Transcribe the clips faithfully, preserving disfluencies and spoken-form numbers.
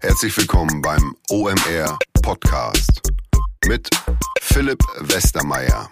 Herzlich willkommen beim O M R Podcast mit Philipp Westermeier.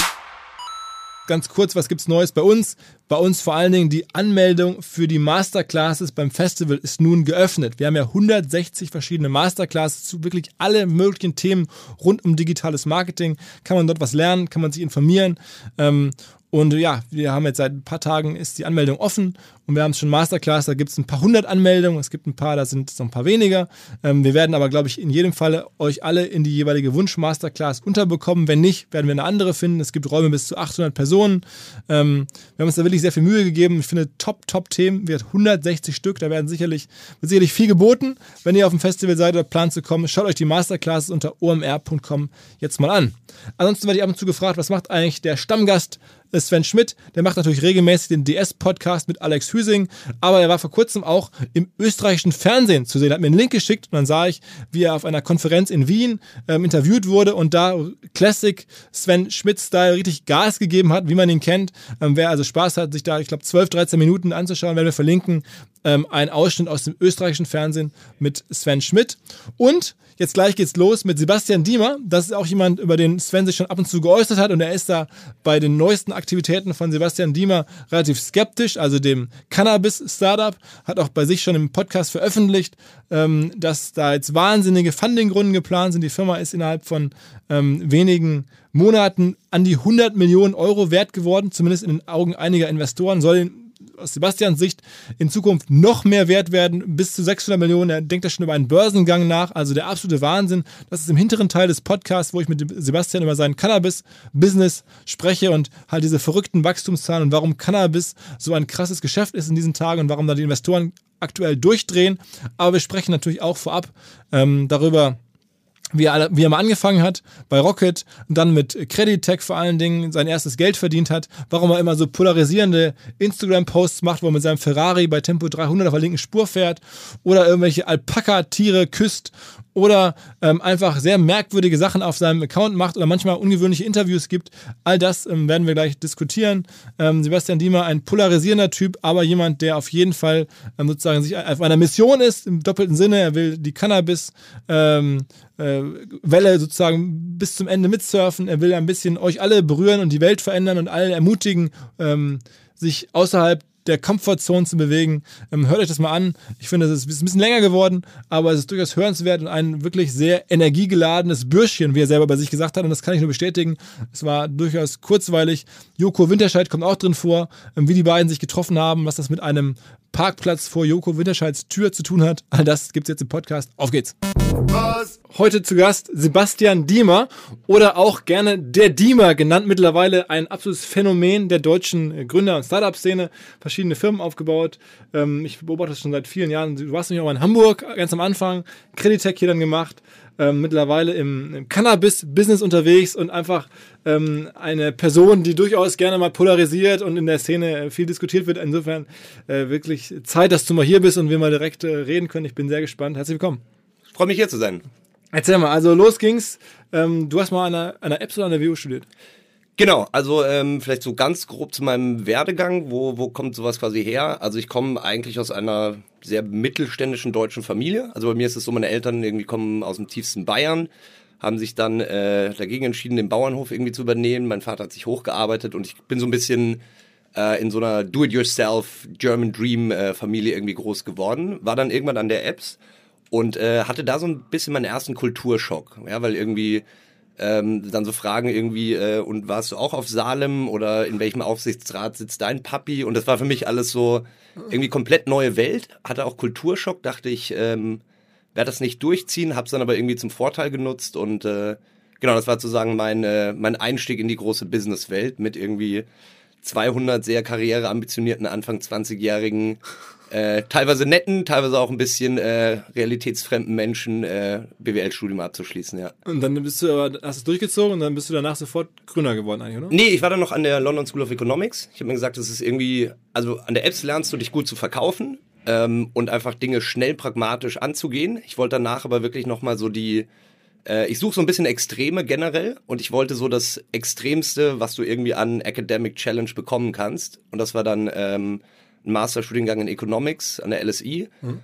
Ganz kurz, was gibt's Neues bei uns? Bei uns vor allen Dingen die Anmeldung für die Masterclasses beim Festival ist nun geöffnet. Wir haben ja hundertsechzig verschiedene Masterclasses zu wirklich alle möglichen Themen rund um digitales Marketing. Kann man dort was lernen, kann man sich informieren. Ähm, Und ja, wir haben jetzt seit ein paar Tagen ist die Anmeldung offen und wir haben schon Masterclass, da gibt es ein paar hundert Anmeldungen, es gibt ein paar, da sind es noch ein paar weniger. Ähm, wir werden aber, glaube ich, in jedem Falle euch alle in die jeweilige Wunsch-Masterclass unterbekommen. Wenn nicht, werden wir eine andere finden. Es gibt Räume bis zu achthundert Personen. Ähm, wir haben uns da wirklich sehr viel Mühe gegeben. Ich finde, top, top Themen. Wir haben hundertsechzig Stück, da werden sicherlich, wird sicherlich viel geboten. Wenn ihr auf dem Festival seid oder plant zu kommen, schaut euch die Masterclasses unter o m r punkt com jetzt mal an. Ansonsten werde ich ab und zu gefragt, was macht eigentlich der Stammgast Sven Schmidt, der macht natürlich regelmäßig den D S-Podcast mit Alex Hüsing, aber er war vor kurzem auch im österreichischen Fernsehen zu sehen, er hat mir einen Link geschickt und dann sah ich, wie er auf einer Konferenz in Wien ähm, interviewt wurde und da Classic Sven Schmidt-Style richtig Gas gegeben hat, wie man ihn kennt. Ähm, wer also Spaß hat, sich da, ich glaube, zwölf, dreizehn Minuten anzuschauen, werden wir verlinken, ähm, einen Ausschnitt aus dem österreichischen Fernsehen mit Sven Schmidt. Und jetzt gleich geht's los mit Sebastian Diemer. Das ist auch jemand, über den Sven sich schon ab und zu geäußert hat und er ist da bei den neuesten Aktivitäten von Sebastian Diemer relativ skeptisch, also dem Cannabis-Startup, hat auch bei sich schon im Podcast veröffentlicht, ähm, dass da jetzt wahnsinnige Fundingrunden geplant sind. Die Firma ist innerhalb von ähm, wenigen Monaten an die hundert Millionen Euro wert geworden, zumindest in den Augen einiger Investoren, soll aus Sebastians Sicht in Zukunft noch mehr wert werden, bis zu sechshundert Millionen. Er denkt da schon über einen Börsengang nach, also der absolute Wahnsinn. Das ist im hinteren Teil des Podcasts, wo ich mit Sebastian über sein Cannabis-Business spreche und halt diese verrückten Wachstumszahlen und warum Cannabis so ein krasses Geschäft ist in diesen Tagen und warum da die Investoren aktuell durchdrehen. Aber wir sprechen natürlich auch vorab ähm, darüber, Wie er, wie er mal angefangen hat bei Rocket und dann mit Creditec vor allen Dingen sein erstes Geld verdient hat, warum er immer so polarisierende Instagram-Posts macht, wo er mit seinem Ferrari bei Tempo dreihundert auf der linken Spur fährt oder irgendwelche Alpaka-Tiere küsst oder ähm, einfach sehr merkwürdige Sachen auf seinem Account macht oder manchmal ungewöhnliche Interviews gibt. All das ähm, werden wir gleich diskutieren. Ähm, Sebastian Diemer, ein polarisierender Typ, aber jemand, der auf jeden Fall ähm, sozusagen sich auf einer Mission ist, im doppelten Sinne. Er will die Cannabis ähm, äh, Welle sozusagen bis zum Ende mitsurfen. Er will ein bisschen euch alle berühren und die Welt verändern und alle ermutigen, ähm, sich außerhalb der Comfortzone zu bewegen. Ähm, hört euch das mal an. Ich finde, es ist ein bisschen länger geworden, aber es ist durchaus hörenswert und ein wirklich sehr energiegeladenes Bürschchen, wie er selber bei sich gesagt hat. Und das kann ich nur bestätigen. Es war durchaus kurzweilig. Joko Winterscheid kommt auch drin vor, ähm, wie die beiden sich getroffen haben, was das mit einem Parkplatz vor Joko Winterscheids Tür zu tun hat. All das gibt's jetzt im Podcast. Auf geht's! Was? Heute zu Gast Sebastian Diemer oder auch gerne der Diemer genannt, mittlerweile ein absolutes Phänomen der deutschen Gründer- und Startup-Szene, verschiedene Firmen aufgebaut. Ähm, ich beobachte das schon seit vielen Jahren. Du warst nämlich auch in Hamburg ganz am Anfang, Creditec hier dann gemacht, ähm, mittlerweile im, im Cannabis-Business unterwegs und einfach ähm, eine Person, die durchaus gerne mal polarisiert und in der Szene viel diskutiert wird. Insofern äh, wirklich Zeit, dass du mal hier bist und wir mal direkt äh, reden können. Ich bin sehr gespannt. Herzlich willkommen. Ich freue mich, hier zu sein. Erzähl mal, also los ging's. Ähm, du hast mal an einer, an einer Epson an der W U studiert. Genau, also ähm, vielleicht so ganz grob zu meinem Werdegang. Wo, wo kommt sowas quasi her? Also ich komme eigentlich aus einer sehr mittelständischen deutschen Familie. Also bei mir ist es so, meine Eltern irgendwie kommen aus dem tiefsten Bayern, haben sich dann äh, dagegen entschieden, den Bauernhof irgendwie zu übernehmen. Mein Vater hat sich hochgearbeitet und ich bin so ein bisschen äh, in so einer Do-it-yourself German Dream äh, Familie irgendwie groß geworden. War dann irgendwann an der Epps und äh, hatte da so ein bisschen meinen ersten Kulturschock. Ja, weil irgendwie ähm, dann so Fragen irgendwie, äh, und warst du auch auf Salem oder in welchem Aufsichtsrat sitzt dein Papi? Und das war für mich alles so irgendwie komplett neue Welt. Hatte auch Kulturschock, dachte ich, ähm, werde das nicht durchziehen, hab's dann aber irgendwie zum Vorteil genutzt und äh, genau, das war sozusagen mein, äh, mein Einstieg in die große Businesswelt mit irgendwie zweihundert sehr karriereambitionierten Anfang zwanzigjährigen, äh, teilweise netten, teilweise auch ein bisschen äh, realitätsfremden Menschen äh, B W L-Studium abzuschließen, ja. Und dann bist du aber, hast es durchgezogen und dann bist du danach sofort Gründer geworden eigentlich, oder? Nee, ich war dann noch an der London School of Economics. Ich habe mir gesagt, das ist irgendwie, also an der Epps lernst du dich gut zu verkaufen ähm, und einfach Dinge schnell pragmatisch anzugehen. Ich wollte danach aber wirklich nochmal so die, äh, ich suche so ein bisschen Extreme generell und ich wollte so das Extremste, was du irgendwie an Academic Challenge bekommen kannst. Und das war dann ähm, ein Masterstudiengang in Economics an der L S I. Mhm.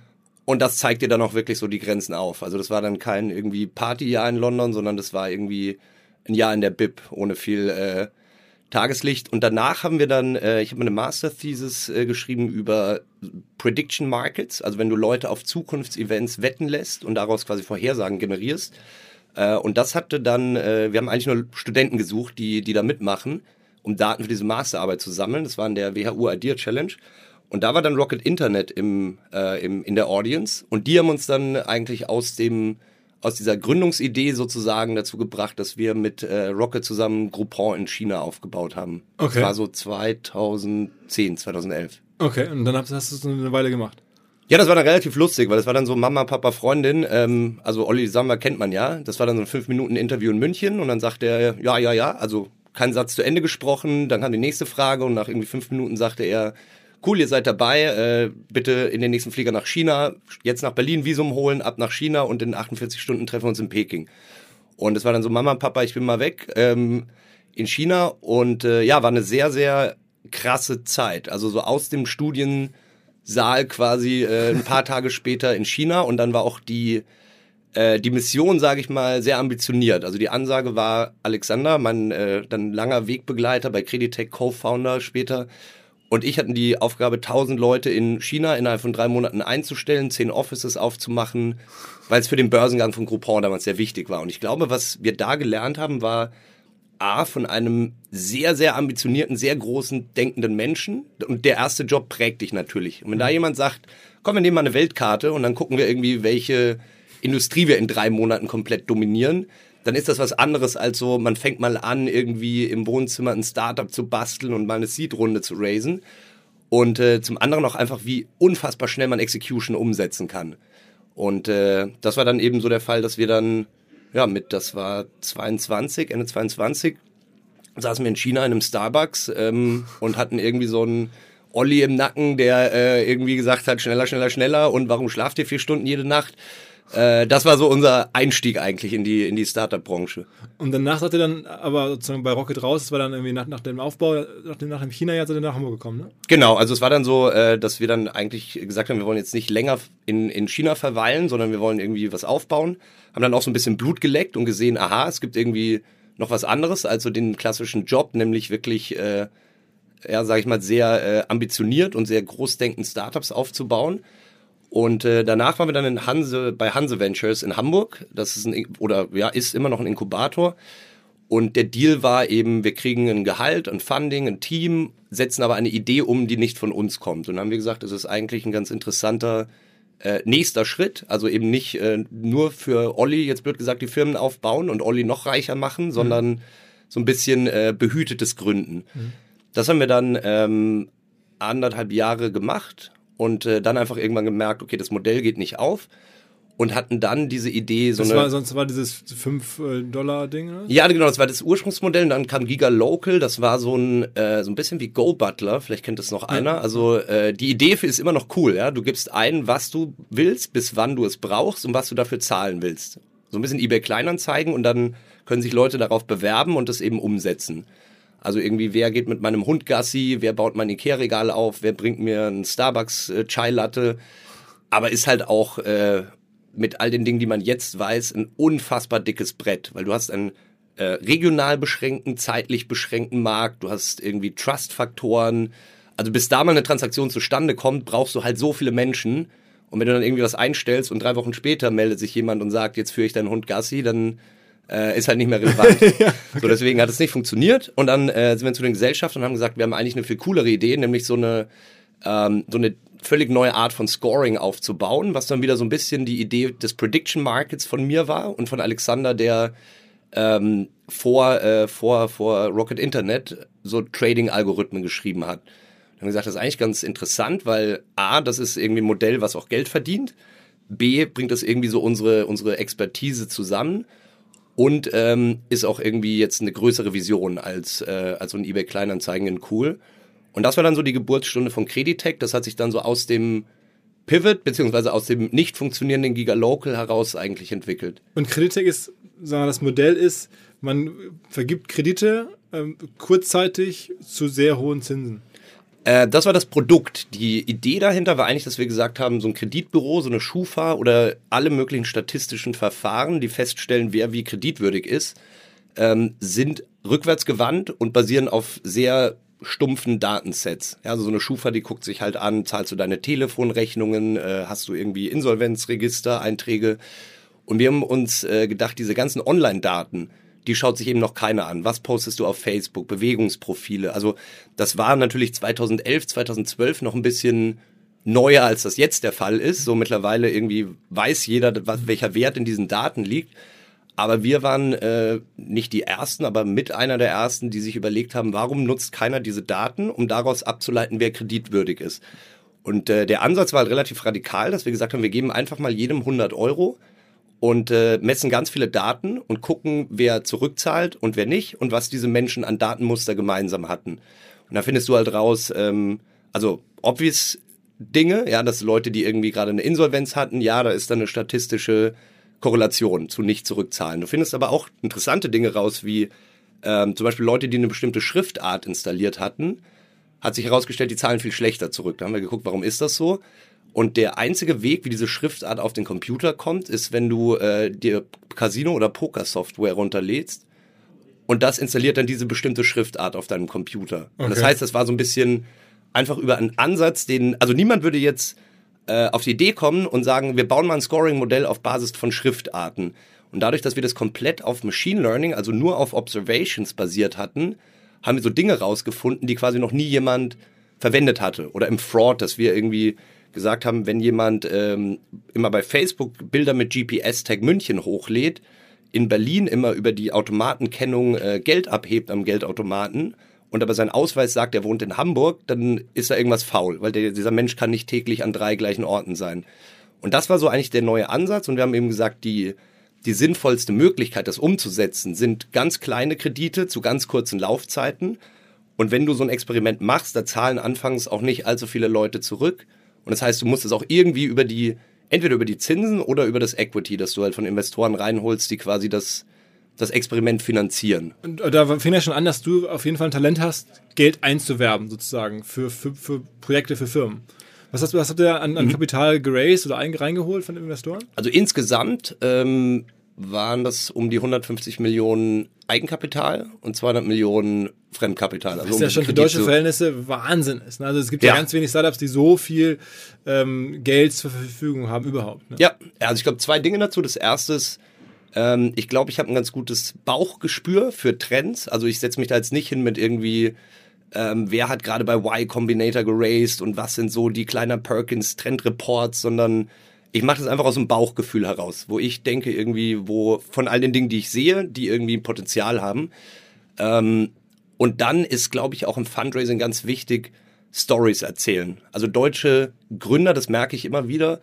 Und das zeigt dir dann auch wirklich so die Grenzen auf. Also das war dann kein irgendwie Partyjahr in London, sondern das war irgendwie ein Jahr in der B I B ohne viel äh, Tageslicht. Und danach haben wir dann, äh, ich habe eine Master-Thesis äh, geschrieben über Prediction Markets, also wenn du Leute auf Zukunftsevents wetten lässt und daraus quasi Vorhersagen generierst. Äh, und das hatte dann, äh, wir haben eigentlich nur Studenten gesucht, die, die da mitmachen, um Daten für diese Masterarbeit zu sammeln. Das war in der W H U Idea Challenge. Und da war dann Rocket Internet im, äh, im, in der Audience. Und die haben uns dann eigentlich aus dem, aus dieser Gründungsidee sozusagen dazu gebracht, dass wir mit äh, Rocket zusammen Groupon in China aufgebaut haben. Okay. Das war so zweitausendzehn, zweitausendelf. Okay, und dann hast, hast du es eine Weile gemacht. Ja, das war dann relativ lustig, weil das war dann so Mama, Papa, Freundin. Ähm, also Olli Samba kennt man ja. Das war dann so ein fünf Minuten Interview in München. Und dann sagt er, ja, ja, ja. Also kein Satz zu Ende gesprochen. Dann kam die nächste Frage und nach irgendwie fünf Minuten sagte er, cool, ihr seid dabei, äh, bitte in den nächsten Flieger nach China, jetzt nach Berlin Visum holen, ab nach China und in achtundvierzig Stunden treffen wir uns in Peking. Und es war dann so, Mama, Papa, ich bin mal weg ähm, in China und äh, ja, war eine sehr, sehr krasse Zeit. Also so aus dem Studiensaal quasi äh, ein paar Tage später in China und dann war auch die äh, die Mission, sage ich mal, sehr ambitioniert. Also die Ansage war Alexander, mein äh, dann langer Wegbegleiter bei Creditec, Co-Founder später, und ich hatten die Aufgabe, tausend Leute in China innerhalb von drei Monaten einzustellen, zehn Offices aufzumachen, weil es für den Börsengang von Groupon damals sehr wichtig war. Und ich glaube, was wir da gelernt haben, war A, von einem sehr, sehr ambitionierten, sehr großen, denkenden Menschen. Und der erste Job prägt dich natürlich. Und wenn da jemand sagt, komm, wir nehmen mal eine Weltkarte und dann gucken wir irgendwie, welche Industrie wir in drei Monaten komplett dominieren, dann ist das was anderes als so, man fängt mal an, irgendwie im Wohnzimmer ein Startup zu basteln und mal eine Seed-Runde zu raisen. Und äh, zum anderen auch einfach, wie unfassbar schnell man Execution umsetzen kann. Und äh, das war dann eben so der Fall, dass wir dann, ja, mit, das war zweiundzwanzig, Ende zweiundzwanzig, saßen wir in China in einem Starbucks ähm, und hatten irgendwie so einen Olli im Nacken, der äh, irgendwie gesagt hat, schneller, schneller, schneller und warum schlaft ihr vier Stunden jede Nacht? Äh, das war so unser Einstieg eigentlich in die in die Startup-Branche. Und danach seid ihr dann aber sozusagen bei Rocket raus, das war dann irgendwie nach, nach dem Aufbau, nach dem, nach dem China-Jahr seid ihr nach Hamburg gekommen, ne? Genau, also es war dann so, äh, dass wir dann eigentlich gesagt haben, wir wollen jetzt nicht länger in, in China verweilen, sondern wir wollen irgendwie was aufbauen. Haben dann auch so ein bisschen Blut geleckt und gesehen, aha, es gibt irgendwie noch was anderes als so den klassischen Job, nämlich wirklich, äh, ja, sag ich mal, sehr äh, ambitioniert und sehr großdenkend Startups aufzubauen. Und äh, danach waren wir dann in Hanse, bei Hanse Ventures in Hamburg. Das ist ein, oder ja, ist immer noch ein Inkubator. Und der Deal war eben, wir kriegen ein Gehalt, ein Funding, ein Team, setzen aber eine Idee um, die nicht von uns kommt. Und dann haben wir gesagt, das ist eigentlich ein ganz interessanter äh, nächster Schritt. Also eben nicht äh, nur für Olli, jetzt blöd gesagt, die Firmen aufbauen und Olli noch reicher machen, mhm. sondern so ein bisschen äh, behütetes Gründen. Mhm. Das haben wir dann ähm, anderthalb Jahre gemacht. Und äh, dann einfach irgendwann gemerkt, okay, das Modell geht nicht auf. Und hatten dann diese Idee, so das eine... War, sonst war dieses fünf Dollar Ding, oder? Ja, genau, das war das Ursprungsmodell. Und dann kam Giga Local, das war so ein äh, so ein bisschen wie Go Butler, vielleicht kennt das noch ja. einer. Also äh, die Idee ist immer noch cool, ja. Du gibst ein, was du willst, bis wann du es brauchst und was du dafür zahlen willst. So ein bisschen eBay Kleinanzeigen und dann können sich Leute darauf bewerben und das eben umsetzen. Also irgendwie, wer geht mit meinem Hund Gassi, wer baut mein Ikea-Regal auf, wer bringt mir einen Starbucks-Chai-Latte. Aber ist halt auch äh, mit all den Dingen, die man jetzt weiß, ein unfassbar dickes Brett. Weil du hast einen äh, regional beschränkten, zeitlich beschränkten Markt, du hast irgendwie Trust-Faktoren. Also bis da mal eine Transaktion zustande kommt, brauchst du halt so viele Menschen. Und wenn du dann irgendwie was einstellst und drei Wochen später meldet sich jemand und sagt, jetzt führe ich deinen Hund Gassi, dann... Äh, ist halt nicht mehr relevant. ja, okay. So, deswegen hat es nicht funktioniert. Und dann äh, sind wir zu den Gesellschaften und haben gesagt, wir haben eigentlich eine viel coolere Idee, nämlich so eine ähm, so eine völlig neue Art von Scoring aufzubauen, was dann wieder so ein bisschen die Idee des Prediction Markets von mir war und von Alexander, der ähm, vor äh, vor vor Rocket Internet so Trading-Algorithmen geschrieben hat. Dann haben wir gesagt, das ist eigentlich ganz interessant, weil A, das ist irgendwie ein Modell, was auch Geld verdient. B, bringt das irgendwie so unsere unsere Expertise zusammen. Und ähm, ist auch irgendwie jetzt eine größere Vision als, äh, als so ein eBay Kleinanzeigen in cool. Und das war dann so die Geburtsstunde von Creditec. Das hat sich dann so aus dem Pivot, beziehungsweise aus dem nicht funktionierenden Giga Local heraus eigentlich entwickelt. Und Creditec ist, sagen wir, das Modell ist, man vergibt Kredite ähm, kurzzeitig zu sehr hohen Zinsen. Äh, das war das Produkt. Die Idee dahinter war eigentlich, dass wir gesagt haben, so ein Kreditbüro, so eine Schufa oder alle möglichen statistischen Verfahren, die feststellen, wer wie kreditwürdig ist, ähm, sind rückwärtsgewandt und basieren auf sehr stumpfen Datensets. Ja, also so eine Schufa, die guckt sich halt an, zahlst du deine Telefonrechnungen, äh, hast du irgendwie Insolvenzregister, Einträge. Und wir haben uns äh, gedacht, diese ganzen Online-Daten, die schaut sich eben noch keiner an. Was postest du auf Facebook? Bewegungsprofile. Also das war natürlich zweitausendelf, zweitausendzwölf noch ein bisschen neuer, als das jetzt der Fall ist. So mittlerweile irgendwie weiß jeder, was, welcher Wert in diesen Daten liegt. Aber wir waren äh, nicht die Ersten, aber mit einer der Ersten, die sich überlegt haben, warum nutzt keiner diese Daten, um daraus abzuleiten, wer kreditwürdig ist. Und äh, der Ansatz war halt relativ radikal, dass wir gesagt haben, wir geben einfach mal jedem hundert Euro und äh, messen ganz viele Daten und gucken, wer zurückzahlt und wer nicht und was diese Menschen an Datenmuster gemeinsam hatten. Und da findest du halt raus, ähm, also obvious Dinge, ja, dass Leute, die irgendwie gerade eine Insolvenz hatten, ja, da ist dann eine statistische Korrelation zu nicht zurückzahlen. Du findest aber auch interessante Dinge raus, wie ähm, zum Beispiel Leute, die eine bestimmte Schriftart installiert hatten, hat sich herausgestellt, die zahlen viel schlechter zurück. Da haben wir geguckt, warum ist das so? Und der einzige Weg, wie diese Schriftart auf den Computer kommt, ist, wenn du äh, dir Casino- oder Poker-Software runterlädst und das installiert dann diese bestimmte Schriftart auf deinem Computer. Okay. Und das heißt, das war so ein bisschen einfach über einen Ansatz, den, also niemand würde jetzt auf die Idee kommen und sagen, wir bauen mal ein Scoring-Modell auf Basis von Schriftarten. Und dadurch, dass wir das komplett auf Machine Learning, also nur auf Observations basiert hatten, haben wir so Dinge rausgefunden, die quasi noch nie jemand verwendet hatte. Oder im Fraud, dass wir irgendwie gesagt haben, wenn jemand ähm, immer bei Facebook Bilder mit G P S-Tag München hochlädt, in Berlin immer über die Automatenkennung äh, Geld abhebt am Geldautomaten, und aber sein Ausweis sagt, er wohnt in Hamburg, dann ist da irgendwas faul, weil der, dieser Mensch kann nicht täglich an drei gleichen Orten sein. Und das war so eigentlich der neue Ansatz und wir haben eben gesagt, die, die sinnvollste Möglichkeit, das umzusetzen, sind ganz kleine Kredite zu ganz kurzen Laufzeiten. Und wenn du so ein Experiment machst, da zahlen anfangs auch nicht allzu viele Leute zurück. Und das heißt, du musst es auch irgendwie über die, entweder über die Zinsen oder über das Equity, das du halt von Investoren reinholst, die quasi das das Experiment finanzieren. Und da fing ja schon an, dass du auf jeden Fall ein Talent hast, Geld einzuwerben sozusagen für, für, für Projekte, für Firmen. Was hast du, was habt ihr an, an mhm. Kapital geraced oder ein, reingeholt von den Investoren? Also insgesamt ähm, waren das um die hundertfünfzig Millionen Eigenkapital und zweihundert Millionen Fremdkapital. Was also um ja schon für deutsche Verhältnisse Wahnsinn ist. Ne? Also es gibt ja. ja ganz wenig Startups, die so viel ähm, Geld zur Verfügung haben überhaupt. Ne? Ja, also ich glaube zwei Dinge dazu. Das erste ist, Ähm, ich glaube, ich habe ein ganz gutes Bauchgespür für Trends. Also ich setze mich da jetzt nicht hin mit irgendwie, ähm, wer hat gerade bei Y Combinator geraced und was sind so die kleiner Perkins Trendreports, sondern ich mache das einfach aus dem Bauchgefühl heraus, wo ich denke irgendwie, wo von all den Dingen, die ich sehe, die irgendwie ein Potenzial haben. Ähm, und dann ist, glaube ich, auch im Fundraising ganz wichtig, Stories erzählen. Also deutsche Gründer, das merke ich immer wieder,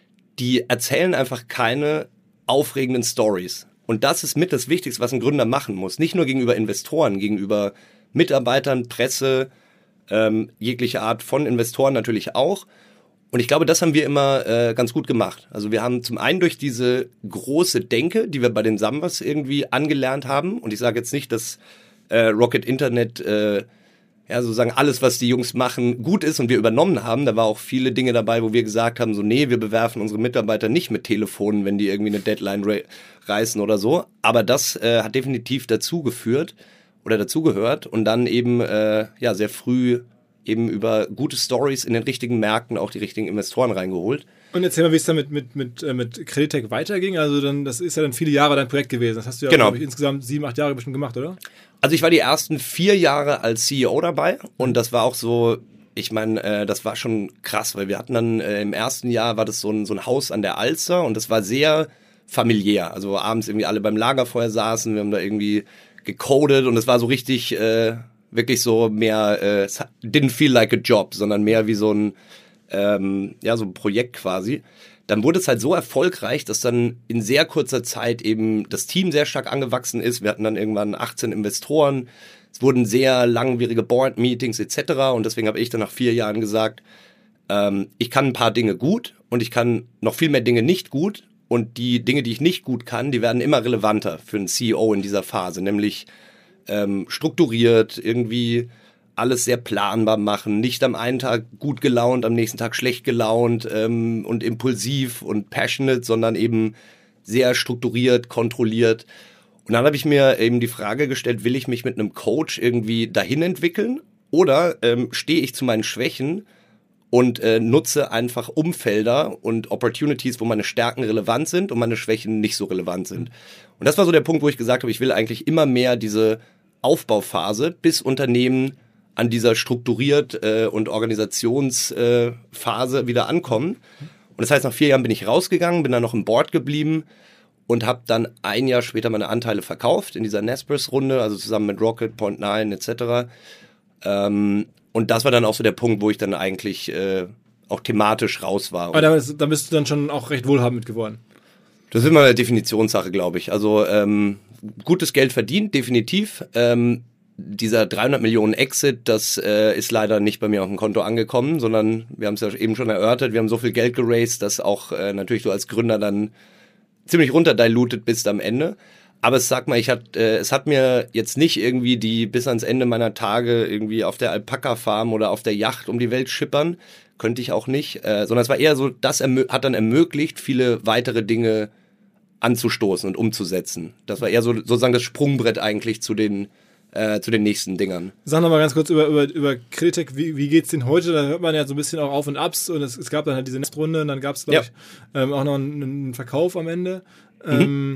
die erzählen einfach keine aufregenden Stories. Und das ist mit das Wichtigste, was ein Gründer machen muss. Nicht nur gegenüber Investoren, gegenüber Mitarbeitern, Presse, ähm, jegliche Art von Investoren natürlich auch. Und ich glaube, das haben wir immer äh, ganz gut gemacht. Also wir haben zum einen durch diese große Denke, die wir bei den Sambas irgendwie angelernt haben, und ich sage jetzt nicht, dass äh, Rocket Internet äh, ja, sozusagen alles, was die Jungs machen, gut ist und wir übernommen haben. Da war auch viele Dinge dabei, wo wir gesagt haben, so nee, wir bewerfen unsere Mitarbeiter nicht mit Telefonen, wenn die irgendwie eine Deadline re- reißen oder so. Aber das äh, hat definitiv dazu geführt oder dazugehört und dann eben äh, ja sehr früh eben über gute Stories in den richtigen Märkten auch die richtigen Investoren reingeholt. Und erzähl mal, wie es dann mit, mit, mit, mit Creditec weiterging. Also dann, das ist ja dann viele Jahre dein Projekt gewesen. Das hast du ja, genau. glaube ich, insgesamt sieben, acht Jahre bestimmt gemacht, oder? Also ich war die ersten vier Jahre als C E O dabei und das war auch so, ich meine, äh, das war schon krass, weil wir hatten dann äh, im ersten Jahr war das so ein, so ein Haus an der Alster und das war sehr familiär. Also abends irgendwie alle beim Lagerfeuer saßen, wir haben da irgendwie gecodet und es war so richtig, äh, wirklich so mehr, äh, didn't feel like a job, sondern mehr wie so ein, ähm, ja, so ein Projekt quasi. Dann wurde es halt so erfolgreich, dass dann in sehr kurzer Zeit eben das Team sehr stark angewachsen ist. Wir hatten dann irgendwann achtzehn Investoren. Es wurden sehr langwierige Board-Meetings et cetera. Und deswegen habe ich dann nach vier Jahren gesagt, ähm, ich kann ein paar Dinge gut und ich kann noch viel mehr Dinge nicht gut. Und die Dinge, die ich nicht gut kann, die werden immer relevanter für einen C E O in dieser Phase. Nämlich ähm, strukturiert, irgendwie alles sehr planbar machen, nicht am einen Tag gut gelaunt, am nächsten Tag schlecht gelaunt ähm, und impulsiv und passionate, sondern eben sehr strukturiert, kontrolliert. Und dann habe ich mir eben die Frage gestellt, will ich mich mit einem Coach irgendwie dahin entwickeln oder ähm, stehe ich zu meinen Schwächen und äh, nutze einfach Umfelder und Opportunities, wo meine Stärken relevant sind und meine Schwächen nicht so relevant sind. Und das war so der Punkt, wo ich gesagt habe, ich will eigentlich immer mehr diese Aufbauphase, bis Unternehmen an dieser strukturiert äh, und Organisationsphase äh, wieder ankommen. Und das heißt, nach vier Jahren bin ich rausgegangen, bin dann noch im Board geblieben und habe dann ein Jahr später meine Anteile verkauft in dieser Naspers-Runde, also zusammen mit Rocket, Point Nine et cetera. Ähm, und das war dann auch so der Punkt, wo ich dann eigentlich äh, auch thematisch raus war. Aber da, da bist du dann schon auch recht wohlhabend mit geworden. Das ist immer eine Definitionssache, glaube ich. Also ähm, gutes Geld verdient, definitiv. Ähm, dieser dreihundert Millionen Exit, das äh, ist leider nicht bei mir auf dem Konto angekommen, sondern wir haben es ja eben schon erörtert, wir haben so viel Geld geraced, dass auch äh, natürlich du als Gründer dann ziemlich runterdilutet bist am Ende. Aber es sag mal, ich hat, äh, es hat mir jetzt nicht irgendwie die bis ans Ende meiner Tage irgendwie auf der Alpaka-Farm oder auf der Yacht um die Welt schippern, könnte ich auch nicht, äh, sondern es war eher so, das ermö- hat dann ermöglicht, viele weitere Dinge anzustoßen und umzusetzen. Das war eher so sozusagen das Sprungbrett eigentlich zu den äh, zu den nächsten Dingern. Sag noch mal ganz kurz über, über, über Creditec, wie, wie geht's denn heute? Da hört man ja so ein bisschen auch Auf und Abs und es, es gab dann halt diese Nestrunde und dann gab es, glaube Ja. ich, ähm, auch noch einen, einen Verkauf am Ende. Ähm,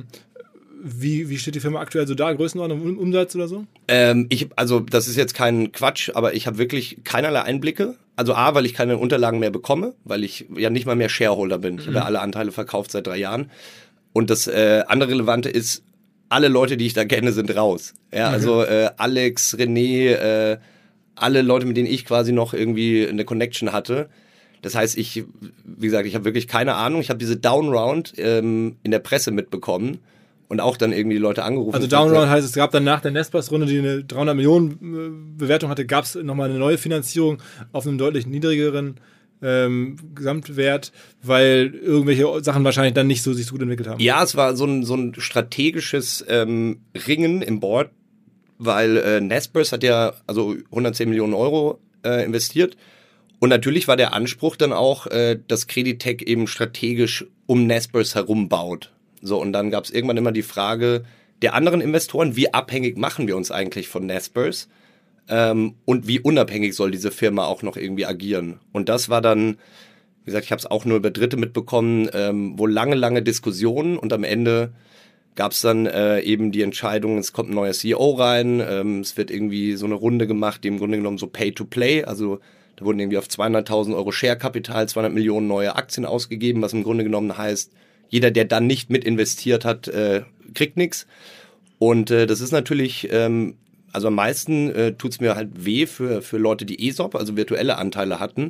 wie, wie steht die Firma aktuell so da? Größenordnung, um, Umsatz oder so? Ähm, ich, also das ist jetzt kein Quatsch, aber ich habe wirklich keinerlei Einblicke. Also A, weil ich keine Unterlagen mehr bekomme, weil ich ja nicht mal mehr Shareholder bin. Ich Mhm. habe ja alle Anteile verkauft seit drei Jahren. Und das äh, andere Relevante ist, alle Leute, die ich da kenne, sind raus. Ja, also äh, Alex, René, äh, alle Leute, mit denen ich quasi noch irgendwie eine Connection hatte. Das heißt, ich, wie gesagt, ich habe wirklich keine Ahnung. Ich habe diese Downround ähm, in der Presse mitbekommen und auch dann irgendwie die Leute angerufen. Also Downround heißt, es gab dann nach der Nespers-Runde, die eine dreihundert Millionen Bewertung hatte, gab es nochmal eine neue Finanzierung auf einem deutlich niedrigeren ähm, Gesamtwert, weil irgendwelche Sachen wahrscheinlich dann nicht so sich so gut entwickelt haben. Ja, es war so ein, so ein strategisches ähm, Ringen im Board, weil äh, Naspers hat ja also hundertzehn Millionen Euro äh, investiert und natürlich war der Anspruch dann auch, äh, dass Creditec eben strategisch um Naspers herum baut. So, und dann gab es irgendwann immer die Frage der anderen Investoren, wie abhängig machen wir uns eigentlich von Naspers? Ähm, und wie unabhängig soll diese Firma auch noch irgendwie agieren? Und das war dann, wie gesagt, ich habe es auch nur über Dritte mitbekommen, ähm, wo lange, lange Diskussionen und am Ende gab es dann äh, eben die Entscheidung, es kommt ein neuer C E O rein, ähm, es wird irgendwie so eine Runde gemacht, die im Grunde genommen so Pay-to-Play, also da wurden irgendwie auf zweihunderttausend Euro Share-Kapital zweihundert Millionen neue Aktien ausgegeben, was im Grunde genommen heißt, jeder, der dann nicht mit investiert hat, äh, kriegt nichts. Und äh, das ist natürlich, ähm, also am meisten äh, tut's mir halt weh für für Leute, die E S O P, also virtuelle Anteile hatten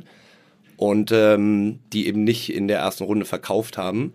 und ähm, die eben nicht in der ersten Runde verkauft haben.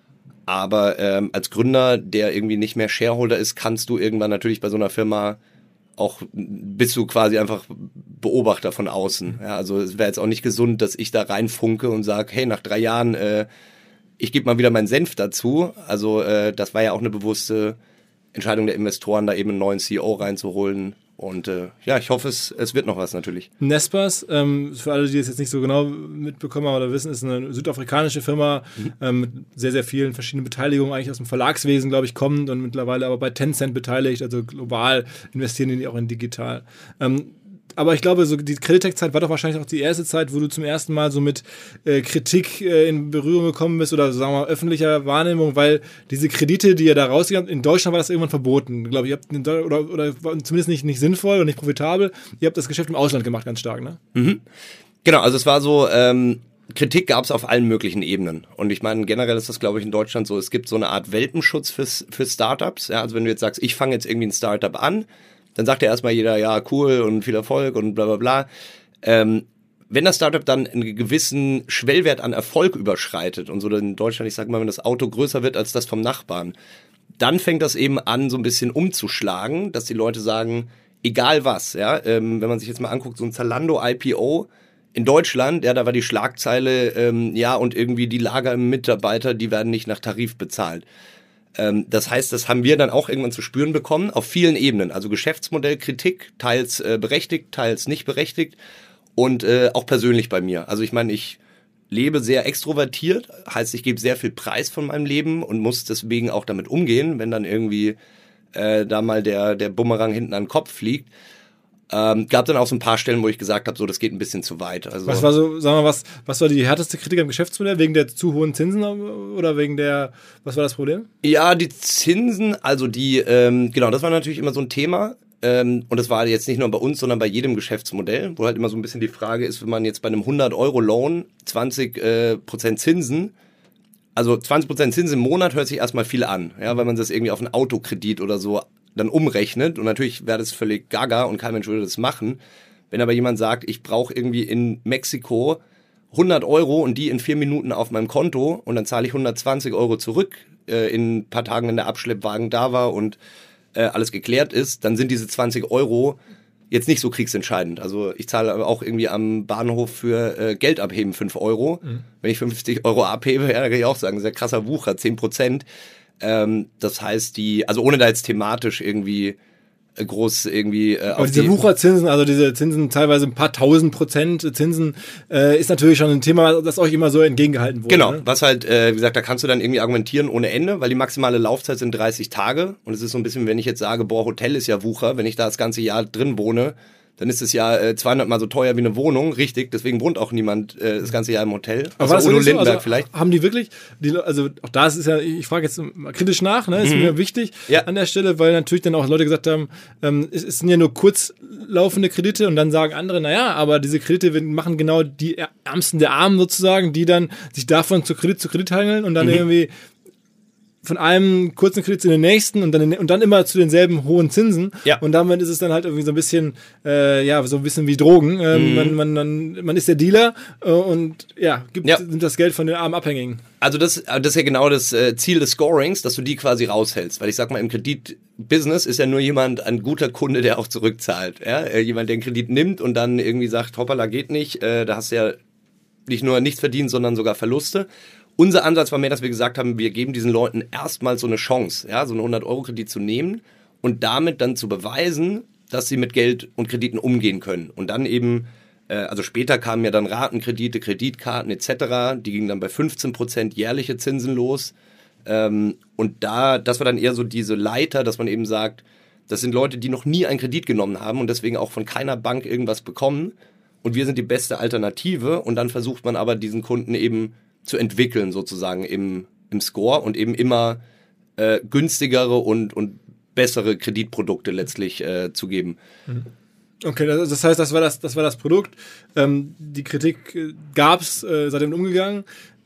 Aber ähm, als Gründer, der irgendwie nicht mehr Shareholder ist, kannst du irgendwann natürlich bei so einer Firma auch, bist du quasi einfach Beobachter von außen. Ja, also es wäre jetzt auch nicht gesund, dass ich da reinfunke und sage, hey, nach drei Jahren, äh, ich gebe mal wieder meinen Senf dazu. Also äh, das war ja auch eine bewusste Entscheidung der Investoren, da eben einen neuen C E O reinzuholen. Und äh, ja, ich hoffe, es, es wird noch was natürlich. Nespers, ähm, für alle, die es jetzt nicht so genau mitbekommen haben oder wissen, ist eine südafrikanische Firma mhm. ähm, mit sehr, sehr vielen verschiedenen Beteiligungen, eigentlich aus dem Verlagswesen, glaube ich, kommend und mittlerweile aber bei Tencent beteiligt, also global investieren die auch in digital. Ähm, aber ich glaube, so die Creditec-Zeit war doch wahrscheinlich auch die erste Zeit, wo du zum ersten Mal so mit äh, Kritik äh, in Berührung gekommen bist oder sagen wir mal öffentlicher Wahrnehmung, weil diese Kredite, die ihr da rausgegangen habt, in Deutschland war das irgendwann verboten, glaube ich, ihr habt in Deu- oder, oder war zumindest nicht, nicht sinnvoll und nicht profitabel. Ihr habt das Geschäft im Ausland gemacht, ganz stark, ne? Mhm. Genau, also es war so, ähm, Kritik gab es auf allen möglichen Ebenen. Und ich meine, generell ist das, glaube ich, in Deutschland so, es gibt so eine Art Welpenschutz fürs, für Startups. Ja, also wenn du jetzt sagst, ich fange jetzt irgendwie ein Startup an, dann sagt ja erstmal jeder, ja, cool und viel Erfolg und bla bla bla. Ähm, wenn das Startup dann einen gewissen Schwellwert an Erfolg überschreitet und so in Deutschland, ich sag mal, wenn das Auto größer wird als das vom Nachbarn, dann fängt das eben an, so ein bisschen umzuschlagen, dass die Leute sagen, egal was, ja, ähm, wenn man sich jetzt mal anguckt, so ein Zalando I P O in Deutschland, ja, da war die Schlagzeile, ähm, ja, und irgendwie die Lagermitarbeiter, die werden nicht nach Tarif bezahlt. Ähm, das heißt, das haben wir dann auch irgendwann zu spüren bekommen, auf vielen Ebenen. Also Geschäftsmodellkritik, teils äh, berechtigt, teils nicht berechtigt und äh, auch persönlich bei mir. Also ich meine, ich lebe sehr extrovertiert, heißt, ich gebe sehr viel Preis von meinem Leben und muss deswegen auch damit umgehen, wenn dann irgendwie äh, da mal der, der Bumerang hinten an den Kopf fliegt. Ähm, gab dann auch so ein paar Stellen, wo ich gesagt habe, so, das geht ein bisschen zu weit. Also, was war so, sagen wir mal, was, was war die härteste Kritik am Geschäftsmodell? Wegen der zu hohen Zinsen oder wegen der, was war das Problem? Ja, die Zinsen, also die, ähm, genau, das war natürlich immer so ein Thema. Ähm, und das war jetzt nicht nur bei uns, sondern bei jedem Geschäftsmodell, wo halt immer so ein bisschen die Frage ist, wenn man jetzt bei einem hundert Euro Loan zwanzig Prozent Zinsen, also zwanzig Prozent Zinsen im Monat hört sich erstmal viel an, ja, weil man das irgendwie auf einen Autokredit oder so dann umrechnet und natürlich wäre das völlig gaga und kein Mensch würde das machen. Wenn aber jemand sagt, ich brauche irgendwie in Mexiko hundert Euro und die in vier Minuten auf meinem Konto und dann zahle ich hundertzwanzig Euro zurück äh, in ein paar Tagen, wenn der Abschleppwagen da war und äh, alles geklärt ist, dann sind diese zwanzig Euro jetzt nicht so kriegsentscheidend. Also ich zahle aber auch irgendwie am Bahnhof für äh, Geld abheben fünf Euro. Mhm. Wenn ich fünfzig Euro abhebe, ja, dann kann ich auch sagen, das ist ja krasser Wucher, zehn Prozent. Ähm, das heißt, die, also ohne da jetzt thematisch irgendwie äh, groß irgendwie äh, auf diese die Wucherzinsen, also diese Zinsen teilweise ein paar tausend Prozent Zinsen, äh, ist natürlich schon ein Thema, das euch immer so entgegengehalten wurde. Genau, ne? Was halt, äh, wie gesagt, da kannst du dann irgendwie argumentieren ohne Ende, weil die maximale Laufzeit sind dreißig Tage und es ist so ein bisschen, wenn ich jetzt sage, boah, Hotel ist ja Wucher, wenn ich da das ganze Jahr drin wohne, dann ist es ja äh, zweihundert Mal so teuer wie eine Wohnung, richtig, deswegen wohnt auch niemand äh, das ganze Jahr im Hotel. Aber also Udo Lindenberg so? Also vielleicht. Haben die wirklich, die, also auch da ist es ja, ich frage jetzt mal kritisch nach, ne, ist mhm. mir wichtig ja. an der Stelle, weil natürlich dann auch Leute gesagt haben, ähm, es, es sind ja nur kurzlaufende Kredite und dann sagen andere, naja, aber diese Kredite machen genau die Ärmsten der Armen sozusagen, die dann sich davon zu Kredit zu Kredit hangeln und dann mhm. irgendwie von einem kurzen Kredit zu den nächsten und dann, und dann immer zu denselben hohen Zinsen. Ja. Und damit ist es dann halt irgendwie so ein bisschen, äh, ja, so ein bisschen wie Drogen. Ähm, mhm. man, man, man, man ist der Dealer äh, und ja, gibt ja. nimmt das Geld von den armen Abhängigen. Also das, das ist ja genau das äh, Ziel des Scorings, dass du die quasi raushältst. Weil ich sag mal, im Kreditbusiness ist ja nur jemand, ein guter Kunde, der auch zurückzahlt. Ja? Äh, jemand, der einen Kredit nimmt und dann irgendwie sagt, hoppala, geht nicht. Äh, da hast du ja nicht nur nichts verdient, sondern sogar Verluste. Unser Ansatz war mehr, dass wir gesagt haben, wir geben diesen Leuten erstmal so eine Chance, ja, so einen hundert Euro Kredit zu nehmen und damit dann zu beweisen, dass sie mit Geld und Krediten umgehen können. Und dann eben, äh, also später kamen ja dann Ratenkredite, Kreditkarten et cetera. Die gingen dann bei fünfzehn Prozent jährliche Zinsen los. Ähm, und da, das war dann eher so diese Leiter, dass man eben sagt, das sind Leute, die noch nie einen Kredit genommen haben und deswegen auch von keiner Bank irgendwas bekommen. Und wir sind die beste Alternative. Und dann versucht man aber diesen Kunden eben zu entwickeln sozusagen im, im Score und eben immer äh, günstigere und, und bessere Kreditprodukte letztlich äh, zu geben. Okay, das, das heißt, das war das, das war das Produkt. Ähm, die Kritik äh, gab es, äh, seitdem umgegangen.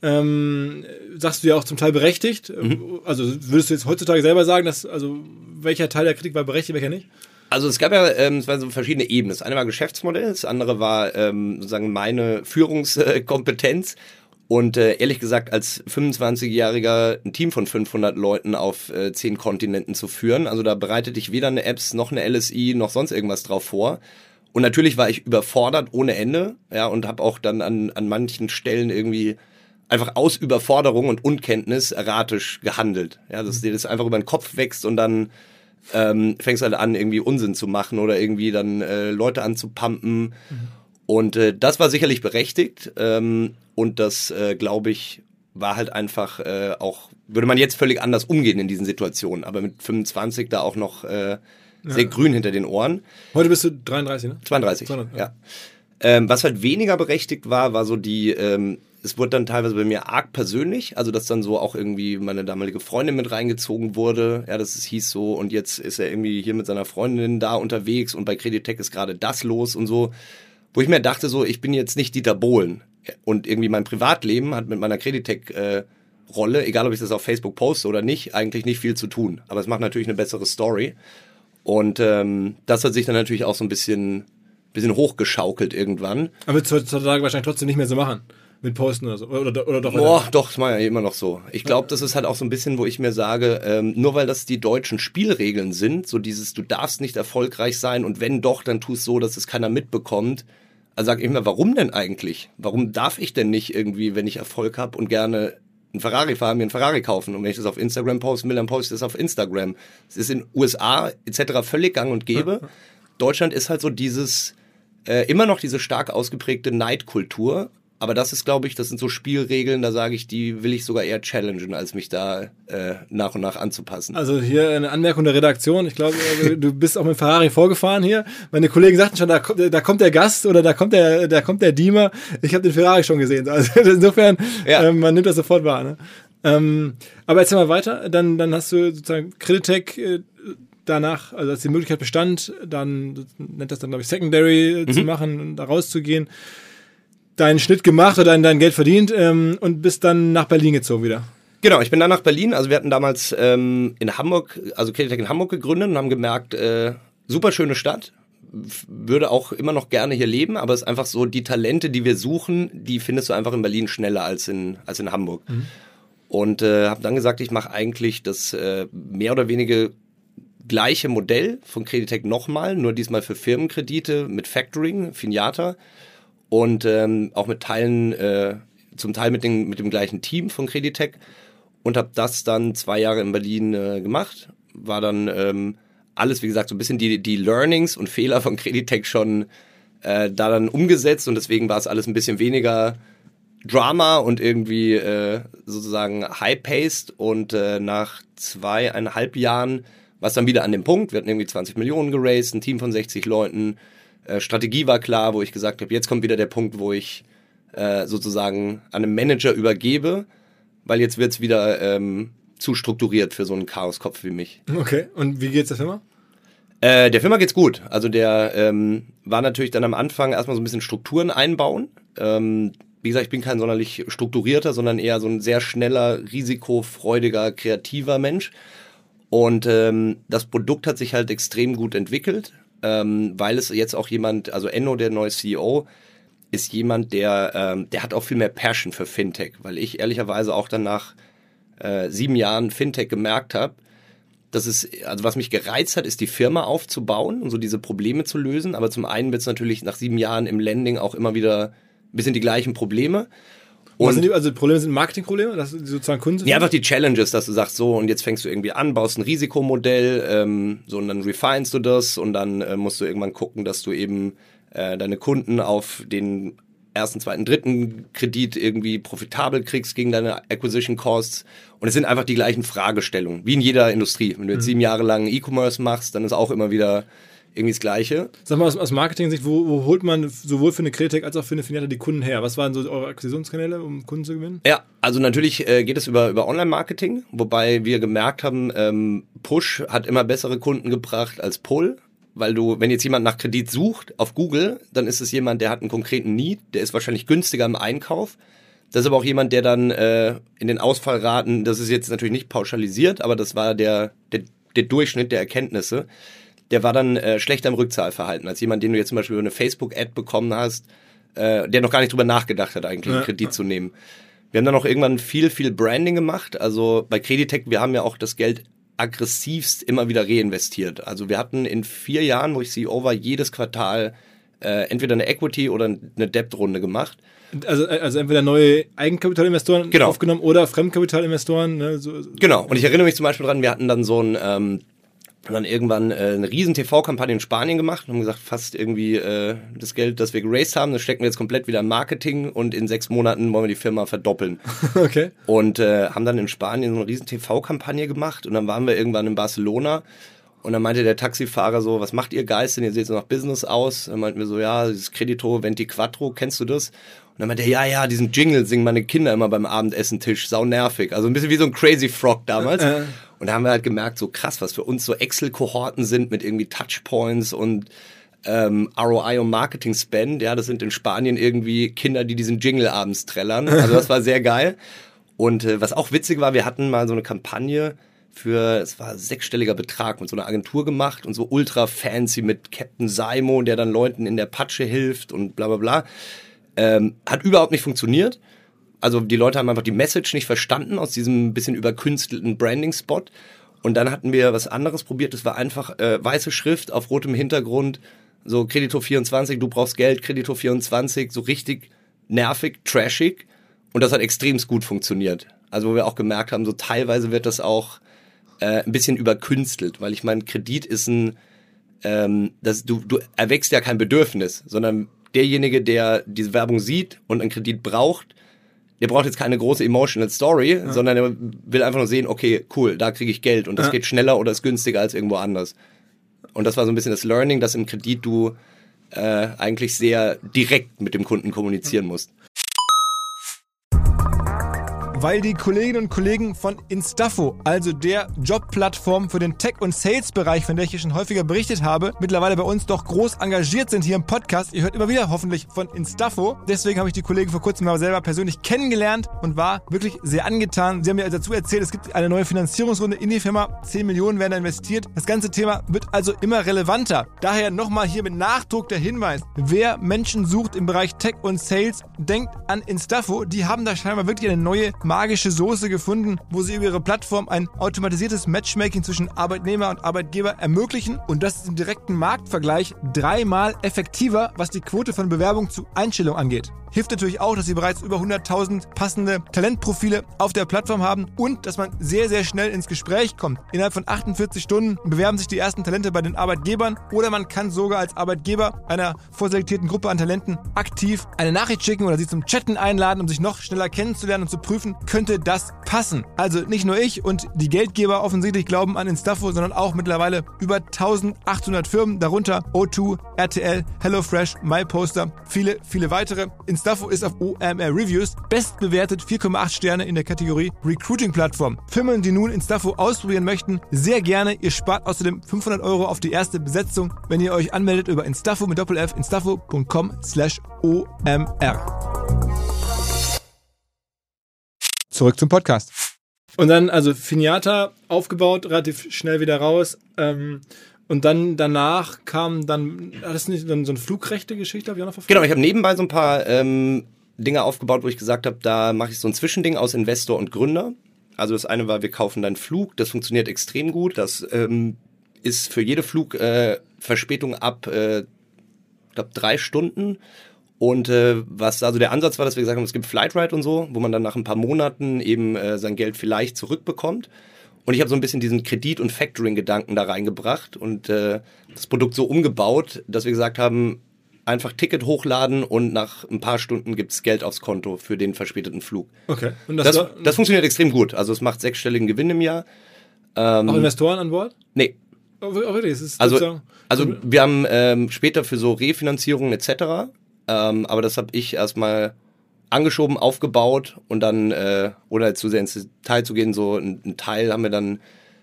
Ähm, sagst du ja auch zum Teil berechtigt. Mhm. Also würdest du jetzt heutzutage selber sagen, dass, also welcher Teil der Kritik war berechtigt, welcher nicht? Also es gab ja ähm, es waren so verschiedene Ebenen. Das eine war Geschäftsmodell, das andere war ähm, sozusagen meine Führungskompetenz. Und äh, ehrlich gesagt, als fünfundzwanzigjähriger ein Team von fünfhundert Leuten auf äh, zehn Kontinenten zu führen, also da bereitete ich weder eine Apps noch eine L S I noch sonst irgendwas drauf vor. Und natürlich war ich überfordert ohne Ende, ja, und habe auch dann an an manchen Stellen irgendwie einfach aus Überforderung und Unkenntnis erratisch gehandelt. Ja, dass dir das einfach über den Kopf wächst und dann ähm, fängst halt an, irgendwie Unsinn zu machen oder irgendwie dann äh, Leute anzupumpen. Mhm. Und äh, das war sicherlich berechtigt ähm, und das, äh, glaube ich, war halt einfach äh, auch, würde man jetzt völlig anders umgehen in diesen Situationen, aber mit fünfundzwanzig da auch noch äh, sehr ja. grün hinter den Ohren. Heute bist du dreiunddreißig, ne? zweiunddreißig, zweiunddreißig ja. ja. Ähm, was halt weniger berechtigt war, war so die, ähm, es wurde dann teilweise bei mir arg persönlich, also dass dann so auch irgendwie meine damalige Freundin mit reingezogen wurde, ja, dass es hieß so und jetzt ist er irgendwie hier mit seiner Freundin da unterwegs und bei Creditec ist gerade das los und so. Wo ich mir dachte, so, ich bin jetzt nicht Dieter Bohlen. Und irgendwie mein Privatleben hat mit meiner Creditec-Rolle, äh, egal ob ich das auf Facebook poste oder nicht, eigentlich nicht viel zu tun. Aber es macht natürlich eine bessere Story. Und ähm, das hat sich dann natürlich auch so ein bisschen, bisschen hochgeschaukelt irgendwann. Aber wird es heutzutage wahrscheinlich trotzdem nicht mehr so machen. Mit Posten oder so. Oder, oder doch? Boah, doch, das war ja immer noch so. Ich glaube, das ist halt auch so ein bisschen, wo ich mir sage, ähm, nur weil das die deutschen Spielregeln sind, so dieses, du darfst nicht erfolgreich sein und wenn doch, dann tu es so, dass es keiner mitbekommt. Also sag ich mir, warum denn eigentlich? Warum darf ich denn nicht irgendwie, wenn ich Erfolg habe und gerne einen Ferrari fahren, mir einen Ferrari kaufen. Und wenn ich das auf Instagram posten will, dann poste ich das auf Instagram. Es ist in U S A et cetera völlig gang und gäbe. Ja. Deutschland ist halt so dieses, äh, immer noch diese stark ausgeprägte Neidkultur. Aber das ist, glaube ich, das sind so Spielregeln, da sage ich, die will ich sogar eher challengen, als mich da äh, nach und nach anzupassen. Also hier eine Anmerkung der Redaktion. Ich glaube, du bist auch mit Ferrari vorgefahren hier. Meine Kollegen sagten schon, da kommt, da kommt der Gast oder da kommt der, da kommt der Diemer. Ich habe den Ferrari schon gesehen. Also insofern, ja. ähm, man nimmt das sofort wahr. Ne? Ähm, aber erzähl mal weiter. Dann, dann hast du sozusagen Creditec äh, danach, also als die Möglichkeit bestand, dann nennt das dann, glaube ich, Secondary äh, mhm. zu machen, da rauszugehen. Deinen Schnitt gemacht oder dein, dein Geld verdient ähm, und bist dann nach Berlin gezogen wieder. Genau, ich bin dann nach Berlin. Also wir hatten damals ähm, in Hamburg, also Creditec in Hamburg gegründet und haben gemerkt, äh, super schöne Stadt, würde auch immer noch gerne hier leben, aber es ist einfach so, die Talente, die wir suchen, die findest du einfach in Berlin schneller als in, als in Hamburg. Mhm. Und äh, habe dann gesagt, ich mache eigentlich das äh, mehr oder weniger gleiche Modell von Creditec nochmal, nur diesmal für Firmenkredite mit Factoring, Finiata. Und ähm, auch mit Teilen, äh, zum Teil mit, den, mit dem gleichen Team von Creditec und habe das dann zwei Jahre in Berlin äh, gemacht. War dann ähm, alles, wie gesagt, so ein bisschen die, die Learnings und Fehler von Creditec schon äh, da dann umgesetzt und deswegen war es alles ein bisschen weniger Drama und irgendwie äh, sozusagen high-paced und äh, nach zweieinhalb Jahren war es dann wieder an dem Punkt. Wir hatten irgendwie zwanzig Millionen geraced, ein Team von sechzig Leuten. Äh, Strategie war klar, wo ich gesagt habe, jetzt kommt wieder der Punkt, wo ich äh, sozusagen an einen Manager übergebe, weil jetzt wird's wieder ähm, zu strukturiert für so einen Chaoskopf wie mich. Okay, und wie geht's der Firma? Äh, der Firma geht's gut. Also der ähm, war natürlich dann am Anfang erstmal so ein bisschen Strukturen einbauen. Ähm, wie gesagt, ich bin kein sonderlich strukturierter, sondern eher so ein sehr schneller, risikofreudiger, kreativer Mensch. Und ähm, das Produkt hat sich halt extrem gut entwickelt. Ähm, weil es jetzt auch jemand, also Enno, der neue C E O, ist jemand, der ähm, der hat auch viel mehr Passion für Fintech, weil ich ehrlicherweise auch dann nach äh, sieben Jahren Fintech gemerkt habe, dass es, also was mich gereizt hat, ist die Firma aufzubauen und so diese Probleme zu lösen, aber zum einen wird es natürlich nach sieben Jahren im Lending auch immer wieder ein bisschen die gleichen Probleme. Und was sind die, also die Probleme sind Marketingprobleme, dass die sozusagen Kunden sind? Ja, einfach die Challenges, dass du sagst, so und jetzt fängst du irgendwie an, baust ein Risikomodell, ähm, so und dann refinest du das und dann äh, musst du irgendwann gucken, dass du eben äh, deine Kunden auf den ersten, zweiten, dritten Kredit irgendwie profitabel kriegst gegen deine Acquisition Costs und es sind einfach die gleichen Fragestellungen, wie in jeder Industrie. Wenn du jetzt mhm. sieben Jahre lang E-Commerce machst, dann ist auch immer wieder irgendwie das Gleiche. Sag mal, aus, aus Marketing-Sicht, wo, wo holt man sowohl für eine Creditec als auch für eine Finiata die Kunden her? Was waren so eure Akquisitionskanäle, um Kunden zu gewinnen? Ja, also natürlich äh, geht es über, über Online-Marketing, wobei wir gemerkt haben, ähm, Push hat immer bessere Kunden gebracht als Pull, weil du, wenn jetzt jemand nach Kredit sucht auf Google, dann ist es jemand, der hat einen konkreten Need, der ist wahrscheinlich günstiger im Einkauf. Das ist aber auch jemand, der dann äh, in den Ausfallraten, das ist jetzt natürlich nicht pauschalisiert, aber das war der, der, der Durchschnitt der Erkenntnisse, der war dann äh, schlechter im Rückzahlverhalten als jemand, den du jetzt zum Beispiel über eine Facebook-Ad bekommen hast, äh, der noch gar nicht drüber nachgedacht hat, eigentlich einen Kredit zu nehmen. Wir haben dann auch irgendwann viel, viel Branding gemacht. Also bei Creditec, wir haben ja auch das Geld aggressivst immer wieder reinvestiert. Also wir hatten in vier Jahren, wo ich C E O war, jedes Quartal äh, entweder eine Equity- oder eine Debt-Runde gemacht. Also, also entweder neue Eigenkapitalinvestoren genau. aufgenommen oder Fremdkapitalinvestoren. Ne, so, so. Genau, und ich erinnere mich zum Beispiel dran, wir hatten dann so ein... Ähm, Und dann irgendwann äh, eine riesen T V-Kampagne in Spanien gemacht und haben gesagt, fast irgendwie äh, das Geld, das wir geraced haben, das stecken wir jetzt komplett wieder im Marketing und in sechs Monaten wollen wir die Firma verdoppeln. Okay. Und äh, haben dann in Spanien so eine riesen T V-Kampagne gemacht und dann waren wir irgendwann in Barcelona und dann meinte der Taxifahrer so, was macht ihr Guys denn, ihr seht so nach Business aus? Dann meinten wir so, ja, dieses Credito ventiquattro, kennst du das? Und dann meinte er, ja, ja, diesen Jingle singen meine Kinder immer beim Abendessentisch, sau nervig. Also ein bisschen wie so ein Crazy Frog damals. Äh. Und da haben wir halt gemerkt, so krass, was für uns so Excel-Kohorten sind mit irgendwie Touchpoints und ähm, R O I und Marketing-Spend. Ja, das sind in Spanien irgendwie Kinder, die diesen Jingle abends trällern. Also das war sehr geil. Und äh, was auch witzig war, wir hatten mal so eine Kampagne für, es war ein sechsstelliger Betrag, mit so einer Agentur gemacht und so ultra fancy mit Captain Saimo, der dann Leuten in der Patsche hilft und bla bla bla. Ähm, hat überhaupt nicht funktioniert. Also die Leute haben einfach die Message nicht verstanden aus diesem bisschen überkünstelten Branding-Spot. Und dann hatten wir was anderes probiert. Das war einfach äh, weiße Schrift auf rotem Hintergrund. So Credito vierundzwanzig, du brauchst Geld, Credito vierundzwanzig. So richtig nervig, trashig. Und das hat extremst gut funktioniert. Also wo wir auch gemerkt haben, so teilweise wird das auch äh, ein bisschen überkünstelt, weil ich meine, Kredit ist ein, ähm, das, du, du erwächst ja kein Bedürfnis, sondern derjenige, der diese Werbung sieht und einen Kredit braucht, der braucht jetzt keine große emotional Story, ja. sondern er will einfach nur sehen, okay, cool, da kriege ich Geld und das ja. geht schneller oder ist günstiger als irgendwo anders. Und das war so ein bisschen das Learning, dass im Kredit du äh, eigentlich sehr direkt mit dem Kunden kommunizieren musst. Weil die Kolleginnen und Kollegen von Instafo, also der Jobplattform für den Tech- und Sales-Bereich, von der ich hier schon häufiger berichtet habe, mittlerweile bei uns doch groß engagiert sind hier im Podcast. Ihr hört immer wieder hoffentlich von Instafo. Deswegen habe ich die Kollegen vor kurzem mal selber persönlich kennengelernt und war wirklich sehr angetan. Sie haben mir dazu erzählt, es gibt eine neue Finanzierungsrunde in die Firma. zehn Millionen werden da investiert. Das ganze Thema wird also immer relevanter. Daher nochmal hier mit Nachdruck der Hinweis. Wer Menschen sucht im Bereich Tech und Sales, denkt an Instafo. Die haben da scheinbar wirklich eine neue magische Soße gefunden, wo sie über ihre Plattform ein automatisiertes Matchmaking zwischen Arbeitnehmer und Arbeitgeber ermöglichen und das ist im direkten Marktvergleich dreimal effektiver, was die Quote von Bewerbung zu Einstellung angeht. Hilft natürlich auch, dass sie bereits über hunderttausend passende Talentprofile auf der Plattform haben und dass man sehr, sehr schnell ins Gespräch kommt. Innerhalb von achtundvierzig Stunden bewerben sich die ersten Talente bei den Arbeitgebern oder man kann sogar als Arbeitgeber einer vorselektierten Gruppe an Talenten aktiv eine Nachricht schicken oder sie zum Chatten einladen, um sich noch schneller kennenzulernen und zu prüfen, könnte das passen. Also nicht nur ich und die Geldgeber offensichtlich glauben an Instafo, sondern auch mittlerweile über eintausendachthundert Firmen, darunter O zwei, R T L, HelloFresh, MyPoster, viele, viele weitere. Instafo ist auf O M R Reviews bestbewertet, vier Komma acht Sterne in der Kategorie Recruiting-Plattform. Firmen, die nun Instafo ausprobieren möchten, sehr gerne. Ihr spart außerdem fünfhundert Euro auf die erste Besetzung, wenn ihr euch anmeldet über Instafo mit Doppel-F, instafo punkt com slash O M R. Zurück zum Podcast. Und dann, also Finiata aufgebaut, relativ schnell wieder raus. Ähm, und dann danach kam dann, hat das nicht dann so eine Flugrechte-Geschichte, habe ich auch noch verfolgt? Genau, ich habe nebenbei so ein paar ähm, Dinge aufgebaut, wo ich gesagt habe, da mache ich so ein Zwischending aus Investor und Gründer. Also das eine war, wir kaufen deinen Flug, das funktioniert extrem gut. Das ähm, ist für jede Flugverspätung äh, ab, äh, ich glaube, drei Stunden. Und äh, was also der Ansatz war, dass wir gesagt haben, es gibt Flightride und so, wo man dann nach ein paar Monaten eben äh, sein Geld vielleicht zurückbekommt. Und ich habe so ein bisschen diesen Kredit- und Factoring-Gedanken da reingebracht und äh, das Produkt so umgebaut, dass wir gesagt haben, einfach Ticket hochladen und nach ein paar Stunden gibt's Geld aufs Konto für den verspäteten Flug. Okay. Und das, das, das funktioniert extrem gut. Also es macht sechsstelligen Gewinn im Jahr. Ähm, auch Investoren an Bord? Nee. Oh, wirklich? Es ist also, also wir haben ähm, später für so Refinanzierungen et cetera Ähm, aber das habe ich erstmal angeschoben, aufgebaut und dann, äh, ohne jetzt zu sehr ins Detail zu gehen, so ein, ein Teil haben wir dann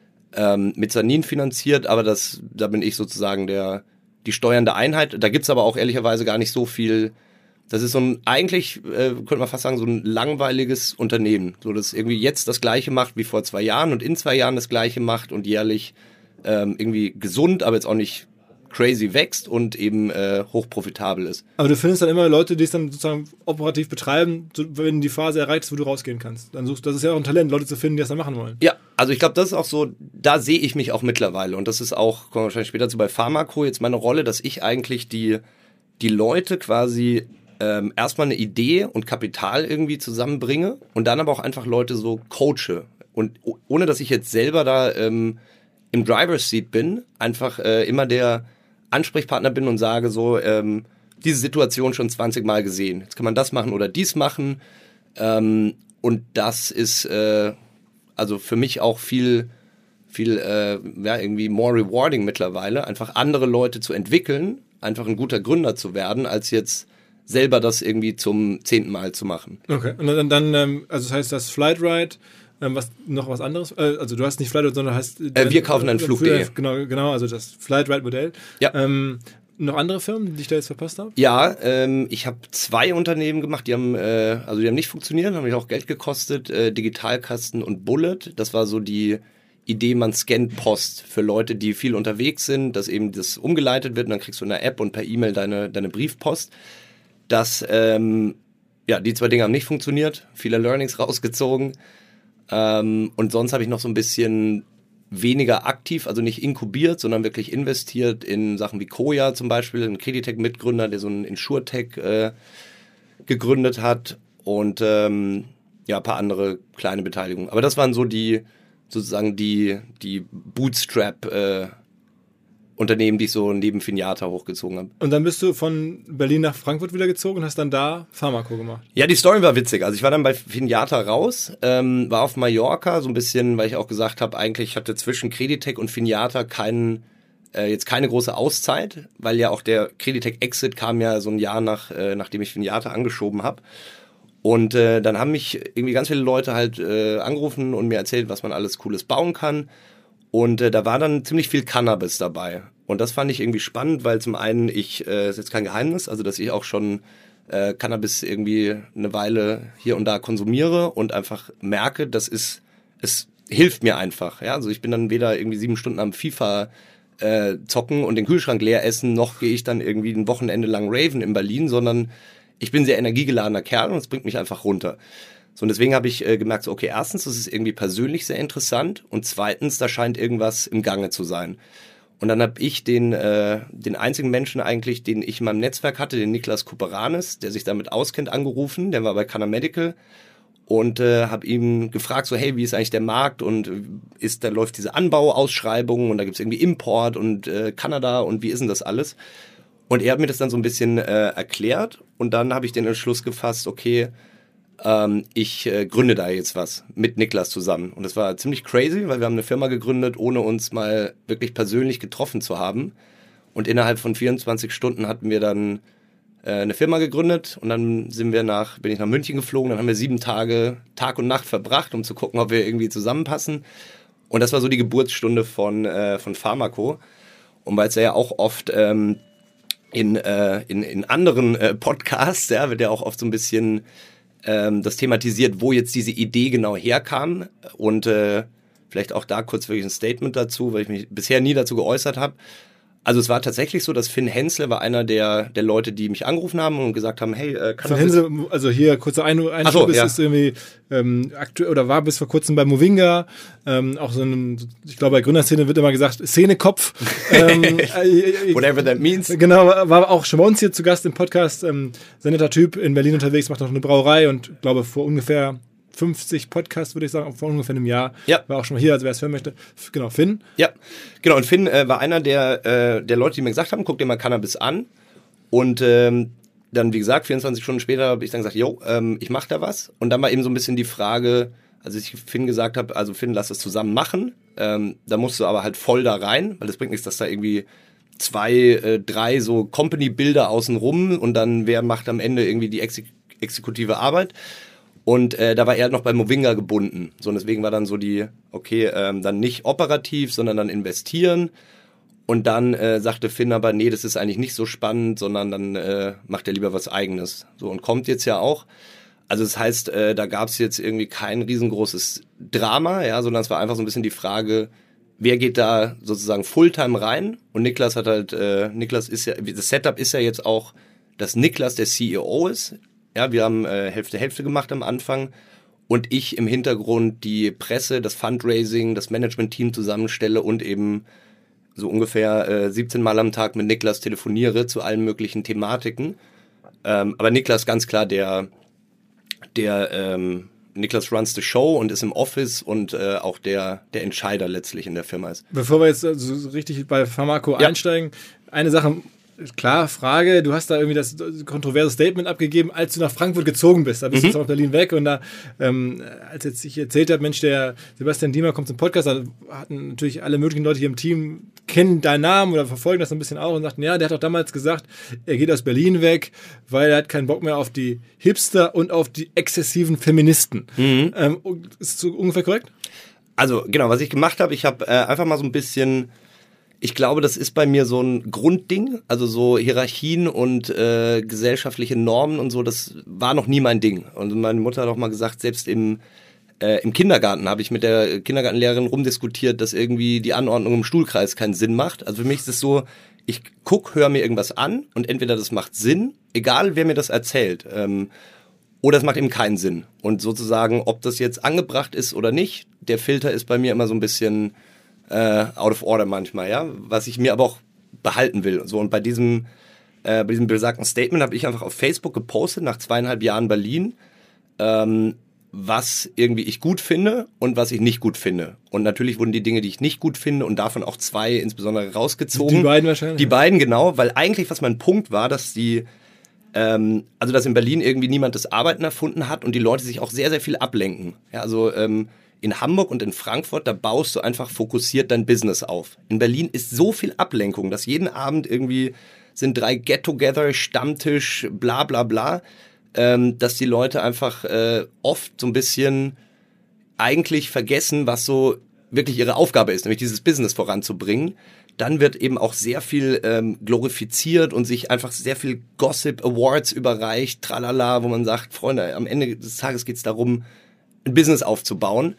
ähm, mit Sanin finanziert, aber das, da bin ich sozusagen der die steuernde Einheit. Da gibt's aber auch ehrlicherweise gar nicht so viel. Das ist so ein, eigentlich äh, könnte man fast sagen, so ein langweiliges Unternehmen, so das irgendwie jetzt das Gleiche macht wie vor zwei Jahren und in zwei Jahren das Gleiche macht und jährlich ähm, irgendwie gesund, aber jetzt auch nicht crazy wächst und eben äh, hochprofitabel ist. Aber du findest dann immer Leute, die es dann sozusagen operativ betreiben, so, wenn die Phase erreicht ist, wo du rausgehen kannst. Dann suchst, das ist ja auch ein Talent, Leute zu finden, die das dann machen wollen. Ja, also ich glaube, das ist auch so, da sehe ich mich auch mittlerweile und das ist auch, kommen wir wahrscheinlich später zu bei Pharmaco, jetzt meine Rolle, dass ich eigentlich die, die Leute quasi ähm, erstmal eine Idee und Kapital irgendwie zusammenbringe und dann aber auch einfach Leute so coache und ohne, dass ich jetzt selber da ähm, im Driver's Seat bin, einfach äh, immer der Ansprechpartner bin und sage so, ähm, diese Situation schon zwanzig Mal gesehen. Jetzt kann man das machen oder dies machen. Ähm, und das ist äh, also für mich auch viel, viel äh, ja, irgendwie more rewarding mittlerweile, einfach andere Leute zu entwickeln, einfach ein guter Gründer zu werden, als jetzt selber das irgendwie zum zehnten Mal zu machen. Okay, und dann, dann ähm, also das heißt, das Flightride, ähm, was noch was anderes, äh, also du hast nicht Flightride, sondern hast... Äh, wir kaufen einen Flug punkt de. Genau, genau, also das Flightride-Modell. Ja. Ähm, noch andere Firmen, die ich da jetzt verpasst habe? Ja, ähm, ich habe zwei Unternehmen gemacht, die haben, äh, also die haben nicht funktioniert, haben mich auch Geld gekostet, äh, Digitalkasten und Bullet. Das war so die Idee, man scannt Post für Leute, die viel unterwegs sind, dass eben das umgeleitet wird und dann kriegst du in der App und per E-Mail deine, deine Briefpost. Das, ähm, ja, die zwei Dinge haben nicht funktioniert, viele Learnings rausgezogen. Ähm, und sonst habe ich noch so ein bisschen weniger aktiv, also nicht inkubiert, sondern wirklich investiert in Sachen wie Koya zum Beispiel, ein Creditec-Mitgründer, der so ein Insurtech äh, gegründet hat. Und ähm, ja, ein paar andere kleine Beteiligungen. Aber das waren so die, sozusagen die, die Bootstrap, äh, Unternehmen, die ich so neben Finiata hochgezogen habe. Und dann bist du von Berlin nach Frankfurt wieder gezogen und hast dann da Pharmaco gemacht. Ja, die Story war witzig. Also ich war dann bei Finiata raus, ähm, war auf Mallorca, so ein bisschen, weil ich auch gesagt habe, eigentlich hatte zwischen Creditec und Finiata keinen, äh, jetzt keine große Auszeit, weil ja auch der Creditec-Exit kam ja so ein Jahr nach, äh, nachdem ich Finiata angeschoben habe. Und äh, dann haben mich irgendwie ganz viele Leute halt äh, angerufen und mir erzählt, was man alles Cooles bauen kann. Und äh, da war dann ziemlich viel Cannabis dabei. Und das fand ich irgendwie spannend, weil zum einen, ich, äh, ist jetzt kein Geheimnis, also dass ich auch schon äh, Cannabis irgendwie eine Weile hier und da konsumiere und einfach merke, das ist, es hilft mir einfach. Ja, also ich bin dann weder irgendwie sieben Stunden am FIFA äh, zocken und den Kühlschrank leer essen, noch gehe ich dann irgendwie ein Wochenende lang raven in Berlin, sondern ich bin ein sehr energiegeladener Kerl und es bringt mich einfach runter. So, und deswegen habe ich äh, gemerkt, so, okay, erstens, das ist irgendwie persönlich sehr interessant und zweitens, da scheint irgendwas im Gange zu sein. Und dann habe ich den äh, den einzigen Menschen eigentlich, den ich in meinem Netzwerk hatte, den Niklas Kuperanis, der sich damit auskennt, angerufen. Der war bei Canna Medical und äh, habe ihm gefragt, so, hey, wie ist eigentlich der Markt und ist da läuft diese Anbauausschreibung und da gibt's irgendwie Import und äh, Kanada und wie ist denn das alles? Und er hat mir das dann so ein bisschen äh, erklärt und dann habe ich den Entschluss gefasst, okay, Ähm, ich äh, gründe da jetzt was mit Niklas zusammen. Und das war ziemlich crazy, weil wir haben eine Firma gegründet, ohne uns mal wirklich persönlich getroffen zu haben. Und innerhalb von vierundzwanzig Stunden hatten wir dann äh, eine Firma gegründet und dann sind wir nach, bin ich nach München geflogen, dann haben wir sieben Tage Tag und Nacht verbracht, um zu gucken, ob wir irgendwie zusammenpassen. Und das war so die Geburtsstunde von, äh, von Pharmaco. Und weil es ja auch oft ähm, in, äh, in, in anderen äh, Podcasts, ja, wird ja auch oft so ein bisschen Ähm, das thematisiert, wo jetzt diese Idee genau herkam und äh, vielleicht auch da kurz wirklich ein Statement dazu, weil ich mich bisher nie dazu geäußert habe. Also es war tatsächlich so, dass Finn Hensle war einer der der Leute, die mich angerufen haben und gesagt haben, hey, äh, kann Finn Hensle, also hier kurzer Ein Einschub, so, ist ja. es irgendwie ähm, aktuell oder war bis vor kurzem bei Movinga, ähm, auch so ein, ich glaube bei Gründerszene wird immer gesagt, Szenekopf. ähm, äh, Whatever that means. Genau, war auch schon bei uns hier zu Gast im Podcast, ähm, sehr netter Typ, in Berlin unterwegs, macht auch eine Brauerei und glaube vor ungefähr fünfzig Podcasts, würde ich sagen, vor ungefähr einem Jahr. Ja. War auch schon mal hier, also wer es hören möchte. Genau, Finn. Ja, genau. Und Finn äh, war einer der, äh, der Leute, die mir gesagt haben, guck dir mal Cannabis an. Und ähm, dann, wie gesagt, vierundzwanzig Stunden später habe ich dann gesagt, yo, ähm, ich mache da was. Und dann war eben so ein bisschen die Frage, als ich Finn gesagt habe, also Finn, lass es zusammen machen. Ähm, da musst du aber halt voll da rein, weil das bringt nichts, dass da irgendwie zwei, äh, drei so Company-Bilder außenrum und dann wer macht am Ende irgendwie die exek- exekutive Arbeit. Und äh, da war er noch bei Movinga gebunden. So, und deswegen war dann so die, okay, ähm, dann nicht operativ, sondern dann investieren. Und dann äh, sagte Finn aber, nee, das ist eigentlich nicht so spannend, sondern dann äh, macht er lieber was Eigenes. So, und kommt jetzt ja auch. Also das heißt, äh, da gab es jetzt irgendwie kein riesengroßes Drama, ja, sondern es war einfach so ein bisschen die Frage, wer geht da sozusagen Fulltime rein? Und Niklas hat halt, äh, Niklas ist ja, das Setup ist ja jetzt auch, dass Niklas der C E O ist. Ja, wir haben äh, Hälfte Hälfte gemacht am Anfang und ich im Hintergrund die Presse, das Fundraising, das Management-Team zusammenstelle und eben so ungefähr äh, siebzehn Mal am Tag mit Niklas telefoniere zu allen möglichen Thematiken. Ähm, aber Niklas ganz klar der, der ähm, Niklas runs the show und ist im Office und äh, auch der, der Entscheider letztlich in der Firma ist. Bevor wir jetzt also so richtig bei Pharmaco Ja. einsteigen, eine Sache, klar, Frage, du hast da irgendwie das kontroverse Statement abgegeben, als du nach Frankfurt gezogen bist. Da bist Mhm. du jetzt aus Berlin weg und da, ähm, als jetzt ich erzählt habe, Mensch, der Sebastian Diemer kommt zum Podcast, da hatten natürlich alle möglichen Leute hier im Team, kennen deinen Namen oder verfolgen das so ein bisschen auch und sagten, ja, der hat doch damals gesagt, er geht aus Berlin weg, weil er hat keinen Bock mehr auf die Hipster und auf die exzessiven Feministen. Mhm. Ähm, ist das so ungefähr korrekt? Also genau, was ich gemacht habe, ich habe äh, einfach mal so ein bisschen, ich glaube, das ist bei mir so ein Grundding, also so Hierarchien und äh, gesellschaftliche Normen und so, das war noch nie mein Ding. Und meine Mutter hat auch mal gesagt, selbst im äh, im Kindergarten habe ich mit der Kindergartenlehrerin rumdiskutiert, dass irgendwie die Anordnung im Stuhlkreis keinen Sinn macht. Also für mich ist es so, ich guck, höre mir irgendwas an und entweder das macht Sinn, egal wer mir das erzählt, ähm, oder es macht eben keinen Sinn. Und sozusagen, ob das jetzt angebracht ist oder nicht, der Filter ist bei mir immer so ein bisschen äh, out of order manchmal, ja, was ich mir aber auch behalten will. So, und bei diesem, äh, bei diesem besagten Statement habe ich einfach auf Facebook gepostet, nach zweieinhalb Jahren Berlin, ähm, was irgendwie ich gut finde und was ich nicht gut finde. Und natürlich wurden die Dinge, die ich nicht gut finde und davon auch zwei insbesondere rausgezogen. Die beiden wahrscheinlich? Die beiden, genau, weil eigentlich, was mein Punkt war, dass die, ähm, also dass in Berlin irgendwie niemand das Arbeiten erfunden hat und die Leute sich auch sehr, sehr viel ablenken. Ja, also ähm, in Hamburg und in Frankfurt, da baust du einfach fokussiert dein Business auf. In Berlin ist so viel Ablenkung, dass jeden Abend irgendwie sind drei Get-Together, Stammtisch, bla bla bla, ähm, dass die Leute einfach äh, oft so ein bisschen eigentlich vergessen, was so wirklich ihre Aufgabe ist, nämlich dieses Business voranzubringen. Dann wird eben auch sehr viel ähm, glorifiziert und sich einfach sehr viel Gossip Awards überreicht, tralala, wo man sagt, Freunde, am Ende des Tages geht's darum, ein Business aufzubauen.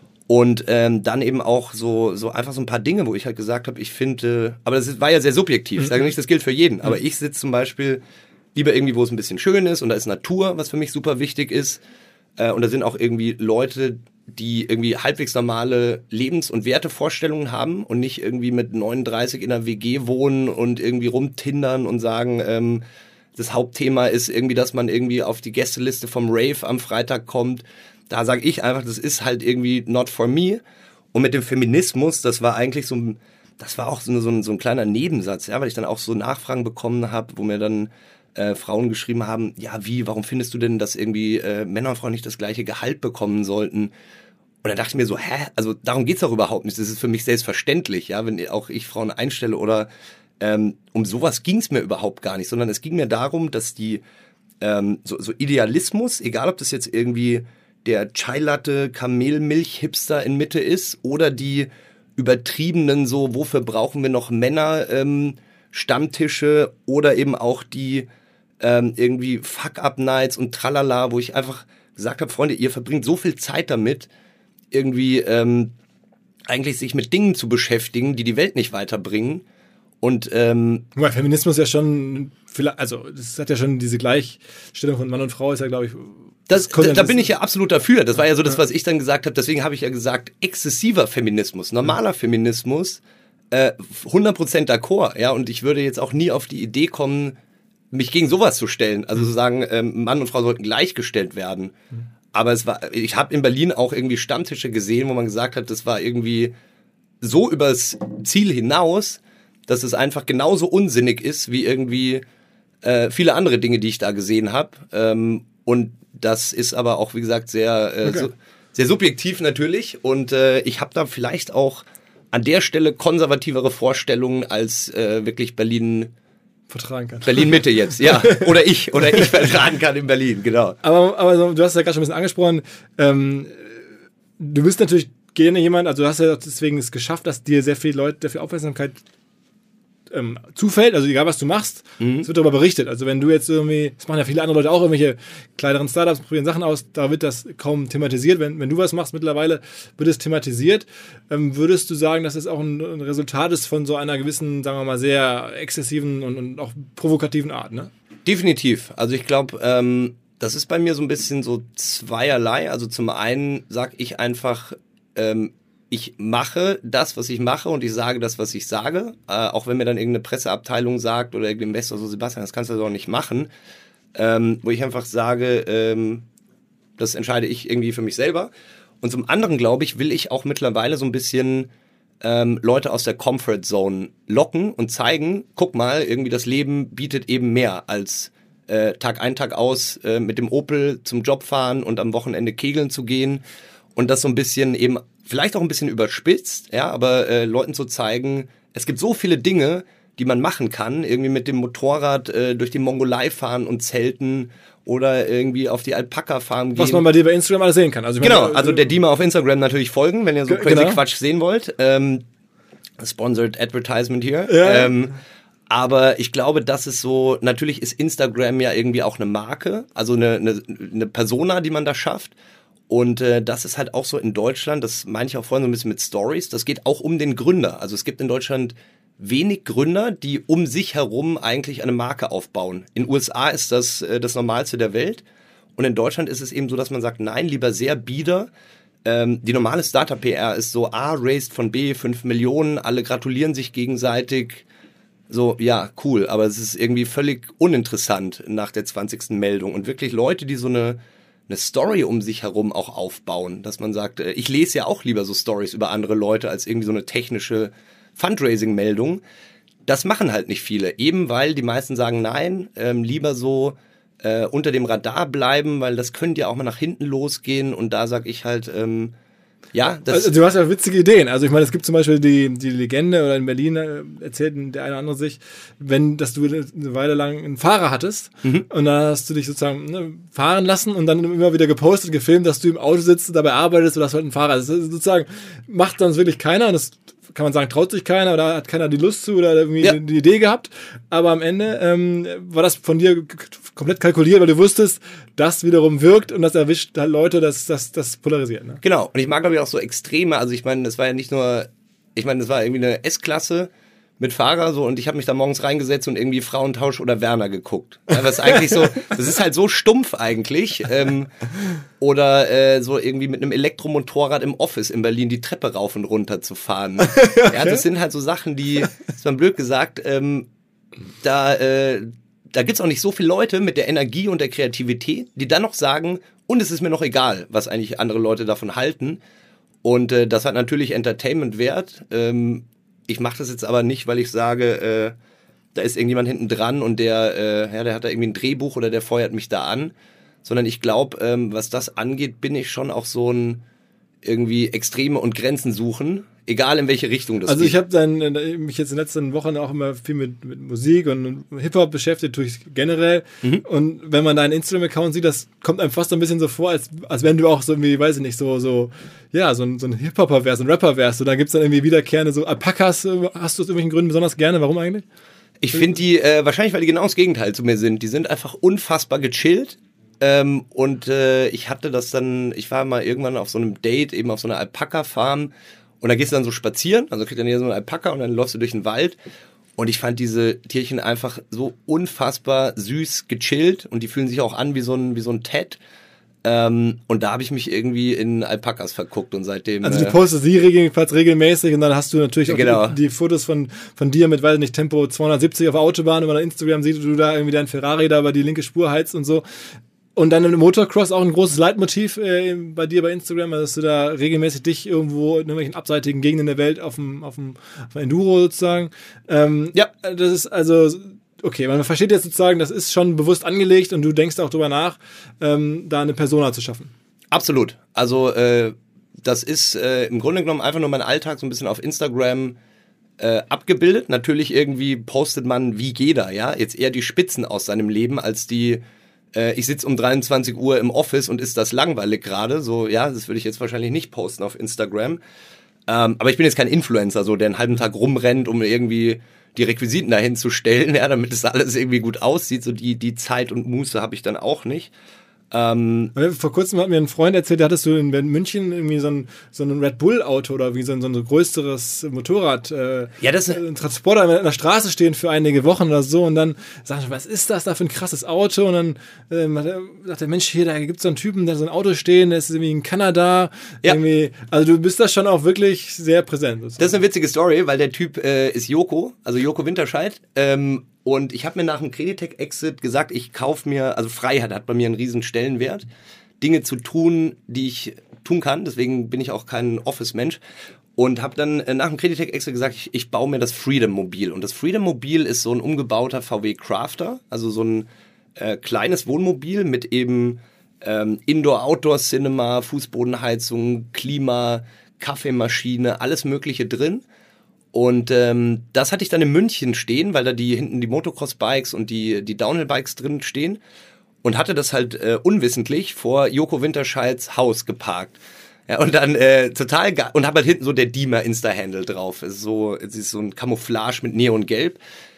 Und ähm, dann eben auch so so einfach so ein paar Dinge, wo ich halt gesagt habe, ich finde, aber das war ja sehr subjektiv, ich sage nicht, das gilt für jeden, aber ich sitze zum Beispiel lieber irgendwie, wo es ein bisschen schön ist und da ist Natur, was für mich super wichtig ist. Äh, und da sind auch irgendwie Leute, die irgendwie halbwegs normale Lebens- und Wertevorstellungen haben und nicht irgendwie mit neununddreißig in einer W G wohnen und irgendwie rumtindern und sagen, ähm, das Hauptthema ist irgendwie, dass man irgendwie auf die Gästeliste vom Rave am Freitag kommt. Da sage ich einfach, das ist halt irgendwie not for me. Und mit dem Feminismus, das war eigentlich so ein, das war auch so, so, ein, so ein kleiner Nebensatz, ja, weil ich dann auch so Nachfragen bekommen habe, wo mir dann äh, Frauen geschrieben haben, ja wie, warum findest du denn, dass irgendwie äh, Männer und Frauen nicht das gleiche Gehalt bekommen sollten? Und dann dachte ich mir so, hä, also darum geht's doch überhaupt nicht. Das ist für mich selbstverständlich, ja, wenn auch ich Frauen einstelle oder ähm, um sowas ging's mir überhaupt gar nicht, sondern es ging mir darum, dass die ähm, so, so Idealismus, egal ob das jetzt irgendwie der Chai-Latte, Kamelmilch-Hipster in Mitte ist oder die übertriebenen so, wofür brauchen wir noch Männer, ähm, Stammtische oder eben auch die ähm, irgendwie Fuck-Up-Nights und Tralala, wo ich einfach gesagt habe, Freunde, ihr verbringt so viel Zeit damit, irgendwie ähm, eigentlich sich mit Dingen zu beschäftigen, die die Welt nicht weiterbringen. Und ähm, Weil Feminismus ja schon, also das hat ja schon diese Gleichstellung von Mann und Frau, ist ja, glaube ich, Das, da, da bin ich ja absolut dafür. Das war ja so das, was ich dann gesagt habe. Deswegen habe ich ja gesagt, exzessiver Feminismus, normaler Feminismus, äh, hundert Prozent d'accord. Ja, und ich würde jetzt auch nie auf die Idee kommen, mich gegen sowas zu stellen. Also zu sagen, ähm, Mann und Frau sollten gleichgestellt werden. Aber es war, ich habe in Berlin auch irgendwie Stammtische gesehen, wo man gesagt hat, das war irgendwie so übers Ziel hinaus, dass es einfach genauso unsinnig ist wie irgendwie äh, viele andere Dinge, die ich da gesehen habe. Ähm, und das ist aber auch, wie gesagt, sehr, äh, okay. so, sehr subjektiv natürlich. Und äh, ich habe da vielleicht auch an der Stelle konservativere Vorstellungen als äh, wirklich Berlin vertragen kann. Berlin Mitte jetzt, ja. Oder ich, oder ich vertragen kann in Berlin, genau. Aber, aber so, du hast ja gerade schon ein bisschen angesprochen, ähm, du bist natürlich gerne jemand, also du hast ja deswegen es geschafft, dass dir sehr viele Leute, sehr viel Aufmerksamkeit ähm, zufällt, also egal was du machst, mhm. es wird darüber berichtet. Also wenn du jetzt irgendwie, das machen ja viele andere Leute auch, irgendwelche kleineren Startups probieren Sachen aus, da wird das kaum thematisiert. Wenn, wenn du was machst mittlerweile, wird es thematisiert. Ähm, würdest du sagen, dass es auch ein, ein Resultat ist von so einer gewissen, sagen wir mal, sehr exzessiven und, und auch provokativen Art, ne? Definitiv. Also ich glaube, ähm, das ist bei mir so ein bisschen so zweierlei. Also zum einen sage ich einfach, ähm, ich mache das, was ich mache und ich sage das, was ich sage. Äh, auch wenn mir dann irgendeine Presseabteilung sagt oder irgendein Investor so, Sebastian, das kannst du doch nicht machen. Ähm, wo ich einfach sage, ähm, das entscheide ich irgendwie für mich selber. Und zum anderen, glaube ich, will ich auch mittlerweile so ein bisschen ähm, Leute aus der Comfort Zone locken und zeigen, guck mal, irgendwie das Leben bietet eben mehr als äh, Tag ein, Tag aus äh, mit dem Opel zum Job fahren und am Wochenende kegeln zu gehen. Und das so ein bisschen eben, vielleicht auch ein bisschen überspitzt, ja, aber äh, Leuten zu zeigen, es gibt so viele Dinge, die man machen kann, irgendwie mit dem Motorrad äh, durch die Mongolei fahren und zelten oder irgendwie auf die Alpaka-Farm gehen. Was man bei dir bei Instagram alles sehen kann. Also ich genau, meine, also der Dima auf Instagram natürlich folgen, wenn ihr so crazy genau. Quatsch sehen wollt. Ähm, sponsored Advertisement hier. Ja. Ähm, aber ich glaube, das ist so, natürlich ist Instagram ja irgendwie auch eine Marke, also eine, eine, eine Persona, die man da schafft. Und äh, das ist halt auch so in Deutschland, das meine ich auch vorhin so ein bisschen mit Stories, das geht auch um den Gründer. Also es gibt in Deutschland wenig Gründer, die um sich herum eigentlich eine Marke aufbauen. In den U S A ist das äh, das Normalste der Welt. Und in Deutschland ist es eben so, dass man sagt, nein, lieber sehr bieder. Ähm, die normale Startup-P R ist so, A, raised von B, fünf Millionen, alle gratulieren sich gegenseitig. So, ja, cool, aber es ist irgendwie völlig uninteressant nach der zwanzigsten Meldung. Und wirklich Leute, die so eine eine Story um sich herum auch aufbauen, dass man sagt, äh, ich lese ja auch lieber so Stories über andere Leute als irgendwie so eine technische Fundraising-Meldung. Das machen halt nicht viele, eben weil die meisten sagen, nein, ähm, lieber so äh, unter dem Radar bleiben, weil das könnte ja auch mal nach hinten losgehen und da sag ich halt, ähm, ja, das... Also, du hast ja witzige Ideen. Also ich meine, es gibt zum Beispiel die, die Legende, oder in Berlin äh, erzählt der eine oder andere sich, wenn, dass du eine Weile lang einen Fahrer hattest mhm. und dann hast du dich sozusagen ne, fahren lassen und dann immer wieder gepostet, gefilmt, dass du im Auto sitzt und dabei arbeitest oder hast halt einen Fahrer. Das ist sozusagen, macht sonst wirklich keiner und das kann man sagen, traut sich keiner oder hat keiner die Lust zu oder irgendwie ja. die Idee gehabt. Aber am Ende ähm, war das von dir k- komplett kalkuliert, weil du wusstest, das wiederum wirkt und das erwischt halt Leute, das, das, das polarisiert. Ne? Genau. Und ich mag, glaube ich, auch so Extreme. Also ich meine, das war ja nicht nur, ich meine, das war irgendwie eine S-Klasse mit Fahrer so und ich habe mich da morgens reingesetzt und irgendwie Frauentausch oder Werner geguckt. Ja, was eigentlich so, das ist halt so stumpf eigentlich. Ähm, oder äh, so irgendwie mit einem Elektromotorrad im Office in Berlin die Treppe rauf und runter zu fahren. Okay. Ja, das sind halt so Sachen, die, ist man blöd gesagt, ähm, da, äh, da gibt's auch nicht so viele Leute mit der Energie und der Kreativität, die dann noch sagen, und es ist mir noch egal, was eigentlich andere Leute davon halten. Und äh, das hat natürlich Entertainment-Wert. Ähm, Ich mache das jetzt aber nicht, weil ich sage, äh, da ist irgendjemand hinten dran und der, äh, ja, der hat da irgendwie ein Drehbuch oder der feuert mich da an, sondern ich glaube, ähm, was das angeht, bin ich schon auch so ein irgendwie Extreme und Grenzen suchen, egal in welche Richtung das also geht. Also ich habe dann äh, mich jetzt in den letzten Wochen auch immer viel mit, mit Musik und Hip-Hop beschäftigt, tue ich generell. Mhm. Und wenn man deinen Instagram-Account sieht, das kommt einem fast so ein bisschen so vor, als, als wenn du auch so irgendwie, weiß ich nicht, so, so ja, so ein, so ein Hip-Hopper wärst, ein Rapper wärst. Und dann gibt's dann irgendwie wiederkehrende so Alpakas. Hast du aus irgendwelchen Gründen besonders gerne? Warum eigentlich? Ich finde die, äh, wahrscheinlich, weil die genau das Gegenteil zu mir sind. Die sind einfach unfassbar gechillt. Ähm, und äh, ich hatte das dann, ich war mal irgendwann auf so einem Date, eben auf so einer Alpaka-Farm. Und da gehst du dann so spazieren, also kriegst du dann hier so einen Alpaka und dann läufst du durch den Wald. Und ich fand diese Tierchen einfach so unfassbar süß gechillt und die fühlen sich auch an wie so ein, wie so ein Ted. Ähm, und da habe ich mich irgendwie in Alpakas verguckt und seitdem... Also du postest sie jedenfalls regelmäßig und dann hast du natürlich auch genau. die, die Fotos von, von dir mit, weiß nicht, Tempo zweihundertsiebzig auf der Autobahn, über Instagram siehst du da irgendwie deinen Ferrari da über die linke Spur heizt und so. Und dann im Motocross auch ein großes Leitmotiv äh, bei dir bei Instagram, dass du da regelmäßig dich irgendwo in irgendwelchen abseitigen Gegenden der Welt auf dem, auf dem, auf dem Enduro sozusagen. Ähm, ja, das ist also, okay, man versteht jetzt sozusagen, das ist schon bewusst angelegt und du denkst auch drüber nach, ähm, da eine Persona zu schaffen. Absolut. Also äh, das ist äh, im Grunde genommen einfach nur mein Alltag so ein bisschen auf Instagram äh, abgebildet. Natürlich irgendwie postet man wie jeder, ja, jetzt eher die Spitzen aus seinem Leben als die ich sitze um dreiundzwanzig Uhr im Office und ist das langweilig gerade. So, ja, das würde ich jetzt wahrscheinlich nicht posten auf Instagram. Ähm, aber ich bin jetzt kein Influencer, so der einen halben Tag rumrennt, um irgendwie die Requisiten dahin zu stellen, ja, damit es alles irgendwie gut aussieht. So die, die Zeit und Muße habe ich dann auch nicht. Ähm, Vor kurzem hat mir ein Freund erzählt, da hattest du in München irgendwie so ein, so ein Red Bull Auto oder wie so ein, so ein größeres Motorrad, äh, ja, das ein Transporter an der Straße stehen für einige Wochen oder so und dann sagte ich, was ist das da für ein krasses Auto und dann äh, sagt der Mensch, hier, da gibt es so einen Typen, der so ein Auto stehen, der ist irgendwie in Kanada, ja. irgendwie, also du bist da schon auch wirklich sehr präsent. Sozusagen. Das ist eine witzige Story, weil der Typ äh, ist Joko, also Joko Winterscheid, ähm, und ich habe mir nach dem Creditec-Exit gesagt, ich kaufe mir, also Freiheit hat bei mir einen riesen Stellenwert, Dinge zu tun, die ich tun kann, deswegen bin ich auch kein Office-Mensch und habe dann äh, nach dem Creditec-Exit gesagt, ich, ich baue mir das Freedom-Mobil und das Freedom-Mobil ist so ein umgebauter V W Crafter, also so ein äh, kleines Wohnmobil mit eben ähm, Indoor-Outdoor-Cinema, Fußbodenheizung, Klima, Kaffeemaschine, alles mögliche drin. Und ähm, das hatte ich dann in München stehen, weil da die hinten die Motocross-Bikes und die, die Downhill-Bikes drin stehen und hatte das halt äh, unwissentlich vor Joko Winterscheids Haus geparkt. Ja, und dann äh, total geil und habe halt hinten so der Diemer Insta-Handle drauf. Es ist so, es ist so ein Camouflage mit Neongelb.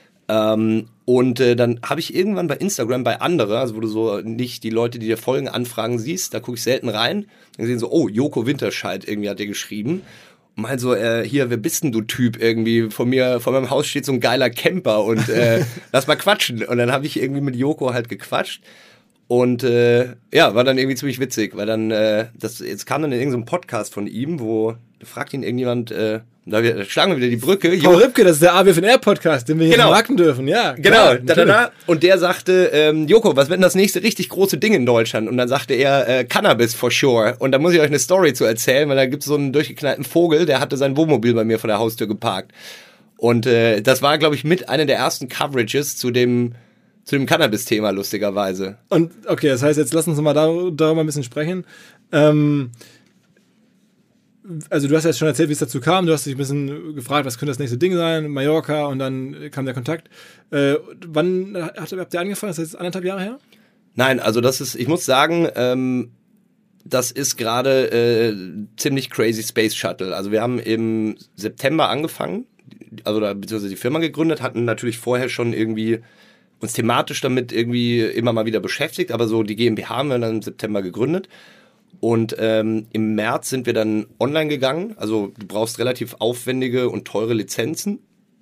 Ähm, und äh, dann habe ich irgendwann bei Instagram bei andere, also wo du so nicht die Leute, die dir folgen, Anfragen siehst, da gucke ich selten rein. Dann sehen so, oh, Joko Winterscheid irgendwie hat der geschrieben. Und mal so, äh, hier, wer bist denn du Typ irgendwie? Vor mir, vor meinem Haus steht so ein geiler Camper und äh, lass mal quatschen. Und dann habe ich irgendwie mit Joko halt gequatscht. Und äh, ja, war dann irgendwie ziemlich witzig, weil dann, äh, das jetzt kam dann in irgendeinem Podcast von ihm, wo da fragt ihn irgendjemand, äh, Da, wir, da schlagen wir wieder die Brücke. Paul Ripke, das ist der A W F N R-Podcast, den wir hier genau. vermarkten dürfen. Ja, genau. Klar, da, da, da. Und der sagte, ähm, Joko, was wird denn das nächste richtig große Ding in Deutschland? Und dann sagte er, äh, Cannabis for sure. Und da muss ich euch eine Story zu erzählen, weil da gibt es so einen durchgeknallten Vogel, der hatte sein Wohnmobil bei mir vor der Haustür geparkt. Und äh, das war, glaube ich, mit einer der ersten Coverages zu dem, zu dem Cannabis-Thema, lustigerweise. Und okay, das heißt, jetzt lass uns mal dar- darüber ein bisschen sprechen. Ähm... Also du hast ja jetzt schon erzählt, wie es dazu kam. Du hast dich ein bisschen gefragt, was könnte das nächste Ding sein, Mallorca, und dann kam der Kontakt. Äh, wann habt, habt ihr angefangen? Das ist jetzt anderthalb Jahre her? Nein, also das ist, ich muss sagen, ähm, das ist gerade äh, ziemlich crazy Space Shuttle. Also wir haben im September angefangen, also da, beziehungsweise die Firma gegründet, hatten natürlich vorher schon irgendwie uns thematisch damit irgendwie immer mal wieder beschäftigt, aber so die GmbH haben wir dann im September gegründet. Und ähm, im März sind wir dann online gegangen. Also du brauchst relativ aufwendige und teure Lizenzen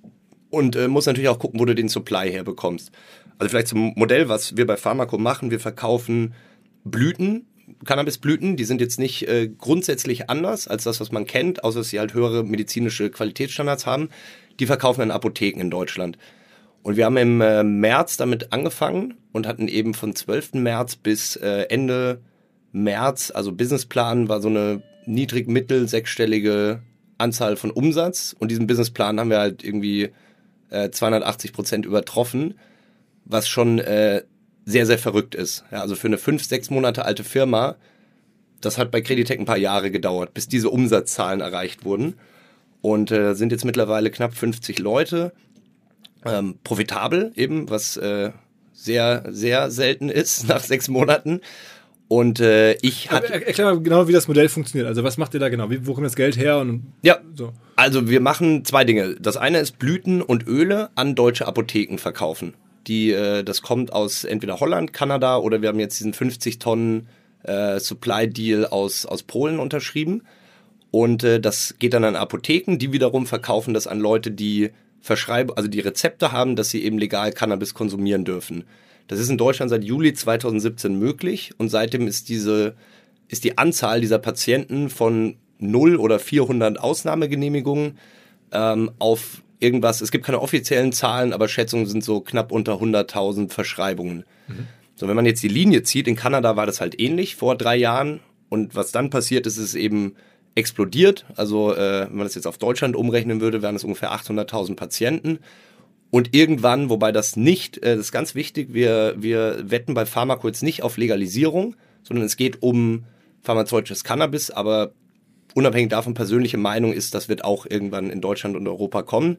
und äh, musst natürlich auch gucken, wo du den Supply herbekommst. Also vielleicht zum Modell, was wir bei Pharmaco machen. Wir verkaufen Blüten, Cannabisblüten. Die sind jetzt nicht äh, grundsätzlich anders als das, was man kennt, außer dass sie halt höhere medizinische Qualitätsstandards haben. Die verkaufen wir in Apotheken in Deutschland. Und wir haben im äh, März damit angefangen und hatten eben von zwölften März bis äh, Ende März, also Businessplan war so eine niedrig-mittel sechsstellige Anzahl von Umsatz, und diesen Businessplan haben wir halt irgendwie äh, zweihundertachtzig Prozent übertroffen, was schon äh, sehr, sehr verrückt ist. Ja, also für eine fünf, sechs Monate alte Firma, das hat bei Creditec ein paar Jahre gedauert, bis diese Umsatzzahlen erreicht wurden, und äh, sind jetzt mittlerweile knapp fünfzig Leute, ähm, profitabel eben, was äh, sehr, sehr selten ist nach sechs Monaten. Und äh, ich hatte... Erklär mal genau, wie das Modell funktioniert. Also was macht ihr da genau? Wie, wo kommt das Geld her? Und ja, so. Also wir machen zwei Dinge. Das eine ist Blüten und Öle an deutsche Apotheken verkaufen. Die, äh, das kommt aus entweder Holland, Kanada, oder wir haben jetzt diesen fünfzig Tonnen äh, Supply-Deal aus, aus Polen unterschrieben. Und äh, das geht dann an Apotheken, die wiederum verkaufen das an Leute, die verschreiben, also die Rezepte haben, dass sie eben legal Cannabis konsumieren dürfen. Das ist in Deutschland seit Juli zweitausendsiebzehn möglich, und seitdem ist diese, ist die Anzahl dieser Patienten von null oder vierhundert Ausnahmegenehmigungen ähm, auf irgendwas, es gibt keine offiziellen Zahlen, aber Schätzungen sind so knapp unter hunderttausend Verschreibungen. Mhm. So, wenn man jetzt die Linie zieht, in Kanada war das halt ähnlich vor drei Jahren, und was dann passiert ist, ist es eben explodiert. Also äh, wenn man das jetzt auf Deutschland umrechnen würde, wären es ungefähr achthunderttausend Patienten. Und irgendwann, wobei das nicht, äh, das ist ganz wichtig, wir, wir wetten bei Pharmaco jetzt nicht auf Legalisierung, sondern es geht um pharmazeutisches Cannabis, aber unabhängig davon, persönliche Meinung ist, das wird auch irgendwann in Deutschland und Europa kommen.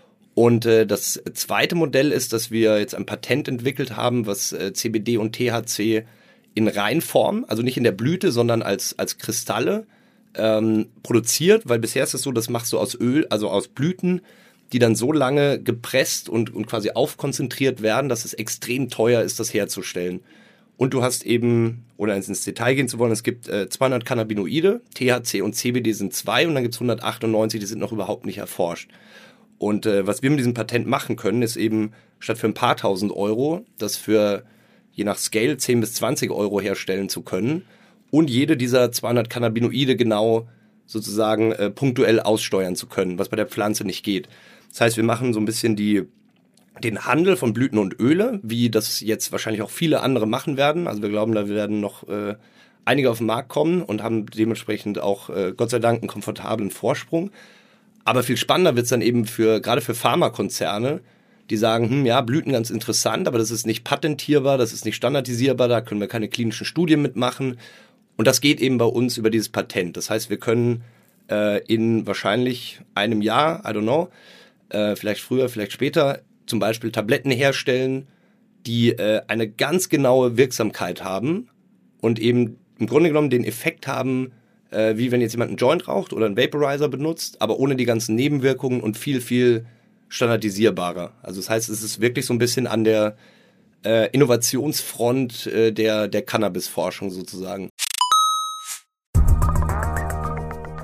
Und äh, das zweite Modell ist, dass wir jetzt ein Patent entwickelt haben, was äh, C B D und T H C in Reinform, also nicht in der Blüte, sondern als, als Kristalle ähm, produziert, weil bisher ist es so, das machst du aus Öl, also aus Blüten, die dann so lange gepresst und, und quasi aufkonzentriert werden, dass es extrem teuer ist, das herzustellen. Und du hast eben, ohne ins Detail gehen zu wollen, es gibt äh, zweihundert Cannabinoide, T H C und C B D sind zwei, und dann gibt es hundertachtundneunzig, die sind noch überhaupt nicht erforscht. Und äh, was wir mit diesem Patent machen können, ist eben, statt für ein paar tausend Euro, das für, je nach Scale, zehn bis zwanzig Euro herstellen zu können und jede dieser zweihundert Cannabinoide genau sozusagen äh, punktuell aussteuern zu können, was bei der Pflanze nicht geht. Das heißt, wir machen so ein bisschen die, den Handel von Blüten und Öle, wie das jetzt wahrscheinlich auch viele andere machen werden. Also wir glauben, da werden noch äh, einige auf den Markt kommen und haben dementsprechend auch, äh, Gott sei Dank, einen komfortablen Vorsprung. Aber viel spannender wird es dann eben für, gerade für Pharmakonzerne, die sagen, hm, ja, Blüten ganz interessant, aber das ist nicht patentierbar, das ist nicht standardisierbar, da können wir keine klinischen Studien mitmachen. Und das geht eben bei uns über dieses Patent. Das heißt, wir können äh, in wahrscheinlich einem Jahr, I don't know, äh, vielleicht früher, vielleicht später, zum Beispiel Tabletten herstellen, die äh, eine ganz genaue Wirksamkeit haben und eben im Grunde genommen den Effekt haben, äh, wie wenn jetzt jemand einen Joint raucht oder einen Vaporizer benutzt, aber ohne die ganzen Nebenwirkungen und viel, viel standardisierbarer. Also das heißt, es ist wirklich so ein bisschen an der äh, Innovationsfront äh, der, der Cannabis-Forschung sozusagen.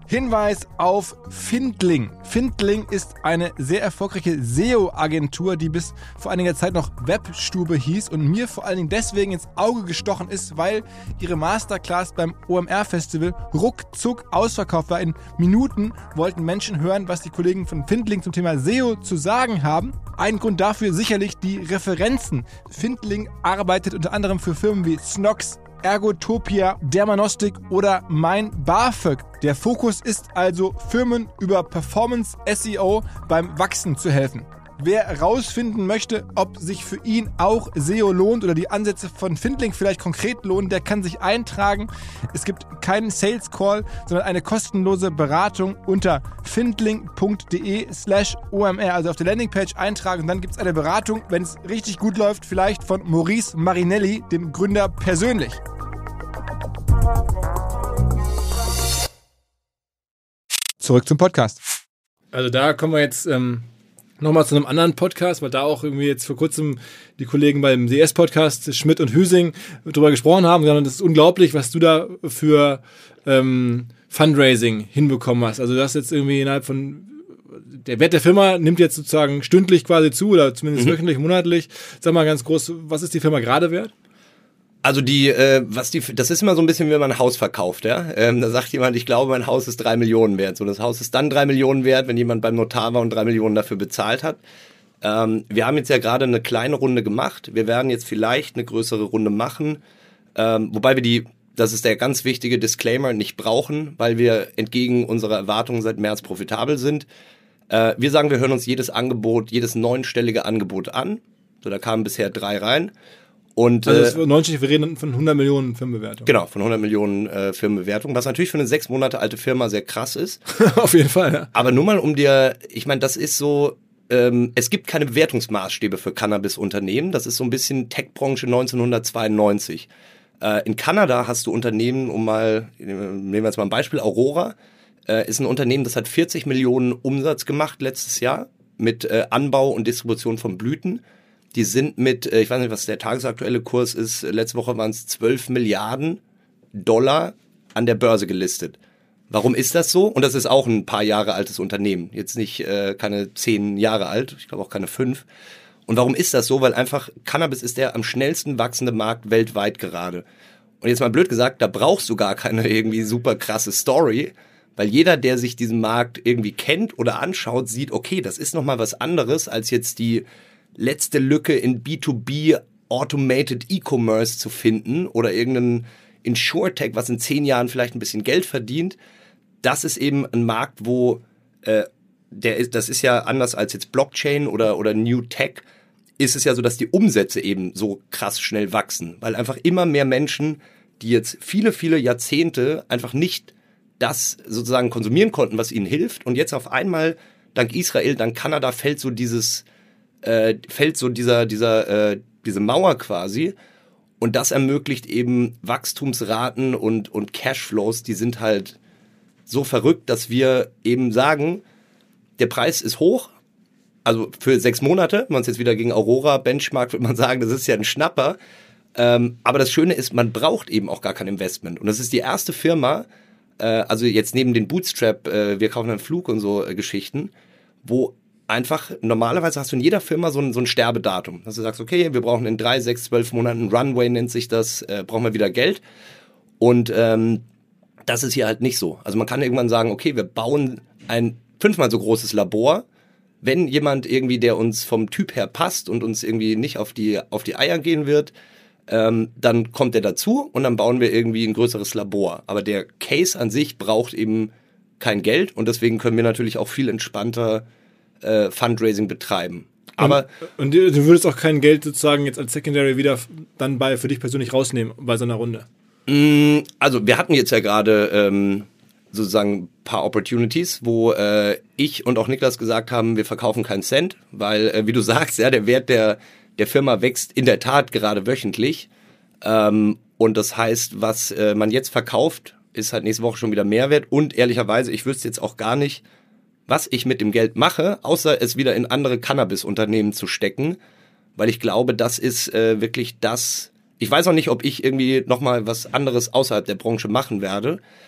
Hinweis auf Findling. Findling ist eine sehr erfolgreiche S E O-Agentur, die bis vor einiger Zeit noch Webstube hieß und mir vor allen Dingen deswegen ins Auge gestochen ist, weil ihre Masterclass beim O M R-Festival ruckzuck ausverkauft war. In Minuten wollten Menschen hören, was die Kollegen von Findling zum Thema S E O zu sagen haben. Ein Grund dafür sicherlich die Referenzen. Findling arbeitet unter anderem für Firmen wie Snox, Ergotopia, Dermanostik oder Mein BAföG. Der Fokus ist also, Firmen über Performance S E O beim Wachsen zu helfen. Wer herausfinden möchte, ob sich für ihn auch S E O lohnt oder die Ansätze von Findling vielleicht konkret lohnen, der kann sich eintragen. Es gibt keinen Sales Call, sondern eine kostenlose Beratung unter findling.de slash OMR. Also auf der Landingpage eintragen und dann gibt es eine Beratung, wenn es richtig gut läuft, vielleicht von Maurice Marinelli, dem Gründer, persönlich. Zurück zum Podcast. Also da kommen wir jetzt ähm, nochmal zu einem anderen Podcast, weil da auch irgendwie jetzt vor kurzem die Kollegen beim D S-Podcast Schmidt und Hüsing drüber gesprochen haben. Und das ist unglaublich, was du da für ähm, Fundraising hinbekommen hast. Also du hast jetzt irgendwie innerhalb von, der Wert der Firma nimmt jetzt sozusagen stündlich quasi zu oder zumindest mhm. wöchentlich, monatlich. Sag mal ganz groß, was ist die Firma gerade wert? Also die, äh, was die, das ist immer so ein bisschen, wie man ein Haus verkauft, ja. Ähm, da sagt jemand, ich glaube, mein Haus ist drei Millionen wert. So, das Haus ist dann drei Millionen wert, wenn jemand beim Notar war und drei Millionen dafür bezahlt hat. Ähm, wir haben jetzt ja gerade eine kleine Runde gemacht. Wir werden jetzt vielleicht eine größere Runde machen, ähm, wobei wir die, das ist der ganz wichtige Disclaimer, nicht brauchen, weil wir entgegen unserer Erwartungen seit März profitabel sind. Äh, wir sagen, wir hören uns jedes Angebot, jedes neunstellige Angebot an. So, da kamen bisher drei rein. Und, also neunzig, wir reden von hundert Millionen Firmenbewertung. Genau, von hundert Millionen äh, Firmenbewertung, was natürlich für eine sechs Monate alte Firma sehr krass ist. Auf jeden Fall, ja. Aber nur mal um dir, ich meine, das ist so, ähm, es gibt keine Bewertungsmaßstäbe für Cannabis-Unternehmen. Das ist so ein bisschen Tech-Branche neunzehnhundertzweiundneunzig. Äh, in Kanada hast du Unternehmen, um mal, nehmen wir jetzt mal ein Beispiel, Aurora, äh, ist ein Unternehmen, das hat vierzig Millionen Umsatz gemacht letztes Jahr mit äh, Anbau und Distribution von Blüten. Die sind mit, ich weiß nicht, was der tagesaktuelle Kurs ist, letzte Woche waren es zwölf Milliarden Dollar an der Börse gelistet. Warum ist das so? Und das ist auch ein paar Jahre altes Unternehmen. Jetzt nicht äh, keine zehn Jahre alt, ich glaube auch keine fünf. Und warum ist das so? Weil einfach Cannabis ist der am schnellsten wachsende Markt weltweit gerade. Und jetzt mal blöd gesagt, da brauchst du gar keine irgendwie super krasse Story, weil jeder, der sich diesen Markt irgendwie kennt oder anschaut, sieht, okay, das ist nochmal was anderes als jetzt die letzte Lücke in B zwei B Automated E-Commerce zu finden oder irgendein Insurtech, was in zehn Jahren vielleicht ein bisschen Geld verdient. Das ist eben ein Markt, wo äh, der ist, das ist ja anders als jetzt Blockchain oder oder New Tech, ist es ja so, dass die Umsätze eben so krass schnell wachsen, weil einfach immer mehr Menschen, die jetzt viele, viele Jahrzehnte einfach nicht das sozusagen konsumieren konnten, was ihnen hilft und jetzt auf einmal dank Israel, dank Kanada fällt so dieses Äh, fällt so dieser, dieser, äh, diese Mauer quasi und das ermöglicht eben Wachstumsraten und, und Cashflows, die sind halt so verrückt, dass wir eben sagen, der Preis ist hoch, also für sechs Monate, wenn man es jetzt wieder gegen Aurora benchmarkt, würde man sagen, das ist ja ein Schnapper, ähm, aber das Schöne ist, man braucht eben auch gar kein Investment und das ist die erste Firma, äh, also jetzt neben den Bootstrap, äh, wir kaufen einen Flug und so äh, Geschichten, wo einfach, normalerweise hast du in jeder Firma so ein, so ein Sterbedatum. Dass du sagst, okay, wir brauchen in drei, sechs, zwölf Monaten, Runway nennt sich das, äh, brauchen wir wieder Geld. Und ähm, das ist hier halt nicht so. Also man kann irgendwann sagen, okay, wir bauen ein fünfmal so großes Labor. Wenn jemand irgendwie, der uns vom Typ her passt und uns irgendwie nicht auf die, auf die Eier gehen wird, ähm, dann kommt der dazu und dann bauen wir irgendwie ein größeres Labor. Aber der Case an sich braucht eben kein Geld und deswegen können wir natürlich auch viel entspannter Äh, Fundraising betreiben. Aber und, und du würdest auch kein Geld sozusagen jetzt als Secondary wieder dann bei für dich persönlich rausnehmen bei so einer Runde? Mh, also wir hatten jetzt ja gerade ähm, sozusagen ein paar Opportunities, wo äh, ich und auch Niklas gesagt haben, wir verkaufen keinen Cent, weil äh, wie du sagst, ja, der Wert der der Firma wächst in der Tat gerade wöchentlich ähm, und das heißt, was äh, man jetzt verkauft, ist halt nächste Woche schon wieder Mehrwert und ehrlicherweise, ich wüsste jetzt auch gar nicht, was ich mit dem Geld mache, außer es wieder in andere Cannabis-Unternehmen zu stecken, weil ich glaube, das ist äh, wirklich das. Ich weiß auch nicht, ob ich irgendwie nochmal was anderes außerhalb der Branche machen werde,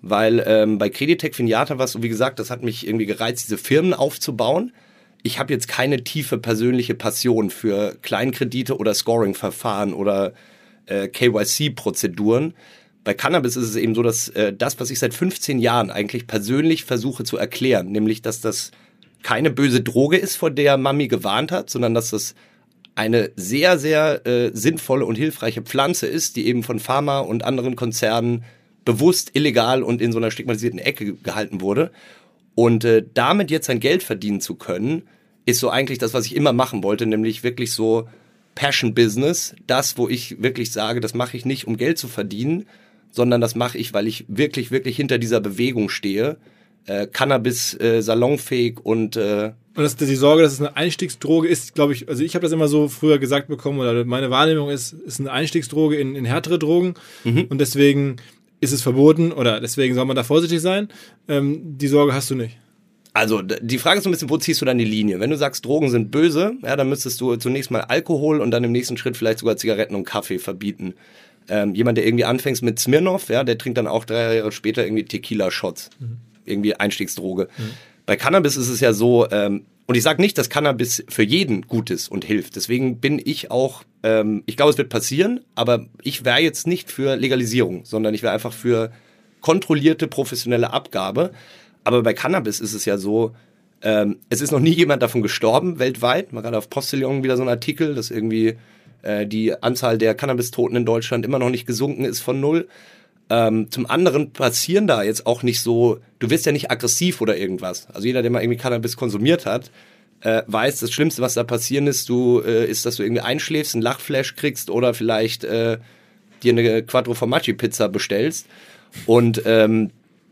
weil ähm, bei Creditec Finiata war es so, wie gesagt, das hat mich irgendwie gereizt, diese Firmen aufzubauen. Ich habe jetzt keine tiefe persönliche Passion für Kleinkredite oder Scoring-Verfahren oder äh, K Y C-Prozeduren. Bei Cannabis ist es eben so, dass äh, das, was ich seit fünfzehn Jahren eigentlich persönlich versuche zu erklären, nämlich, dass das keine böse Droge ist, vor der Mami gewarnt hat, sondern dass das eine sehr, sehr äh, sinnvolle und hilfreiche Pflanze ist, die eben von Pharma und anderen Konzernen bewusst illegal und in so einer stigmatisierten Ecke gehalten wurde. Und äh, damit jetzt sein Geld verdienen zu können, ist so eigentlich das, was ich immer machen wollte, nämlich wirklich so Passion-Business, das, wo ich wirklich sage, das mache ich nicht, um Geld zu verdienen, sondern das mache ich, weil ich wirklich, wirklich hinter dieser Bewegung stehe. Äh, Cannabis äh, salonfähig und... Äh, und das, die Sorge, dass es eine Einstiegsdroge ist, glaube ich, also ich habe das immer so früher gesagt bekommen, oder meine Wahrnehmung ist, ist eine Einstiegsdroge in, in härtere Drogen mhm. und deswegen ist es verboten oder deswegen soll man da vorsichtig sein. Ähm, die Sorge hast du nicht. Also die Frage ist so ein bisschen, wo ziehst du dann die Linie? Wenn du sagst, Drogen sind böse, ja, dann müsstest du zunächst mal Alkohol und dann im nächsten Schritt vielleicht sogar Zigaretten und Kaffee verbieten. Ähm, jemand, der irgendwie anfängt mit Smirnoff, ja, der trinkt dann auch drei Jahre später irgendwie Tequila-Shots. Mhm. Irgendwie Einstiegsdroge. Mhm. Bei Cannabis ist es ja so, ähm, und ich sage nicht, dass Cannabis für jeden gut ist und hilft. Deswegen bin ich auch, ähm, ich glaube, es wird passieren, aber ich wäre jetzt nicht für Legalisierung, sondern ich wäre einfach für kontrollierte, professionelle Abgabe. Aber bei Cannabis ist es ja so, ähm, es ist noch nie jemand davon gestorben weltweit. Mal gerade auf Postillon wieder so ein Artikel, dass irgendwie äh, die Anzahl der Cannabis-Toten in Deutschland immer noch nicht gesunken ist von null. Ähm, zum anderen passieren da jetzt auch nicht so, du wirst ja nicht aggressiv oder irgendwas. Also jeder, der mal irgendwie Cannabis konsumiert hat, äh, weiß, das Schlimmste, was da passieren ist, du, äh, ist, dass du irgendwie einschläfst, einen Lachflash kriegst oder vielleicht äh, dir eine Quattro Formaggi Pizza bestellst. Und ähm,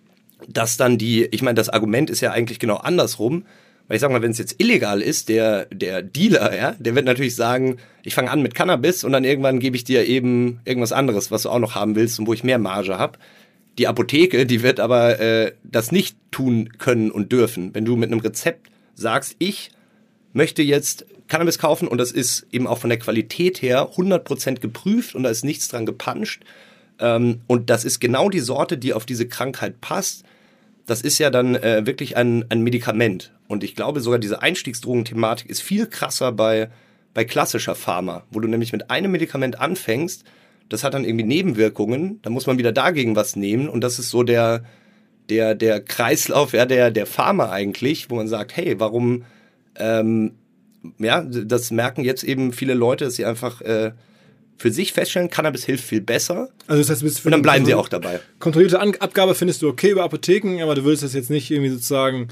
dass dann die, ich meine, das Argument ist ja eigentlich genau andersrum, weil ich sag mal, wenn es jetzt illegal ist, der der Dealer, ja, der wird natürlich sagen, ich fange an mit Cannabis und dann irgendwann gebe ich dir eben irgendwas anderes, was du auch noch haben willst und wo ich mehr Marge habe. Die Apotheke, die wird aber äh, das nicht tun können und dürfen. Wenn du mit einem Rezept sagst, ich möchte jetzt Cannabis kaufen und das ist eben auch von der Qualität her hundert Prozent geprüft und da ist nichts dran gepanscht, ähm, und das ist genau die Sorte, die auf diese Krankheit passt. Das ist ja dann äh, wirklich ein, ein Medikament. Und ich glaube sogar, diese Einstiegsdrogen-Thematik ist viel krasser bei, bei klassischer Pharma, wo du nämlich mit einem Medikament anfängst, das hat dann irgendwie Nebenwirkungen, dann muss man wieder dagegen was nehmen und das ist so der, der, der Kreislauf, ja, der, der Pharma eigentlich, wo man sagt, hey, warum, ähm, ja, das merken jetzt eben viele Leute, dass sie einfach äh, für sich feststellen, Cannabis hilft viel besser. Also das heißt, du bist für und dann bleiben sie auch dabei. Kontrollierte An- Abgabe findest du okay über Apotheken, aber du würdest das jetzt nicht irgendwie sozusagen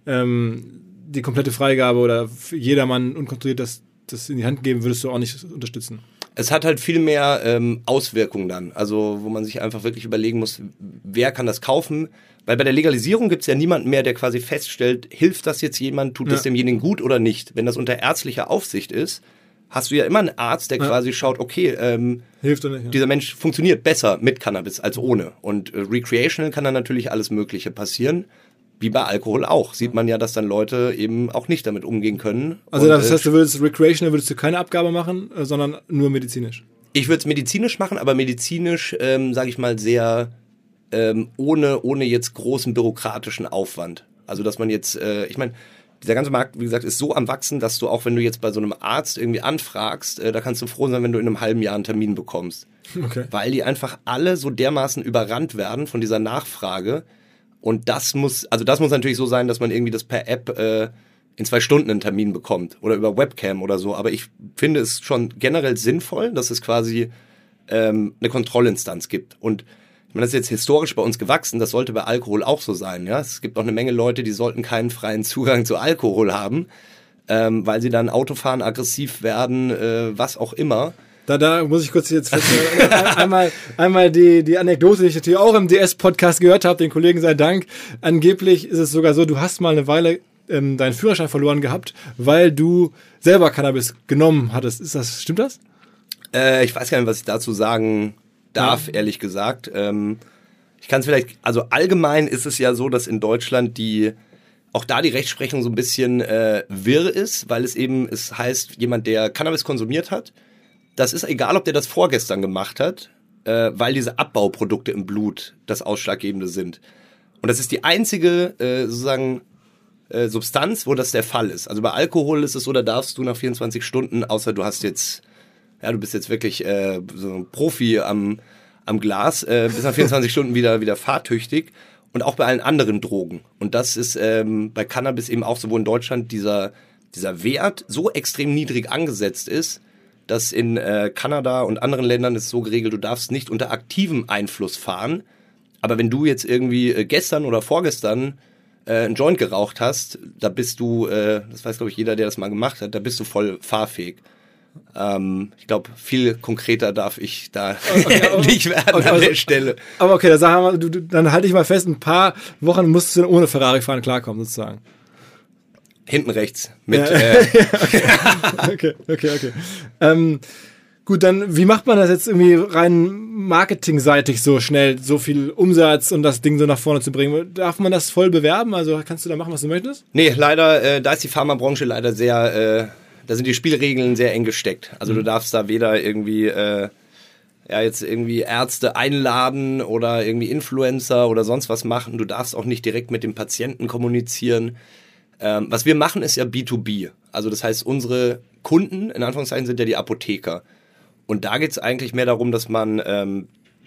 ähm, die komplette Freigabe oder für jedermann unkontrolliert das, das in die Hand geben, würdest du auch nicht unterstützen. Es hat halt viel mehr ähm, Auswirkungen dann, also wo man sich einfach wirklich überlegen muss, wer kann das kaufen, weil bei der Legalisierung gibt es ja niemanden mehr, der quasi feststellt, hilft das jetzt jemand, tut ja. das demjenigen gut oder nicht. Wenn das unter ärztlicher Aufsicht ist, hast du ja immer einen Arzt, der ja. quasi schaut, okay, ähm, hilft oder nicht, ja. dieser Mensch funktioniert besser mit Cannabis als ohne. Und äh, recreational kann dann natürlich alles Mögliche passieren. Wie bei Alkohol auch. Sieht man ja, dass dann Leute eben auch nicht damit umgehen können. Also und, das heißt, du würdest recreational würdest du keine Abgabe machen, sondern nur medizinisch? Ich würde es medizinisch machen, aber medizinisch, ähm, sage ich mal, sehr ähm, ohne, ohne jetzt großen bürokratischen Aufwand. Also dass man jetzt, äh, ich meine, dieser ganze Markt, wie gesagt, ist so am Wachsen, dass du auch, wenn du jetzt bei so einem Arzt irgendwie anfragst, äh, da kannst du froh sein, wenn du in einem halben Jahr einen Termin bekommst. Okay. Weil die einfach alle so dermaßen überrannt werden von dieser Nachfrage. Und das muss, also das muss natürlich so sein, dass man irgendwie das per App äh, in zwei Stunden einen Termin bekommt oder über Webcam oder so. Aber ich finde es schon generell sinnvoll, dass es quasi ähm, eine Kontrollinstanz gibt. Und ich meine, das ist jetzt historisch bei uns gewachsen, das sollte bei Alkohol auch so sein. Ja, es gibt auch eine Menge Leute, die sollten keinen freien Zugang zu Alkohol haben, ähm, weil sie dann Auto fahren, aggressiv werden, äh, was auch immer. Da, da muss ich kurz jetzt einmal, einmal die, die Anekdote, die ich natürlich auch im D S-Podcast gehört habe, den Kollegen sei Dank. Angeblich ist es sogar so, du hast mal eine Weile ähm, deinen Führerschein verloren gehabt, weil du selber Cannabis genommen hattest. Ist das, stimmt das? Äh, ich weiß gar nicht, was ich dazu sagen darf, ja. ehrlich gesagt. Ähm, ich kann es vielleicht, also allgemein ist es ja so, dass in Deutschland die auch da die Rechtsprechung so ein bisschen äh, wirr ist, weil es eben, es heißt, jemand, der Cannabis konsumiert hat, das ist egal, ob der das vorgestern gemacht hat äh, weil diese Abbauprodukte im Blut das Ausschlaggebende sind. Und das ist die einzige äh, sozusagen äh, Substanz, wo das der Fall ist. Also bei Alkohol ist es so, da darfst du nach vierundzwanzig Stunden, außer du hast jetzt, ja, du bist jetzt wirklich äh, so ein Profi am, am Glas, äh, bis nach vierundzwanzig Stunden wieder, wieder fahrtüchtig. Und auch bei allen anderen Drogen. Und das ist ähm, bei Cannabis eben auch so, wo in Deutschland dieser, dieser Wert so extrem niedrig angesetzt ist, dass in äh, Kanada und anderen Ländern ist es so geregelt, du darfst nicht unter aktivem Einfluss fahren. Aber wenn du jetzt irgendwie äh, gestern oder vorgestern äh, einen Joint geraucht hast, da bist du, äh, das weiß glaube ich jeder, der das mal gemacht hat, da bist du voll fahrfähig. Ähm, ich glaube, viel konkreter darf ich da okay, aber, nicht werden okay, an der also, Stelle. Aber okay, dann, sagen wir, du, du, dann halte ich mal fest, ein paar Wochen musst du dann ohne Ferrari fahren klarkommen, sozusagen. Hinten rechts. Mit, ja, äh, okay, okay, okay. okay. Ähm, gut, dann wie macht man das jetzt irgendwie rein marketingseitig so schnell, so viel Umsatz und das Ding so nach vorne zu bringen? Darf man das voll bewerben? Also kannst du da machen, was du möchtest? Nee, leider, äh, da ist die Pharmabranche leider sehr... Äh, Da sind die Spielregeln sehr eng gesteckt. Also du darfst da weder irgendwie äh, ja jetzt irgendwie Ärzte einladen oder irgendwie Influencer oder sonst was machen. Du darfst auch nicht direkt mit dem Patienten kommunizieren. Ähm, was wir machen, ist ja B to B. Also das heißt, unsere Kunden, in Anführungszeichen, sind ja die Apotheker. Und da geht es eigentlich mehr darum, dass man ähm,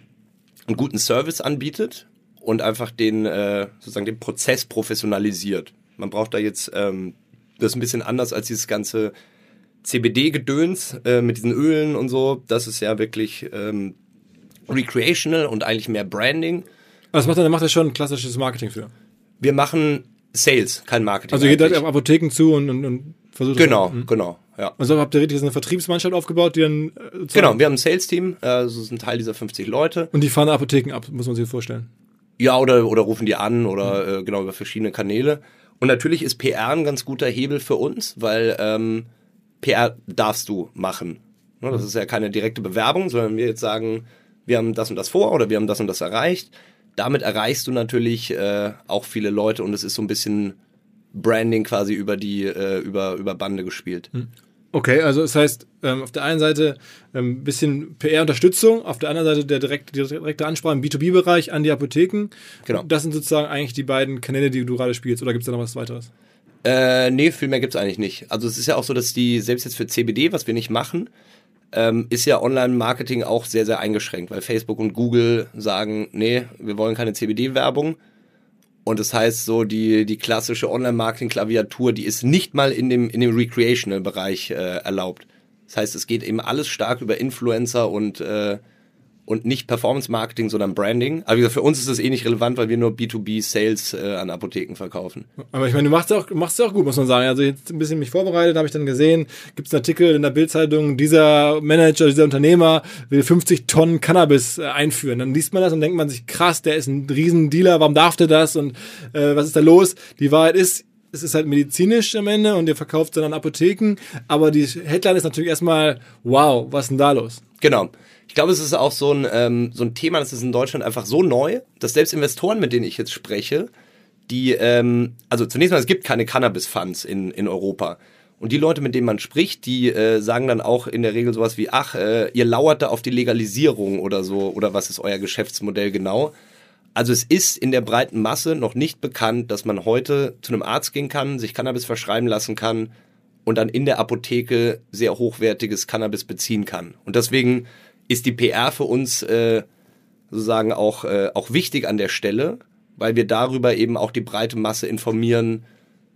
einen guten Service anbietet und einfach den, äh, sozusagen den Prozess professionalisiert. Man braucht da jetzt... Ähm, das ist ein bisschen anders als dieses ganze C B D-Gedöns äh, mit diesen Ölen und so. Das ist ja wirklich ähm, recreational und eigentlich mehr Branding. Also macht er, macht er schon klassisches Marketing für? Wir machen Sales, kein Marketing. Also geht halt auf Apotheken zu und, und, und versucht das. Genau, mhm. genau, ja. Also habt ihr richtig eine Vertriebsmannschaft aufgebaut, die dann... Äh, genau, wir haben ein Sales-Team, äh, so sind Teil dieser fünfzig Leute. Und die fahren Apotheken ab, muss man sich vorstellen. Ja, oder, oder rufen die an oder mhm. äh, genau über verschiedene Kanäle. Und natürlich ist P R ein ganz guter Hebel für uns, weil ähm, P R darfst du machen. Ne, das ist ja keine direkte Bewerbung, sondern wir jetzt sagen, wir haben das und das vor oder wir haben das und das erreicht. Damit erreichst du natürlich äh, auch viele Leute und es ist so ein bisschen Branding quasi über die äh, über, über Bande gespielt. Okay, also das heißt, ähm, auf der einen Seite ein ähm, bisschen P R-Unterstützung, auf der anderen Seite der direkte, die direkte Ansprache im B to B-Bereich an die Apotheken. Genau. Das sind sozusagen eigentlich die beiden Kanäle, die du gerade spielst, oder gibt es da noch was weiteres? Äh, nee, viel mehr gibt's eigentlich nicht. Also es ist ja auch so, dass die, selbst jetzt für C B D, was wir nicht machen, ähm, ist ja Online-Marketing auch sehr, sehr eingeschränkt, weil Facebook und Google sagen, nee, wir wollen keine C B D-Werbung. Und das heißt so, die, die klassische Online-Marketing-Klaviatur, die ist nicht mal in dem, in dem Recreational-Bereich äh, erlaubt. Das heißt, es geht eben alles stark über Influencer und, äh, und nicht Performance-Marketing, sondern Branding. Aber wie gesagt, für uns ist das eh nicht relevant, weil wir nur B to B-Sales äh, an Apotheken verkaufen. Aber ich meine, du machst es auch, machst auch gut, muss man sagen. Also jetzt ein bisschen mich vorbereitet, habe ich dann gesehen, gibt es einen Artikel in der Bild-Zeitung, dieser Manager, dieser Unternehmer will fünfzig Tonnen Cannabis äh, einführen. Dann liest man das und denkt man sich, krass, der ist ein Riesendealer, warum darf der das und äh, was ist da los? Die Wahrheit ist, es ist halt medizinisch am Ende und ihr verkauft es dann an Apotheken, aber die Headline ist natürlich erstmal, wow, was ist denn da los? Genau. Ich glaube, es ist auch so ein, ähm, so ein Thema, das ist in Deutschland einfach so neu, dass selbst Investoren, mit denen ich jetzt spreche, die, ähm, also zunächst mal, es gibt keine Cannabis-Funds in, in Europa. Und die Leute, mit denen man spricht, die äh, sagen dann auch in der Regel sowas wie, ach, äh, ihr lauert da auf die Legalisierung oder so, oder was ist euer Geschäftsmodell genau? Also es ist in der breiten Masse noch nicht bekannt, dass man heute zu einem Arzt gehen kann, sich Cannabis verschreiben lassen kann und dann in der Apotheke sehr hochwertiges Cannabis beziehen kann. Und deswegen ist die P R für uns äh, sozusagen auch, äh, auch wichtig an der Stelle, weil wir darüber eben auch die breite Masse informieren,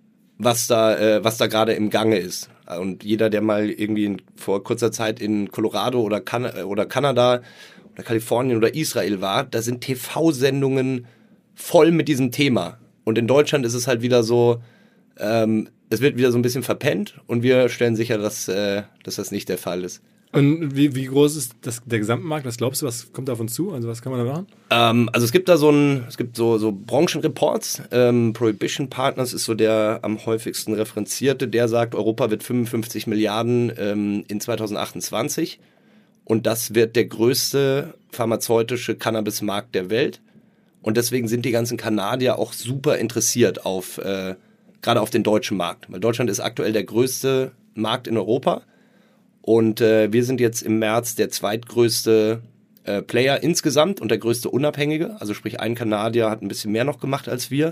was da, äh, was da gerade im Gange ist. Und jeder, der mal irgendwie in, vor kurzer Zeit in Colorado oder, kan- oder Kanada oder Kalifornien oder Israel war, da sind T V-Sendungen voll mit diesem Thema. Und in Deutschland ist es halt wieder so, ähm, es wird wieder so ein bisschen verpennt und wir stellen sicher, dass, äh, dass das nicht der Fall ist. Und wie, wie groß ist das, der Gesamtmarkt? Was glaubst du, was kommt da auf uns zu? Also was kann man da machen? Ähm, also es gibt da so ein, es gibt so, so Branchenreports. Ähm, Prohibition Partners ist so der am häufigsten referenzierte. Der sagt, Europa wird fünfundfünfzig Milliarden ähm, in zweitausendachtundzwanzig. Und das wird der größte pharmazeutische Cannabismarkt der Welt. Und deswegen sind die ganzen Kanadier auch super interessiert auf, äh, gerade auf den deutschen Markt. Weil Deutschland ist aktuell der größte Markt in Europa. Und äh, wir sind jetzt im März der zweitgrößte äh, Player insgesamt und der größte Unabhängige. Also sprich, ein Kanadier hat ein bisschen mehr noch gemacht als wir.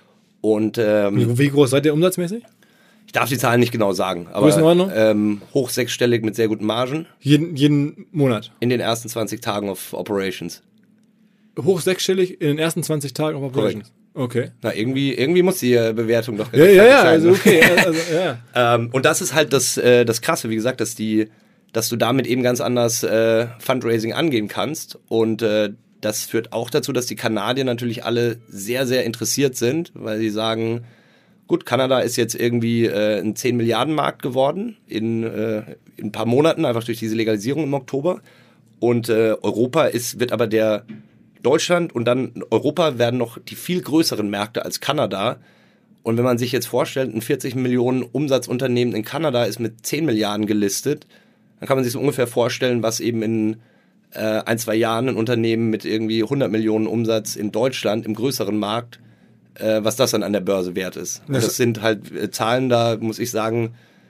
Und ähm, wie, wie groß seid ihr umsatzmäßig? Ich darf die Zahlen nicht genau sagen, aber Größenordnung? ähm, hoch sechsstellig mit sehr guten Margen. Jeden, jeden Monat? In den ersten zwanzig Tagen of Operations. Hoch sechsstellig in den ersten zwanzig Tagen of Operations? Okay. Na, irgendwie, irgendwie muss die äh, Bewertung doch Ja, ja, ja, sein, also ne? okay. Also, ja. ähm, und das ist halt das, äh, das Krasse, wie gesagt, dass die, dass du damit eben ganz anders äh, Fundraising angehen kannst. Und äh, das führt auch dazu, dass die Kanadier natürlich alle sehr, sehr interessiert sind, weil sie sagen, gut, Kanada ist jetzt irgendwie äh, ein zehn Milliarden Markt geworden in, äh, in ein paar Monaten, einfach durch diese Legalisierung im Oktober. Und äh, Europa ist, wird aber der Deutschland und dann Europa werden noch die viel größeren Märkte als Kanada. Und wenn man sich jetzt vorstellt, ein vierzig Millionen Umsatzunternehmen in Kanada ist mit zehn Milliarden gelistet, dann kann man sich so ungefähr vorstellen, was eben in äh, ein, zwei Jahren ein Unternehmen mit irgendwie hundert Millionen Umsatz in Deutschland im größeren Markt, äh, was das dann an der Börse wert ist. Und das sind halt äh, Zahlen, da muss ich sagen,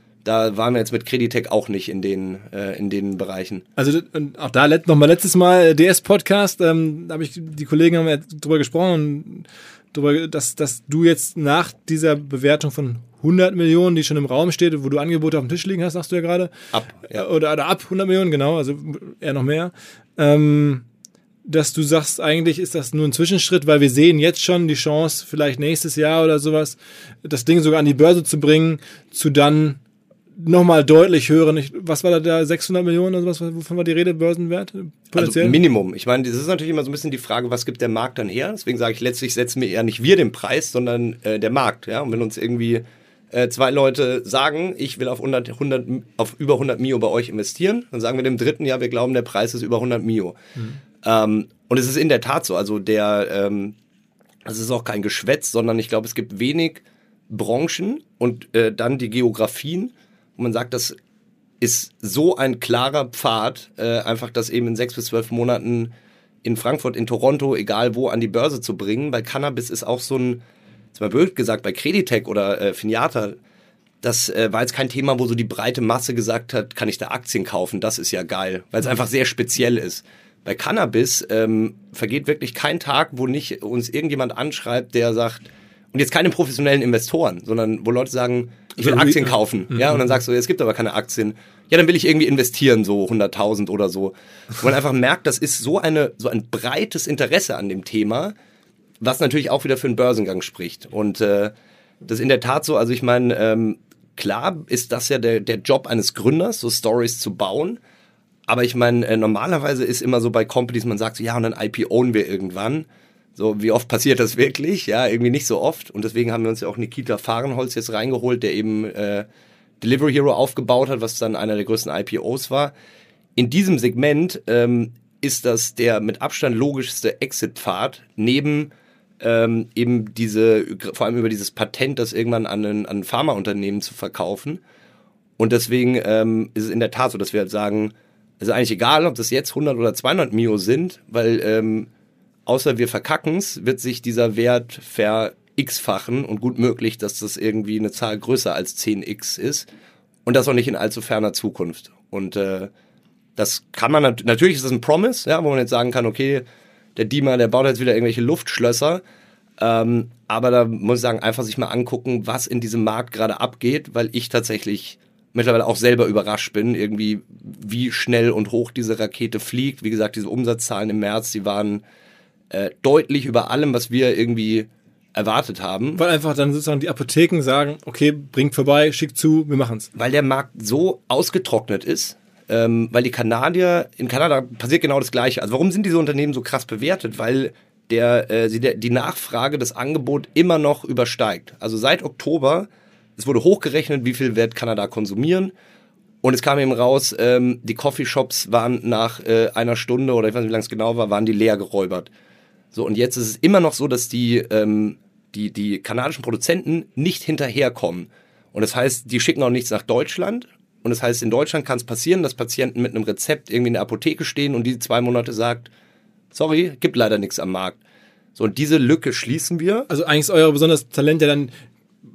da waren wir jetzt mit Creditec auch nicht in den, äh, in den Bereichen. Also und auch da nochmal letztes Mal D S-Podcast, ähm, da habe ich, die Kollegen haben ja drüber gesprochen, darüber, dass, dass du jetzt nach dieser Bewertung von hundert Millionen, die schon im Raum steht, wo du Angebote auf dem Tisch liegen hast, sagst du ja gerade. Ab, ja. Oder, oder ab hundert Millionen, genau, also eher noch mehr. Ähm, dass du sagst, eigentlich ist das nur ein Zwischenschritt, weil wir sehen jetzt schon die Chance, vielleicht nächstes Jahr oder sowas, das Ding sogar an die Börse zu bringen, zu dann nochmal deutlich hören. Ich, was war da, da sechshundert Millionen oder sowas? Wovon war die Rede, Börsenwert? Also Minimum. Ich meine, das ist natürlich immer so ein bisschen die Frage, was gibt der Markt dann her? Deswegen sage ich, letztlich setzen wir eher nicht wir den Preis, sondern äh, der Markt. Ja? Und wenn uns irgendwie äh, zwei Leute sagen, ich will auf, hundert, hundert, auf über hundert Mio bei euch investieren, dann sagen wir dem dritten, ja, wir glauben, der Preis ist über hundert Mio. Mhm. Ähm, und es ist in der Tat so. Also der, ähm, das ist auch kein Geschwätz, sondern ich glaube, es gibt wenig Branchen und äh, dann die Geografien, und man sagt, das ist so ein klarer Pfad, äh, einfach das eben in sechs bis zwölf Monaten in Frankfurt, in Toronto, egal wo, an die Börse zu bringen. Weil Cannabis ist auch so ein, jetzt mal blöd gesagt, bei Creditec oder äh, Finiata, das äh, war jetzt kein Thema, wo so die breite Masse gesagt hat, kann ich da Aktien kaufen, das ist ja geil, weil es einfach sehr speziell ist. Bei Cannabis ähm, vergeht wirklich kein Tag, wo nicht uns irgendjemand anschreibt, der sagt, und jetzt keine professionellen Investoren, sondern wo Leute sagen, ich will Aktien kaufen. Mhm. Ja, und dann sagst du, es gibt aber keine Aktien. Ja, dann will ich irgendwie investieren, so hunderttausend oder so. Wo man einfach merkt, das ist so eine, so ein breites Interesse an dem Thema, was natürlich auch wieder für einen Börsengang spricht. Und äh, das ist in der Tat so, also ich meine, ähm, klar ist das ja der, der Job eines Gründers, so Stories zu bauen. Aber ich meine, äh, normalerweise ist immer so bei Companies, man sagt so, ja, und dann I P O'n wir irgendwann. So, wie oft passiert das wirklich? Ja, irgendwie nicht so oft. Und deswegen haben wir uns ja auch Nikita Fahrenholz jetzt reingeholt, der eben äh, Delivery Hero aufgebaut hat, was dann einer der größten I P O's war. In diesem Segment ähm, ist das der mit Abstand logischste Exit-Pfad, neben ähm, eben diese, vor allem über dieses Patent, das irgendwann an ein, an ein Pharmaunternehmen zu verkaufen. Und deswegen ähm, ist es in der Tat so, dass wir halt sagen, es ist eigentlich egal, ob das jetzt hundert oder zweihundert Mio sind, weil ähm, außer wir verkacken's, wird sich dieser Wert ver-x-fachen und gut möglich, dass das irgendwie eine Zahl größer als zehn x ist und das auch nicht in allzu ferner Zukunft. Und äh, das kann man, nat- natürlich ist das ein Promise, ja, wo man jetzt sagen kann, okay, der Dima, der baut jetzt wieder irgendwelche Luftschlösser, ähm, aber da muss ich sagen, einfach sich mal angucken, was in diesem Markt gerade abgeht, weil ich tatsächlich mittlerweile auch selber überrascht bin, irgendwie wie schnell und hoch diese Rakete fliegt. Wie gesagt, diese Umsatzzahlen im März, die waren Äh, deutlich über allem, was wir irgendwie erwartet haben. Weil einfach dann sozusagen die Apotheken sagen, okay, bringt vorbei, schickt zu, wir machen's. Weil der Markt so ausgetrocknet ist, ähm, weil die Kanadier, in Kanada passiert genau das Gleiche. Also warum sind diese Unternehmen so krass bewertet? Weil der, äh, sie der, die Nachfrage, das Angebot immer noch übersteigt. Also seit Oktober, es wurde hochgerechnet, wie viel wird Kanada konsumieren. Und es kam eben raus, ähm, die Coffeeshops waren nach äh, einer Stunde, oder ich weiß nicht, wie lange es genau war, waren die leer geräubert. So, und jetzt ist es immer noch so, dass die, ähm, die, die kanadischen Produzenten nicht hinterherkommen. Und das heißt, die schicken auch nichts nach Deutschland. Und das heißt, in Deutschland kann es passieren, dass Patienten mit einem Rezept irgendwie in der Apotheke stehen und die zwei Monate sagt, sorry, gibt leider nichts am Markt. So, und diese Lücke schließen wir. Also eigentlich ist euer besonderes Talent ja dann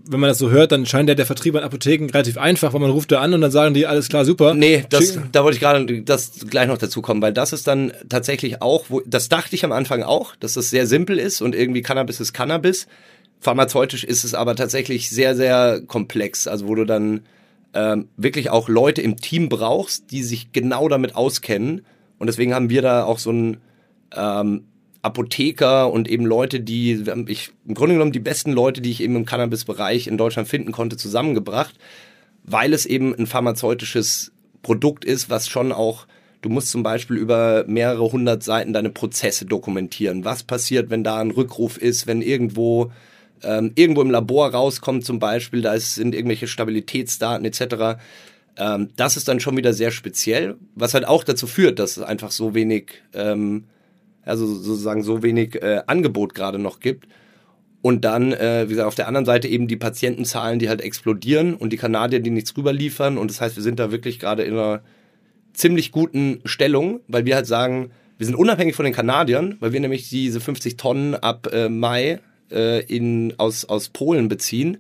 wenn man das so hört, dann scheint ja der Vertrieb an Apotheken relativ einfach, weil man ruft da an und dann sagen die, alles klar, super. Nee, das, da wollte ich gerade das gleich noch dazu kommen, weil das ist dann tatsächlich auch, wo, das dachte ich am Anfang auch, dass das sehr simpel ist und irgendwie Cannabis ist Cannabis. Pharmazeutisch ist es aber tatsächlich sehr, sehr komplex, also wo du dann ähm, wirklich auch Leute im Team brauchst, die sich genau damit auskennen und deswegen haben wir da auch so ein ähm, Apotheker und eben Leute, die, ich im Grunde genommen die besten Leute, die ich eben im Cannabis-Bereich in Deutschland finden konnte, zusammengebracht, weil es eben ein pharmazeutisches Produkt ist, was schon auch, du musst zum Beispiel über mehrere hundert Seiten deine Prozesse dokumentieren. Was passiert, wenn da ein Rückruf ist, wenn irgendwo ähm, irgendwo im Labor rauskommt zum Beispiel, da ist, sind irgendwelche Stabilitätsdaten et cetera. Ähm, das ist dann schon wieder sehr speziell, was halt auch dazu führt, dass es einfach so wenig ähm, also sozusagen so wenig äh, Angebot gerade noch gibt. Und dann, äh, wie gesagt, auf der anderen Seite eben die Patientenzahlen, die halt explodieren und die Kanadier, die nichts rüber liefern. Und das heißt, wir sind da wirklich gerade in einer ziemlich guten Stellung, weil wir halt sagen, wir sind unabhängig von den Kanadiern, weil wir nämlich diese fünfzig Tonnen ab äh, Mai äh, in, aus, aus Polen beziehen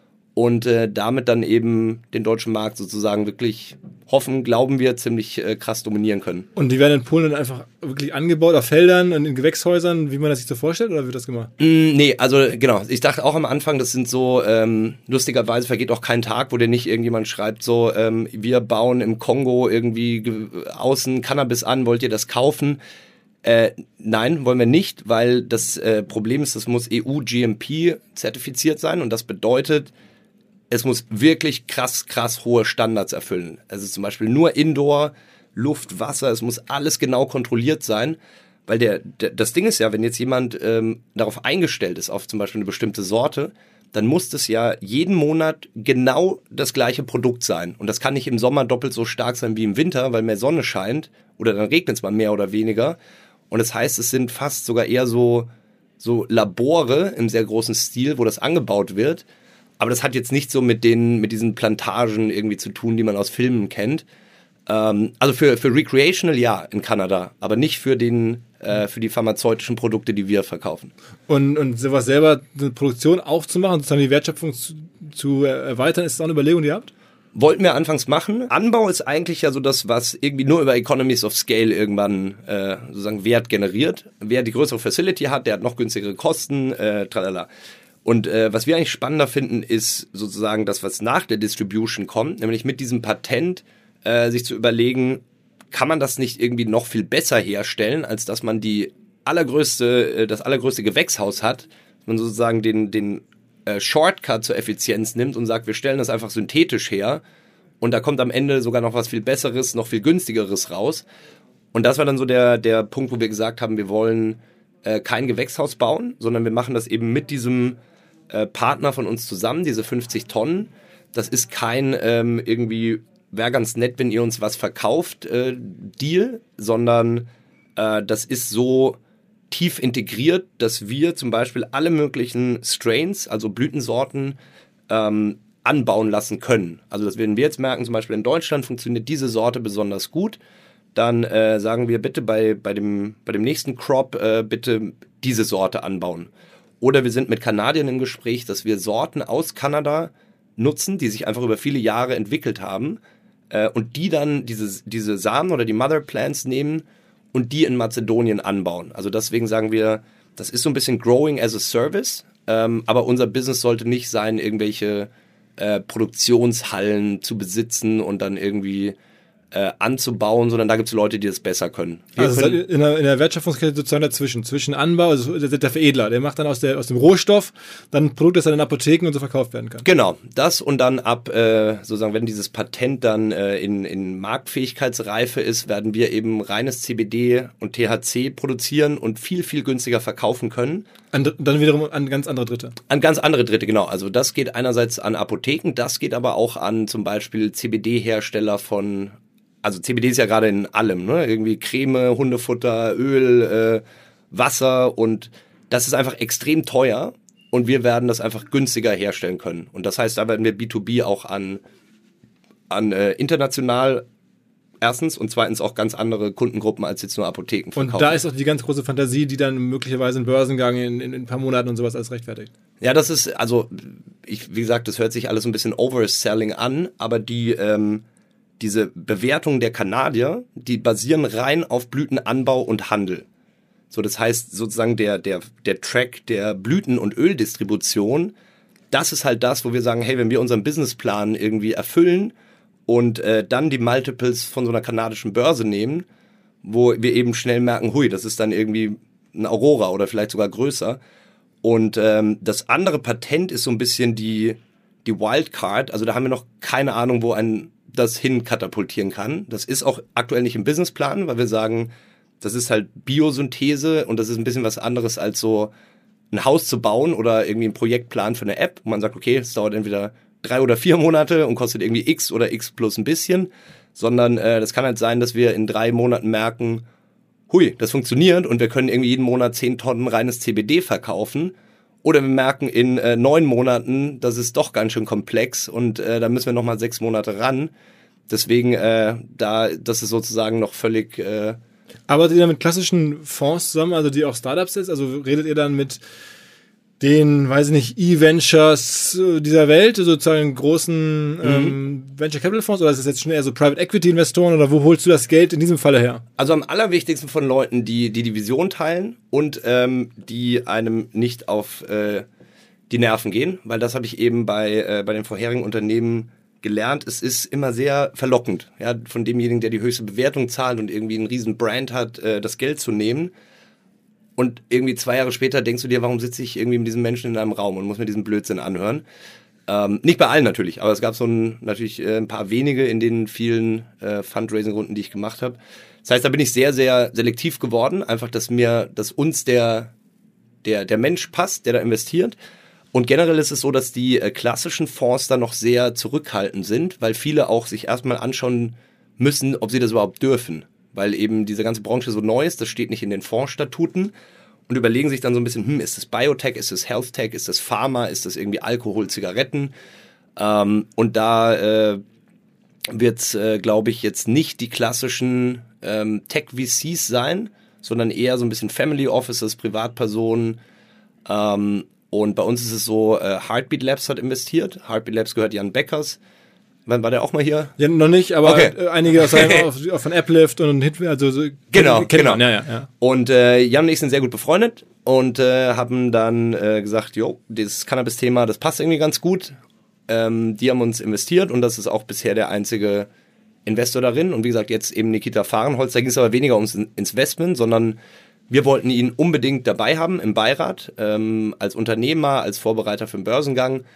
und äh, damit dann eben den deutschen Markt sozusagen wirklich hoffen, glauben wir, ziemlich äh, krass dominieren können. Und die werden in Polen dann einfach wirklich angebaut auf Feldern und in Gewächshäusern, wie man das sich so vorstellt, oder wird das gemacht? Mm, nee, also genau, ich dachte auch am Anfang, das sind so, ähm, lustigerweise vergeht auch kein Tag, wo dir nicht irgendjemand schreibt, so, ähm, wir bauen im Kongo irgendwie ge- außen Cannabis an, wollt ihr das kaufen? Äh, nein, wollen wir nicht, weil das äh, Problem ist, das muss E U G M P zertifiziert sein und das bedeutet, es muss wirklich krass, krass hohe Standards erfüllen. Also zum Beispiel nur Indoor, Luft, Wasser, es muss alles genau kontrolliert sein, weil der, der das Ding ist ja, wenn jetzt jemand ähm, darauf eingestellt ist, auf zum Beispiel eine bestimmte Sorte, dann muss das ja jeden Monat genau das gleiche Produkt sein. Und das kann nicht im Sommer doppelt so stark sein wie im Winter, weil mehr Sonne scheint oder dann regnet es mal mehr oder weniger. Und das heißt, es sind fast sogar eher so, so Labore im sehr großen Stil, wo das angebaut wird. Aber das hat jetzt nicht so mit den mit diesen Plantagen irgendwie zu tun, die man aus Filmen kennt. Ähm, also für für recreational ja in Kanada, aber nicht für den äh, für die pharmazeutischen Produkte, die wir verkaufen. Und und sowas selber eine Produktion aufzumachen, sozusagen die Wertschöpfung zu, zu erweitern, ist das auch eine Überlegung, die ihr habt? Wollten wir anfangs machen. Anbau ist eigentlich ja so das, was irgendwie nur über Economies of Scale irgendwann äh, sozusagen Wert generiert. Wer die größere Facility hat, der hat noch günstigere Kosten, äh, tralala. Und äh, was wir eigentlich spannender finden, ist sozusagen das, was nach der Distribution kommt, nämlich mit diesem Patent äh, sich zu überlegen, kann man das nicht irgendwie noch viel besser herstellen, als dass man die allergrößte, äh, das allergrößte Gewächshaus hat, dass man sozusagen den, den äh, Shortcut zur Effizienz nimmt und sagt, wir stellen das einfach synthetisch her und da kommt am Ende sogar noch was viel Besseres, noch viel günstigeres raus. Und das war dann so der, der Punkt, wo wir gesagt haben, wir wollen äh, kein Gewächshaus bauen, sondern wir machen das eben mit diesem Äh, Partner von uns zusammen, diese fünfzig Tonnen. Das ist kein ähm, irgendwie, wäre ganz nett, wenn ihr uns was verkauft, äh, Deal, sondern äh, das ist so tief integriert, dass wir zum Beispiel alle möglichen Strains, also Blütensorten, ähm, anbauen lassen können. Also das werden wir jetzt merken, zum Beispiel in Deutschland funktioniert diese Sorte besonders gut. Dann äh, sagen wir bitte bei, bei, dem, bei dem nächsten Crop äh, bitte diese Sorte anbauen. Oder wir sind mit Kanadiern im Gespräch, dass wir Sorten aus Kanada nutzen, die sich einfach über viele Jahre entwickelt haben äh, und die dann diese, diese Samen oder die Mother Plants nehmen und die in Mazedonien anbauen. Also deswegen sagen wir, das ist so ein bisschen Growing as a Service, ähm, aber unser Business sollte nicht sein, irgendwelche äh, Produktionshallen zu besitzen und dann irgendwie äh, anzubauen, sondern da gibt es Leute, die das besser können. Wir also können in der, in der Wertschöpfungskette sozusagen dazwischen, zwischen Anbau, also der, der Veredler, der macht dann aus, der, aus dem Rohstoff dann ein Produkt, das dann in Apotheken und so verkauft werden kann. Genau, das und dann ab, äh, sozusagen, wenn dieses Patent dann äh, in, in Marktfähigkeitsreife ist, werden wir eben reines C B D und T H C produzieren und viel, viel günstiger verkaufen können. An, dann wiederum an ganz andere Dritte. An ganz andere Dritte, genau. Also das geht einerseits an Apotheken, das geht aber auch an zum Beispiel C B D-Hersteller von, also C B D ist ja gerade in allem, ne? Irgendwie Creme, Hundefutter, Öl, äh, Wasser und das ist einfach extrem teuer und wir werden das einfach günstiger herstellen können. Und das heißt, da werden wir B zwei B auch an, an äh, international erstens, und zweitens auch ganz andere Kundengruppen als jetzt nur Apotheken verkaufen. Und da ist auch die ganz große Fantasie, die dann möglicherweise einen Börsengang in, in, in ein paar Monaten und sowas alles rechtfertigt. Ja, das ist, also, ich, wie gesagt, das hört sich alles ein bisschen Overselling an, aber die, ähm, diese Bewertungen der Kanadier, die basieren rein auf Blütenanbau und Handel. So, das heißt sozusagen der, der, der Track der Blüten- und Öldistribution, das ist halt das, wo wir sagen, hey, wenn wir unseren Businessplan irgendwie erfüllen und äh, dann die Multiples von so einer kanadischen Börse nehmen, wo wir eben schnell merken, hui, das ist dann irgendwie ein Aurora oder vielleicht sogar größer. Und ähm, das andere Patent ist so ein bisschen die, die Wildcard, also da haben wir noch keine Ahnung, wo ein das hin katapultieren kann. Das ist auch aktuell nicht im Businessplan, weil wir sagen, das ist halt Biosynthese und das ist ein bisschen was anderes als so ein Haus zu bauen oder irgendwie ein Projektplan für eine App. Und man sagt, okay, es dauert entweder drei oder vier Monate und kostet irgendwie X oder X plus ein bisschen, sondern äh, das kann halt sein, dass wir in drei Monaten merken, hui, das funktioniert und wir können irgendwie jeden Monat zehn Tonnen reines C B D verkaufen. Oder wir merken in äh, neun Monaten, das ist doch ganz schön komplex und äh, da müssen wir nochmal sechs Monate ran. Deswegen, äh, da, das ist sozusagen noch völlig... Äh, Arbeitet ihr dann mit klassischen Fonds zusammen, also die auch Startups sind? Also redet ihr dann mit den, weiß ich nicht, E-Ventures dieser Welt, sozusagen großen mhm. ähm, Venture Capital Fonds, oder ist das jetzt schon eher so Private Equity Investoren, oder wo holst du das Geld in diesem Falle her? Also am allerwichtigsten von Leuten, die die, die Vision teilen und ähm, die einem nicht auf äh, die Nerven gehen, weil das habe ich eben bei, äh, bei den vorherigen Unternehmen gelernt. Es ist immer sehr verlockend, ja, von demjenigen, der die höchste Bewertung zahlt und irgendwie einen riesen Brand hat, äh, das Geld zu nehmen. Und irgendwie zwei Jahre später denkst du dir, warum sitze ich irgendwie mit diesem Menschen in einem Raum und muss mir diesen Blödsinn anhören? Ähm, nicht bei allen natürlich, aber es gab so ein, natürlich äh, ein paar wenige in den vielen äh, Fundraising-Runden, die ich gemacht habe. Das heißt, da bin ich sehr, sehr selektiv geworden. Einfach, dass mir, dass uns der, der, der Mensch passt, der da investiert. Und generell ist es so, dass die äh, klassischen Fonds da noch sehr zurückhaltend sind, weil viele auch sich erstmal anschauen müssen, ob sie das überhaupt dürfen. Weil eben diese ganze Branche so neu ist, das steht nicht in den Fondsstatuten und überlegen sich dann so ein bisschen, hm, ist das Biotech, ist das Healthtech, ist das Pharma, ist das irgendwie Alkohol, Zigaretten? Ähm, und da äh, wird es, äh, glaube ich, jetzt nicht die klassischen ähm, Tech-V Cs sein, sondern eher so ein bisschen Family Offices, Privatpersonen. Ähm, und bei uns ist es so, äh, Heartbeat Labs hat investiert. Heartbeat Labs gehört Jan Beckers. Wann war der auch mal hier? Ja, noch nicht, aber okay. einige aus okay. von Applift und Hit, also so genau, kennt genau. Man. Ja, ja, ja. Und äh, Jan und ich sind sehr gut befreundet und äh, haben dann äh, gesagt, jo, dieses Cannabis-Thema, das passt irgendwie ganz gut. Ähm, die haben uns investiert und das ist auch bisher der einzige Investor darin. Und wie gesagt, jetzt eben Nikita Fahrenholz, da ging es aber weniger ums Investment, sondern wir wollten ihn unbedingt dabei haben im Beirat, ähm, als Unternehmer, als Vorbereiter für den Börsengang.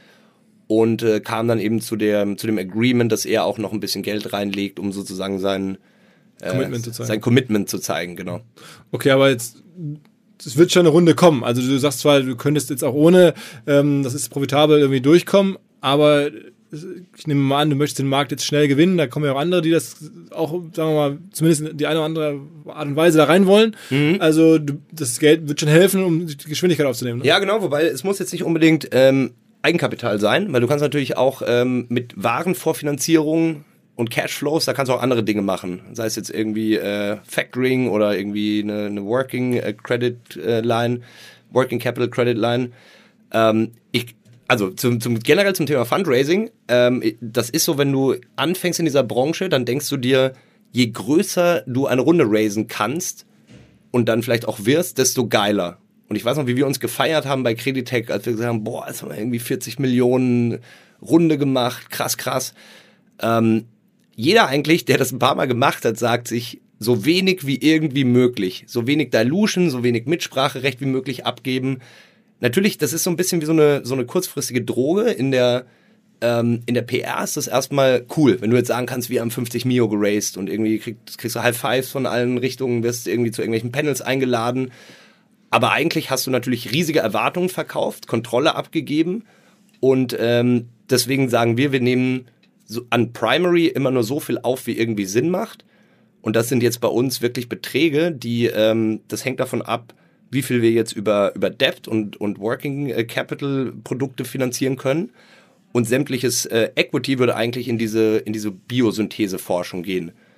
Und äh, kam dann eben zu, der, zu dem Agreement, dass er auch noch ein bisschen Geld reinlegt, um sozusagen sein, äh, Commitment zu zeigen. sein Commitment zu zeigen, genau. Okay, aber jetzt, es wird schon eine Runde kommen. Also du sagst zwar, du könntest jetzt auch ohne, ähm, das ist profitabel, irgendwie durchkommen, aber ich nehme mal an, du möchtest den Markt jetzt schnell gewinnen, da kommen ja auch andere, die das auch, sagen wir mal, zumindest in die eine oder andere Art und Weise da rein wollen. Mhm. Also du, das Geld wird schon helfen, um die Geschwindigkeit aufzunehmen. Ne? Ja, genau, wobei es muss jetzt nicht unbedingt ähm, Eigenkapital sein, weil du kannst natürlich auch ähm, mit Warenvorfinanzierung und Cashflows, da kannst du auch andere Dinge machen. Sei es jetzt irgendwie äh, Factoring oder irgendwie eine, eine Working äh, Credit äh, Line, Working Capital Credit Line. Ähm, ich, also zum, zum generell zum Thema Fundraising, ähm, das ist so, wenn du anfängst in dieser Branche, dann denkst du dir, je größer du eine Runde raisen kannst und dann vielleicht auch wirst, desto geiler. Und ich weiß noch, wie wir uns gefeiert haben bei Creditec, als wir gesagt haben, boah, jetzt haben wir irgendwie vierzig Millionen Runde gemacht, krass, krass. Ähm, jeder eigentlich, der das ein paar Mal gemacht hat, sagt sich, so wenig wie irgendwie möglich, so wenig Dilution, so wenig Mitspracherecht wie möglich abgeben. Natürlich, das ist so ein bisschen wie so eine, so eine kurzfristige Droge. In der, ähm, in der P R ist das erstmal cool, wenn du jetzt sagen kannst, wir haben fünfzig Mio geraced und irgendwie kriegst, kriegst du High Fives von allen Richtungen, wirst irgendwie zu irgendwelchen Panels eingeladen. Aber eigentlich hast du natürlich riesige Erwartungen verkauft, Kontrolle abgegeben und ähm, deswegen sagen wir, wir nehmen so an Primary immer nur so viel auf, wie irgendwie Sinn macht. Und das sind jetzt bei uns wirklich Beträge, die, ähm, das hängt davon ab, wie viel wir jetzt über, über Debt und, und Working Capital Produkte finanzieren können. Und sämtliches äh, Equity würde eigentlich in diese, in diese Biosynthese-Forschung gehen.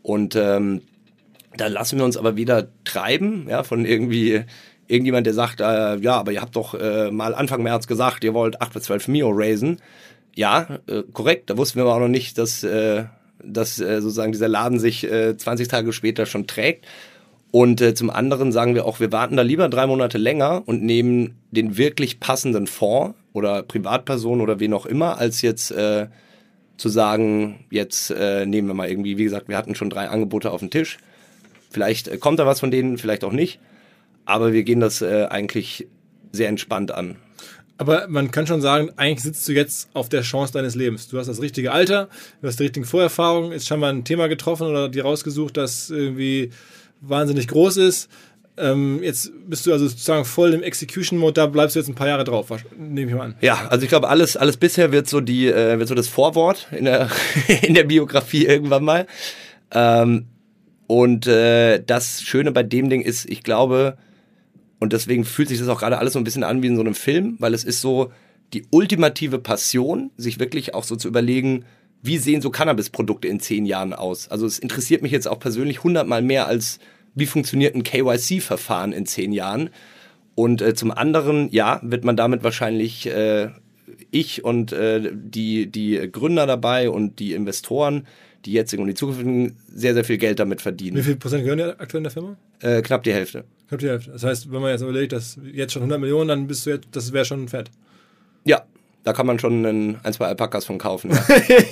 Und ähm, da lassen wir uns aber wieder treiben, ja, von irgendwie irgendjemand, der sagt, äh, ja, aber ihr habt doch äh, mal Anfang März gesagt, ihr wollt acht bis zwölf Mio raisen. Ja, äh, korrekt, da wussten wir aber auch noch nicht, dass, äh, dass äh, sozusagen dieser Laden sich äh, zwanzig Tage später schon trägt. Und äh, zum anderen sagen wir auch, wir warten da lieber drei Monate länger und nehmen den wirklich passenden Fonds oder Privatperson oder wen auch immer, als jetzt äh, zu sagen, jetzt äh, nehmen wir mal irgendwie, wie gesagt, wir hatten schon drei Angebote auf dem Tisch. Vielleicht äh, kommt da was von denen, vielleicht auch nicht. Aber wir gehen das äh, eigentlich sehr entspannt an. Aber man kann schon sagen, eigentlich sitzt du jetzt auf der Chance deines Lebens. Du hast das richtige Alter, du hast die richtigen Vorerfahrungen, jetzt schon mal ein Thema getroffen oder dir rausgesucht, das irgendwie wahnsinnig groß ist. Ähm, jetzt bist du also sozusagen voll im Execution-Mode, da bleibst du jetzt ein paar Jahre drauf, nehme ich mal an. Ja, also ich glaube, alles, alles bisher wird so die, äh, wird so das Vorwort in der, in der Biografie irgendwann mal. Ähm, und äh, das Schöne bei dem Ding ist, ich glaube, und deswegen fühlt sich das auch gerade alles so ein bisschen an wie in so einem Film, weil es ist so die ultimative Passion, sich wirklich auch so zu überlegen, wie sehen so Cannabis-Produkte in zehn Jahren aus? Also es interessiert mich jetzt auch persönlich hundertmal mehr als, wie funktioniert ein K Y C-Verfahren in zehn Jahren? Und äh, zum anderen, ja, wird man damit wahrscheinlich, äh, ich und äh, die, die Gründer dabei und die Investoren, die jetzigen und die zukünftigen, sehr, sehr viel Geld damit verdienen. Wie viel Prozent gehören dir aktuell in der Firma? Äh, knapp die Hälfte. Knapp die Hälfte. Das heißt, wenn man jetzt überlegt, dass jetzt schon hundert Millionen, dann bist du jetzt, das wäre schon fett. Ja. Da kann man schon ein, ein zwei Alpakas von kaufen. Ja,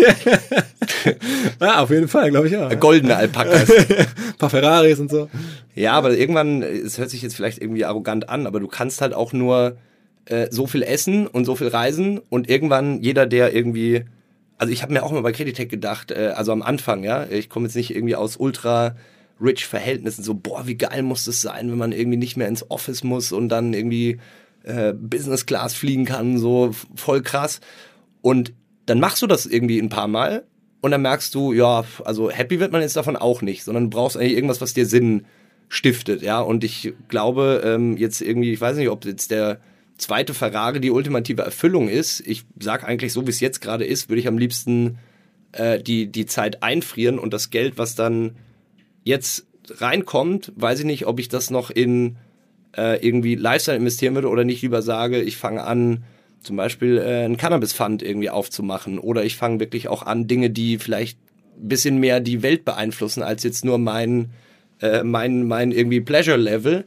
ja auf jeden Fall, glaube ich ja. Goldene Alpakas. Ein paar Ferraris und so. Ja, aber irgendwann, es hört sich jetzt vielleicht irgendwie arrogant an, aber du kannst halt auch nur äh, so viel essen und so viel reisen und irgendwann jeder, der irgendwie, also ich habe mir auch mal bei Creditec gedacht, äh, also am Anfang, ja, ich komme jetzt nicht irgendwie aus ultra rich Verhältnissen, so boah, wie geil muss das sein, wenn man irgendwie nicht mehr ins Office muss und dann irgendwie Business Class fliegen kann, so voll krass. Und dann machst du das irgendwie ein paar Mal und dann merkst du, ja, also happy wird man jetzt davon auch nicht, sondern du brauchst eigentlich irgendwas, was dir Sinn stiftet, ja. Und ich glaube, ähm, jetzt irgendwie, ich weiß nicht, ob jetzt der zweite Ferrari die ultimative Erfüllung ist. Ich sag eigentlich, so wie es jetzt gerade ist, würde ich am liebsten äh, die, die Zeit einfrieren und das Geld, was dann jetzt reinkommt, weiß ich nicht, ob ich das noch in irgendwie Lifestyle investieren würde oder nicht lieber sage, ich fange an, zum Beispiel äh, einen Cannabis-Fund irgendwie aufzumachen oder ich fange wirklich auch an, Dinge, die vielleicht ein bisschen mehr die Welt beeinflussen, als jetzt nur mein, äh, mein, mein irgendwie Pleasure-Level.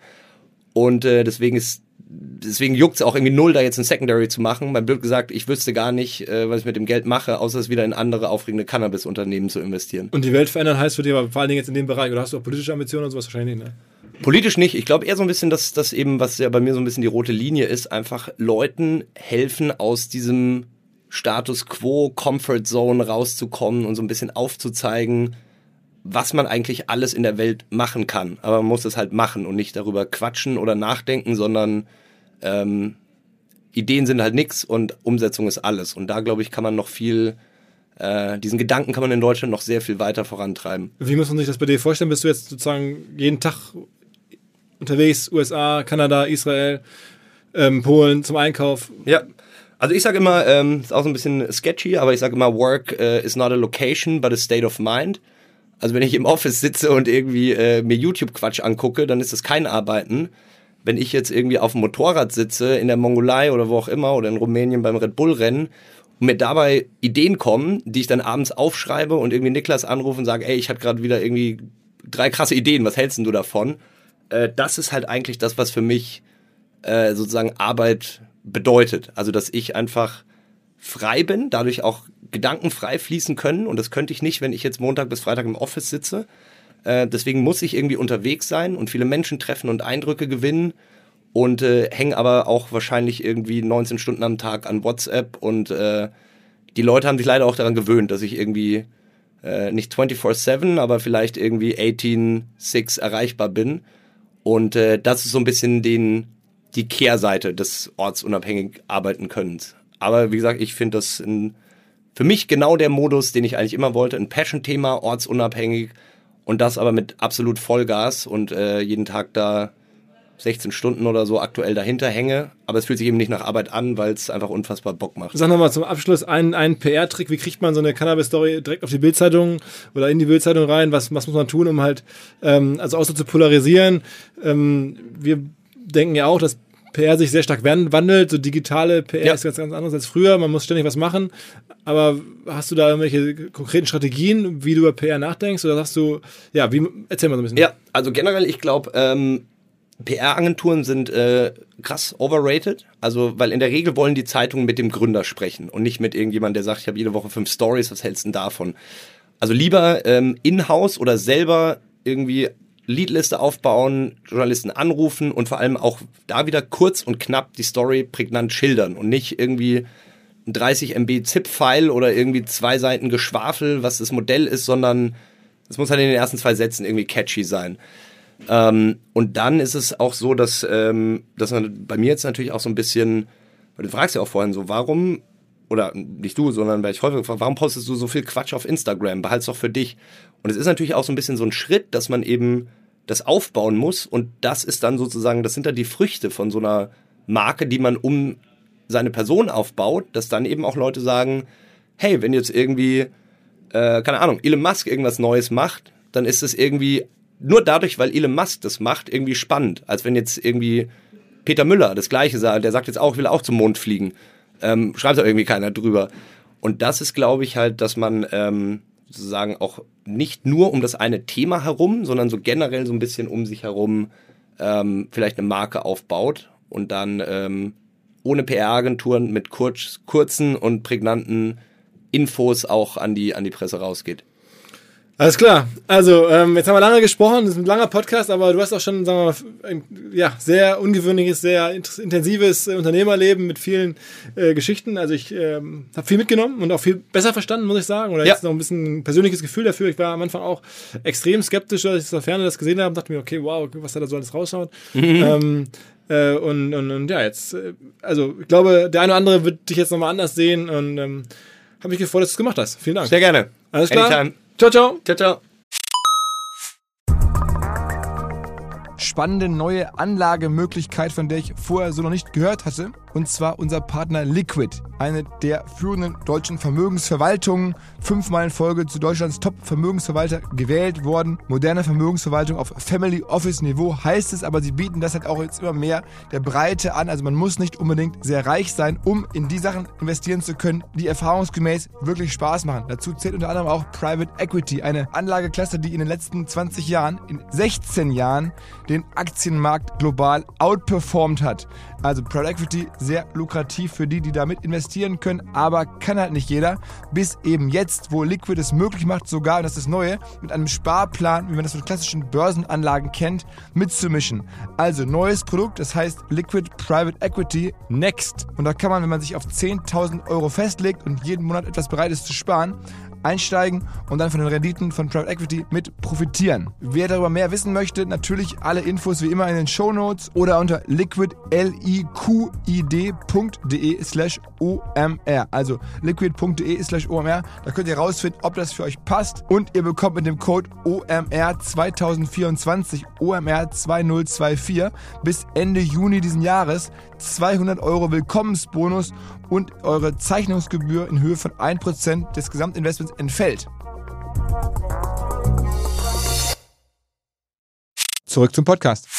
Und äh, deswegen ist deswegen juckt es auch irgendwie null, da jetzt ein Secondary zu machen. Mal blöd gesagt, ich wüsste gar nicht, äh, was ich mit dem Geld mache, außer es wieder in andere aufregende Cannabis-Unternehmen zu investieren. Und die Welt verändern heißt für dich aber vor allen Dingen jetzt in dem Bereich, oder hast du auch politische Ambitionen und sowas wahrscheinlich nicht, ne? Politisch nicht. Ich glaube eher so ein bisschen, dass das eben, was ja bei mir so ein bisschen die rote Linie ist, einfach Leuten helfen, aus diesem Status Quo, Comfort Zone rauszukommen und so ein bisschen aufzuzeigen, was man eigentlich alles in der Welt machen kann. Aber man muss es halt machen und nicht darüber quatschen oder nachdenken, sondern ähm, Ideen sind halt nix und Umsetzung ist alles. Und da, glaube ich, kann man noch viel, äh, diesen Gedanken kann man in Deutschland noch sehr viel weiter vorantreiben. Wie muss man sich das bei dir vorstellen? Bist du jetzt sozusagen jeden Tag unterwegs, U S A, Kanada, Israel, ähm, Polen zum Einkauf? Ja, also ich sage immer, ähm, ist auch so ein bisschen sketchy, aber ich sage immer, work uh, is not a location, but a state of mind. Also wenn ich im Office sitze und irgendwie äh, mir YouTube-Quatsch angucke, dann ist das kein Arbeiten. Wenn ich jetzt irgendwie auf dem Motorrad sitze, in der Mongolei oder wo auch immer, oder in Rumänien beim Red Bull-Rennen, und mir dabei Ideen kommen, die ich dann abends aufschreibe und irgendwie Niklas anrufe und sage, ey, ich hatte gerade wieder irgendwie drei krasse Ideen, was hältst denn du davon? Äh, das ist halt eigentlich das, was für mich äh, sozusagen Arbeit bedeutet. Also, dass ich einfach frei bin, dadurch auch Gedanken frei fließen können. Und das könnte ich nicht, wenn ich jetzt Montag bis Freitag im Office sitze. Äh, deswegen muss ich irgendwie unterwegs sein und viele Menschen treffen und Eindrücke gewinnen. Und äh, hänge aber auch wahrscheinlich irgendwie neunzehn Stunden am Tag an WhatsApp. Und äh, die Leute haben sich leider auch daran gewöhnt, dass ich irgendwie äh, nicht vierundzwanzig sieben, aber vielleicht irgendwie achtzehn sechs erreichbar bin. Und äh, das ist so ein bisschen den, die Kehrseite des ortsunabhängig arbeiten Könnens. Aber wie gesagt, ich finde das ein, für mich genau der Modus, den ich eigentlich immer wollte. Ein Passion-Thema, ortsunabhängig und das aber mit absolut Vollgas und äh, jeden Tag da sechzehn Stunden oder so aktuell dahinter hänge, aber es fühlt sich eben nicht nach Arbeit an, weil es einfach unfassbar Bock macht. Sag nochmal zum Abschluss einen, einen P R-Trick, wie kriegt man so eine Cannabis-Story direkt auf die Bildzeitung oder in die Bildzeitung rein, was, was muss man tun, um halt, ähm, also auch so zu polarisieren. Ähm, wir denken ja auch, dass P R sich sehr stark wandelt, so digitale P R ja. ist ganz, ganz anders als früher, man muss ständig was machen, aber hast du da irgendwelche konkreten Strategien, wie du über P R nachdenkst, oder sagst du, ja, wie, erzähl mal so ein bisschen. Ja, also generell, ich glaube, ähm, P R-Agenturen sind äh, krass overrated, also weil in der Regel wollen die Zeitungen mit dem Gründer sprechen und nicht mit irgendjemandem, der sagt, ich habe jede Woche fünf Stories, was hältst du denn davon? Also lieber ähm, in-house oder selber irgendwie Leadliste aufbauen, Journalisten anrufen und vor allem auch da wieder kurz und knapp die Story prägnant schildern und nicht irgendwie ein dreißig Megabyte ZIP-File oder irgendwie zwei Seiten Geschwafel, was das Modell ist, sondern es muss halt in den ersten zwei Sätzen irgendwie catchy sein. Ähm, und dann ist es auch so, dass, ähm, dass man bei mir jetzt natürlich auch so ein bisschen, weil du fragst ja auch vorhin so, warum, oder nicht du, sondern weil ich häufig frage, warum postest du so viel Quatsch auf Instagram? Behalt's doch für dich. Und es ist natürlich auch so ein bisschen so ein Schritt, dass man eben das aufbauen muss und das ist dann sozusagen, das sind dann die Früchte von so einer Marke, die man um seine Person aufbaut, dass dann eben auch Leute sagen, hey, wenn jetzt irgendwie, äh, keine Ahnung, Elon Musk irgendwas Neues macht, dann ist es irgendwie nur dadurch, weil Elon Musk das macht, irgendwie spannend. Als wenn jetzt irgendwie Peter Müller das Gleiche sagt, der sagt jetzt auch, ich will auch zum Mond fliegen. Ähm, schreibt da irgendwie keiner drüber. Und das ist, glaube ich, halt, dass man ähm, sozusagen auch nicht nur um das eine Thema herum, sondern so generell so ein bisschen um sich herum ähm, vielleicht eine Marke aufbaut und dann ähm, ohne P R-Agenturen mit kurz, kurzen und prägnanten Infos auch an die, an die Presse rausgeht. Alles klar. Also, ähm, jetzt haben wir lange gesprochen, das ist ein langer Podcast, aber du hast auch schon, sagen wir mal, ein ja, sehr ungewöhnliches, sehr intensives äh, Unternehmerleben mit vielen äh, Geschichten. Also ich ähm, habe viel mitgenommen und auch viel besser verstanden, muss ich sagen. Oder ja. jetzt noch ein bisschen ein persönliches Gefühl dafür. Ich war am Anfang auch extrem skeptisch, als ich aus der Ferne das gesehen habe und dachte mir, okay, wow, was da so alles rausschaut. Mhm. Ähm, äh, und, und, und ja, jetzt, äh, also ich glaube, der eine oder andere wird dich jetzt nochmal anders sehen und ähm, habe mich gefreut, dass du es gemacht hast. Vielen Dank. Sehr gerne. Alles klar. Anytime. Ciao, ciao. Ciao, ciao. Spannende neue Anlagemöglichkeit, von der ich vorher so noch nicht gehört hatte. Und zwar unser Partner Liquid, eine der führenden deutschen Vermögensverwaltungen. Fünfmal in Folge zu Deutschlands Top-Vermögensverwalter gewählt worden. Moderne Vermögensverwaltung auf Family-Office-Niveau heißt es, aber sie bieten das halt auch jetzt immer mehr der Breite an. Also man muss nicht unbedingt sehr reich sein, um in die Sachen investieren zu können, die erfahrungsgemäß wirklich Spaß machen. Dazu zählt unter anderem auch Private Equity, eine Anlageklasse, die in den letzten zwanzig Jahren, in sechzehn Jahren, den Aktienmarkt global outperformt hat. Also Private Equity sehr lukrativ für die, die damit investieren können, aber kann halt nicht jeder. Bis eben jetzt, wo Liquid es möglich macht, sogar, und das ist das Neue, mit einem Sparplan, wie man das von klassischen Börsenanlagen kennt, mitzumischen. Also neues Produkt, das heißt Liquid Private Equity Next. Und da kann man, wenn man sich auf zehntausend Euro festlegt und jeden Monat etwas bereit ist zu sparen, einsteigen und dann von den Renditen von Private Equity mit profitieren. Wer darüber mehr wissen möchte, natürlich alle Infos wie immer in den Shownotes oder unter liquid, L I Q I D punkt D E slash O M R. Also liquid punkt D E slash O M R. Da könnt ihr rausfinden, ob das für euch passt und ihr bekommt mit dem Code O M R zwanzig vierundzwanzig, O M R zwanzig vierundzwanzig bis Ende Juni diesen Jahres zweihundert Euro Willkommensbonus und eure Zeichnungsgebühr in Höhe von ein Prozent des Gesamtinvestments entfällt. Zurück zum Podcast.